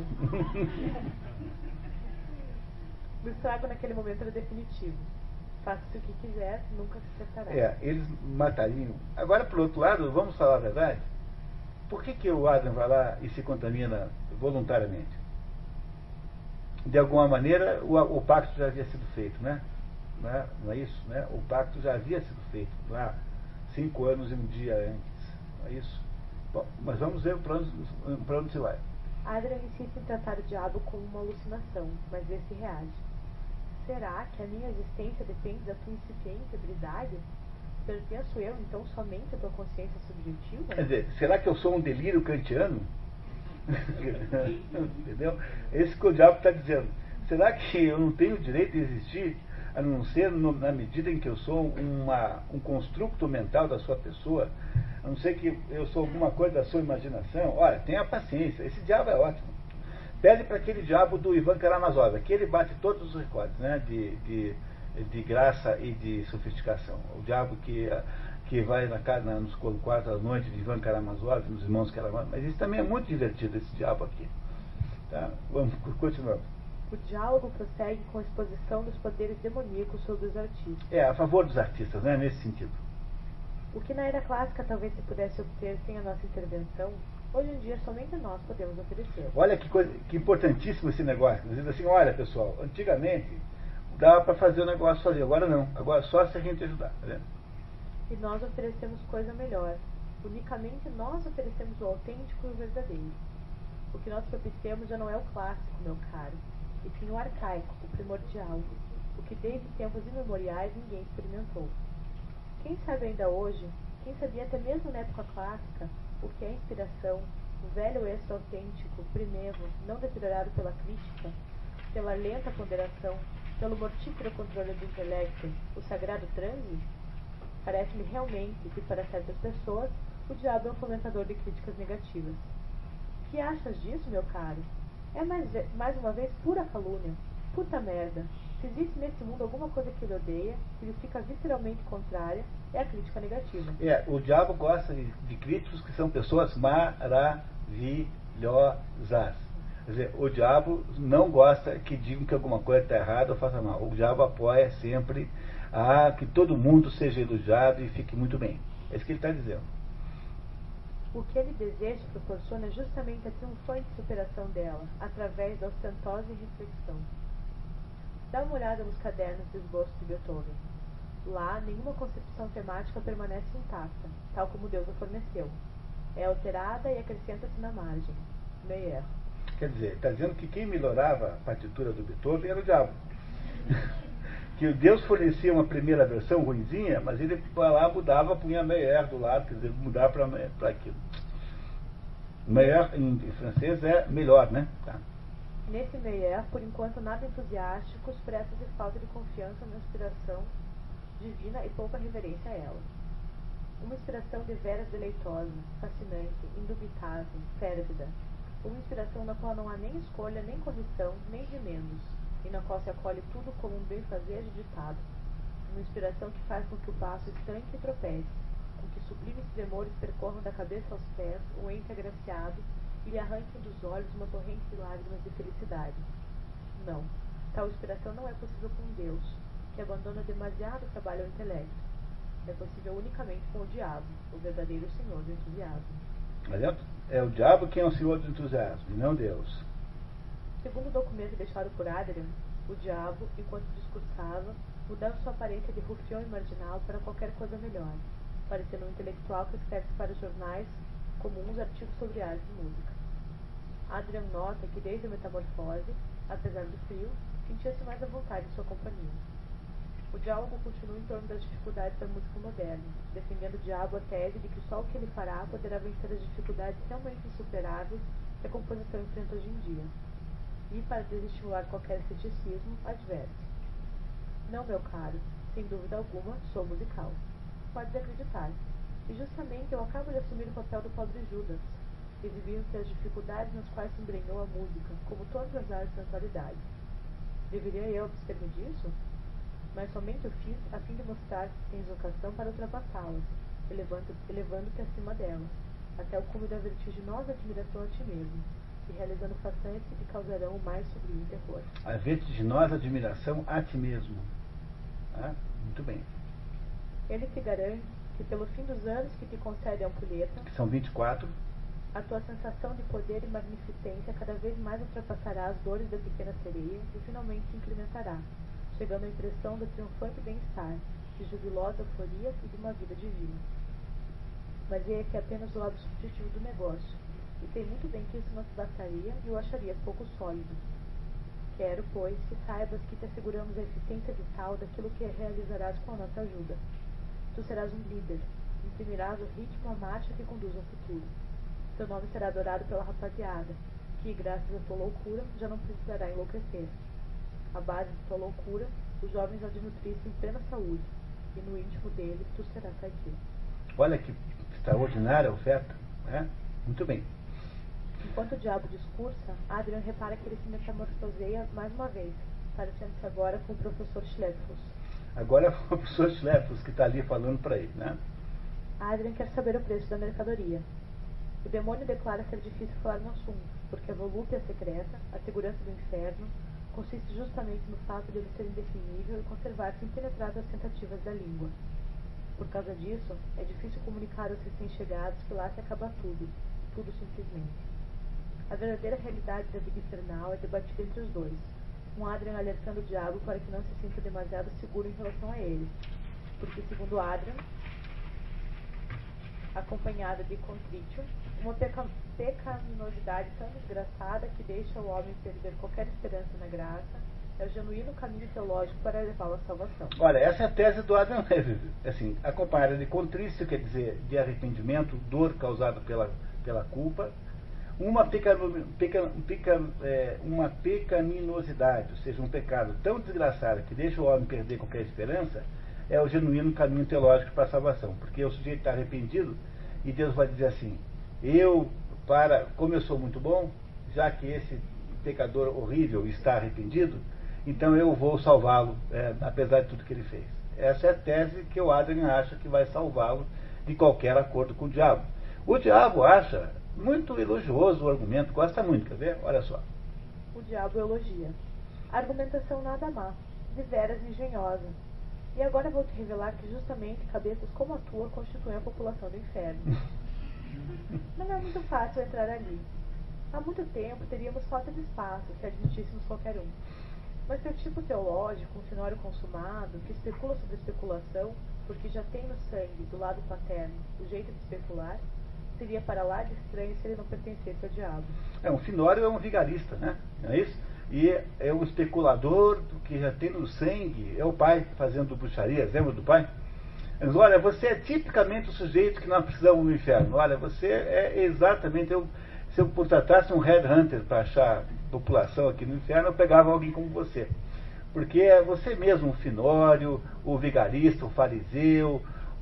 O estrago naquele momento era definitivo. Faça-se o que quiser, nunca se acertará. Eles matariam. Agora, por outro lado, vamos falar a verdade. Por que o Adrian vai lá e se contamina voluntariamente? De alguma maneira, o pacto já havia sido feito, né? Não é isso? Né? O pacto já havia sido feito lá 5 anos e um dia antes. Não é isso? Bom, mas vamos ver para onde se vai. Adrian insiste em tratar o diabo como uma alucinação, mas vê se reage. Será que a minha existência depende da tua incipiente habilidade? Pertenço eu, então, somente à tua consciência subjetiva? Quer dizer, será que eu sou um delírio kantiano? Entendeu? Esse que o diabo está dizendo. Será que eu não tenho o direito de existir, a não ser na medida em que eu sou um construto mental da sua pessoa, a não ser que eu sou alguma coisa da sua imaginação? Olha, tenha paciência, esse diabo é ótimo. Pede para aquele diabo do Ivan Karamazov, que ele bate todos os recordes, né, de graça e de sofisticação. O diabo que vai nos quartos da noite de Ivan Karamazov, nos irmãos Karamazov. Mas isso também é muito divertido, esse diabo aqui. Tá? Vamos continuar. O diálogo prossegue com a exposição dos poderes demoníacos sobre os artistas. A favor dos artistas, né, nesse sentido. O que na era clássica talvez se pudesse obter sem a nossa intervenção, hoje em dia somente nós podemos oferecer. Olha que importantíssimo esse negócio. Dizendo assim, olha pessoal, antigamente dava para fazer o negócio sozinho, agora não. Agora só se a gente ajudar. Tá vendo? E nós oferecemos coisa melhor. Unicamente nós oferecemos o autêntico e o verdadeiro. O que nós propiciamos já não é o clássico, meu caro, e sim o arcaico, o primordial, o que desde tempos imemoriais ninguém experimentou. Quem sabe ainda hoje, quem sabia até mesmo na época clássica, o que é inspiração, o velho êxito autêntico, primevo, não deteriorado pela crítica, pela lenta ponderação, pelo mortífero controle do intelecto, o sagrado transe? Parece-me realmente que, para certas pessoas, o diabo é um fomentador de críticas negativas. Que achas disso, meu caro? É mais uma vez pura calúnia, puta merda. Se existe nesse mundo alguma coisa que ele odeia, que lhe fica visceralmente contrária, é a crítica negativa. O diabo gosta de críticos que são pessoas maravilhosas. Quer dizer, o diabo não gosta que digam que alguma coisa está errada ou faça mal. O diabo apoia sempre que todo mundo seja elogiado e fique muito bem. É isso que ele está dizendo. O que ele deseja proporciona justamente a triunfante superação dela, através da ostentosa reflexão. Dá uma olhada nos cadernos de esboço de Beethoven. Lá, nenhuma concepção temática permanece intacta, tal como Deus a forneceu. É alterada e acrescenta-se na margem. Meyer. Quer dizer, está dizendo que quem melhorava a partitura do Beethoven era o diabo. Que Deus fornecia uma primeira versão ruinzinha, mas ele lá mudava, punha Meyer do lado, quer dizer, mudar para aquilo. Meyer em francês é melhor, né? Tá. Nesse Meyer, por enquanto nada entusiástico, expressa-se falta de confiança na inspiração divina e pouca reverência a ela. Uma inspiração deveras deleitosa, fascinante, indubitável, férvida. Uma inspiração na qual não há nem escolha, nem correção, nem remendos, e na qual se acolhe tudo como um bem-fazer ditado. Uma inspiração que faz com que o passo estanque e tropece, com que sublimes tremores percorram da cabeça aos pés o ente agraciado e lhe arranquem dos olhos uma torrente de lágrimas de felicidade. Não, tal inspiração não é possível com Deus, que abandona demasiado o trabalho ao intelecto. É possível unicamente com o diabo, o verdadeiro senhor do entusiasmo. É o diabo quem é o senhor do entusiasmo, e não Deus. Segundo o documento deixado por Adrian, o diabo, enquanto discursava, mudava sua aparência de rufião e marginal para qualquer coisa melhor, parecendo um intelectual que escreve para os jornais comuns artigos sobre arte e música. Adrian nota que desde a metamorfose, apesar do frio, sentia-se mais à vontade em sua companhia. O diálogo continua em torno das dificuldades da música moderna, defendendo o diabo a tese de que só o que ele fará poderá vencer as dificuldades realmente insuperáveis que a composição enfrenta hoje em dia. E, para desestimular qualquer ceticismo, adverte: não, meu caro, sem dúvida alguma, sou musical. Podes acreditar. E justamente eu acabo de assumir o papel do pobre Judas, exibindo-se as dificuldades nas quais se embrenhou a música, como todas as artes na atualidade. Deveria eu abster-me disso? Mas somente o fiz a fim de mostrar que tens vocação para ultrapassá-las, elevando-te acima delas, até o cume da vertiginosa admiração a ti mesmo, e realizando façanhas que te causarão o mais sublime terror. A vertiginosa admiração a ti mesmo. Ah, muito bem. Ele te garante que pelo fim dos anos que te concede a ampulheta, Que são 24, a tua sensação de poder e magnificência cada vez mais ultrapassará as dores da pequena sereia e finalmente se incrementará, chegando à impressão do triunfante bem-estar, de jubilosa euforia e de uma vida divina. Mas esse é apenas o lado subjetivo do negócio, e sei muito bem que isso não te bastaria e o acharias pouco sólido. Quero, pois, que saibas que te asseguramos a eficiência vital daquilo que realizarás com a nossa ajuda. Tu serás um líder, imprimirás o ritmo à marcha que conduz ao futuro. Teu nome será adorado pela rapaziada, que, graças à tua loucura, já não precisará enlouquecer. À base de tua loucura, os jovens hão de nutrir-se em plena saúde, e no íntimo deles tu serás sadio. olha que extraordinária oferta, né? Muito bem. Enquanto o diabo discursa, Adrian repara que ele se metamorfoseia mais uma vez, parecendo-se agora com o professor Schleppfuss. Agora é o professor Schleppfuss que está ali falando para ele, né? Adrian quer saber o preço da mercadoria. O demônio declara ser difícil falar no assunto, porque a volúpia secreta, a segurança do inferno, consiste justamente no fato de ele ser indefinível e conservar-se impenetrável às tentativas da língua. Por causa disso, é difícil comunicar aos recém-chegados que lá se acaba tudo simplesmente. A verdadeira realidade da vida infernal é debatida entre os dois, com Adrian alertando o diabo para que não se sinta demasiado seguro em relação a ele, porque, segundo Adrian, acompanhada de contrítio, uma pecaminosidade tão desgraçada que deixa o homem perder qualquer esperança na graça, é o genuíno caminho teológico para levá-lo à salvação. Olha, essa é a tese do Adam Smith, assim, acompanhada de contrício, quer dizer, de arrependimento, dor causada pela culpa, uma pecaminosidade, ou seja, um pecado tão desgraçado que deixa o homem perder qualquer esperança, é o genuíno caminho teológico para a salvação, porque o sujeito está arrependido e Deus vai dizer assim: como eu sou muito bom, já que esse pecador horrível está arrependido, então eu vou salvá-lo, apesar de tudo que ele fez. Essa é a tese que o Adrian acha que vai salvá-lo de qualquer acordo com o diabo. O diabo acha muito elogioso o argumento, gosta muito, quer ver? Olha só. O diabo elogia. A argumentação nada má, deveras engenhosa. E agora vou te revelar que justamente cabeças como a tua constituem a população do inferno. Não é muito fácil entrar ali. Há muito tempo teríamos falta de espaço se admitíssemos qualquer um. Mas seu tipo teológico, um finório consumado, que especula sobre especulação, porque já tem no sangue, do lado paterno, o jeito de especular, seria para lá de estranho se ele não pertencesse ao diabo. Um finório é um vigarista, né? Não é isso? E é um especulador que já tem no sangue, é o pai fazendo bruxarias, lembra do pai? Mas olha, você é tipicamente o sujeito que nós precisamos no inferno. Olha, você é exatamente, se eu contratasse um headhunter para achar população aqui no inferno, eu pegava alguém como você. Porque é você mesmo, o finório, o vigarista, o fariseu,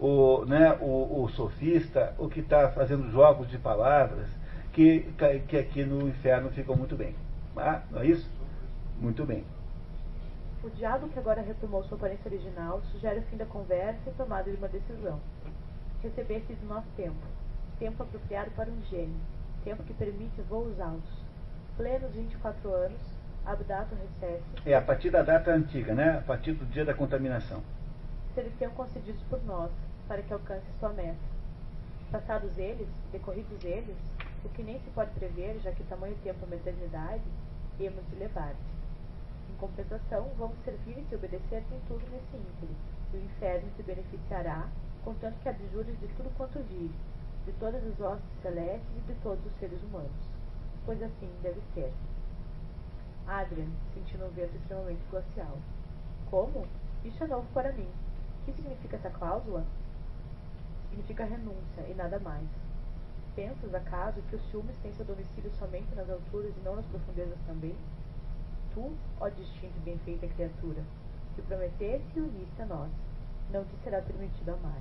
o sofista, o que está fazendo jogos de palavras, que aqui no inferno ficam muito bem. Ah, não é isso? Muito bem. O diabo, que agora retomou sua aparência original, sugere o fim da conversa e tomada de uma decisão. Recebesse do nosso tempo apropriado para um gênio, tempo que permite voos altos. Plenos 24 anos, abdato recesse. É a partir da data antiga, né? A partir do dia da contaminação. Serão concedidos por nós, para que alcance sua meta. Passados eles, decorridos eles, o que nem se pode prever, já que tamanho tempo é uma eternidade, hemos de levar-te. Em compensação, vamos servir-te e obedecer-te em tudo nesse ínterim. O inferno te beneficiará, contanto que abjures de tudo quanto vire, de todas as hostes celestes e de todos os seres humanos. Pois assim deve ser. Adrian, sentindo um vento extremamente glacial. Como? Isso é novo para mim. O que significa essa cláusula? Significa renúncia e nada mais. Pensas, acaso, que os ciúmes têm seu domicílio somente nas alturas e não nas profundezas também? Tu, ó distinta e bem feita criatura, que prometeste e uniste a nós, não te será permitido amar.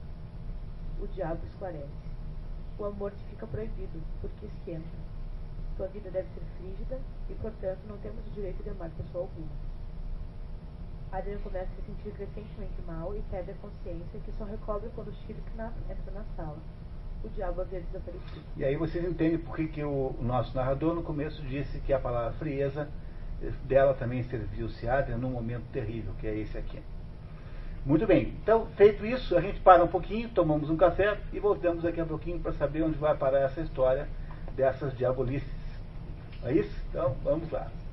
O diabo esclarece. O amor te fica proibido, porque esquenta. Tua vida deve ser frígida e, portanto, não temos o direito de amar pessoa alguma. Adrian começa a se sentir crescentemente mal e perde a consciência, que só recobre quando Shirknath entra na sala. O diabo havia desaparecido. E aí vocês entendem por que o nosso narrador no começo disse que a palavra frieza dela também serviu-se a Adrian num momento terrível, que é esse aqui. Muito bem, então feito isso, a gente para um pouquinho, tomamos um café e voltamos daqui a pouquinho para saber onde vai parar essa história dessas diabolices. É isso? Então vamos lá.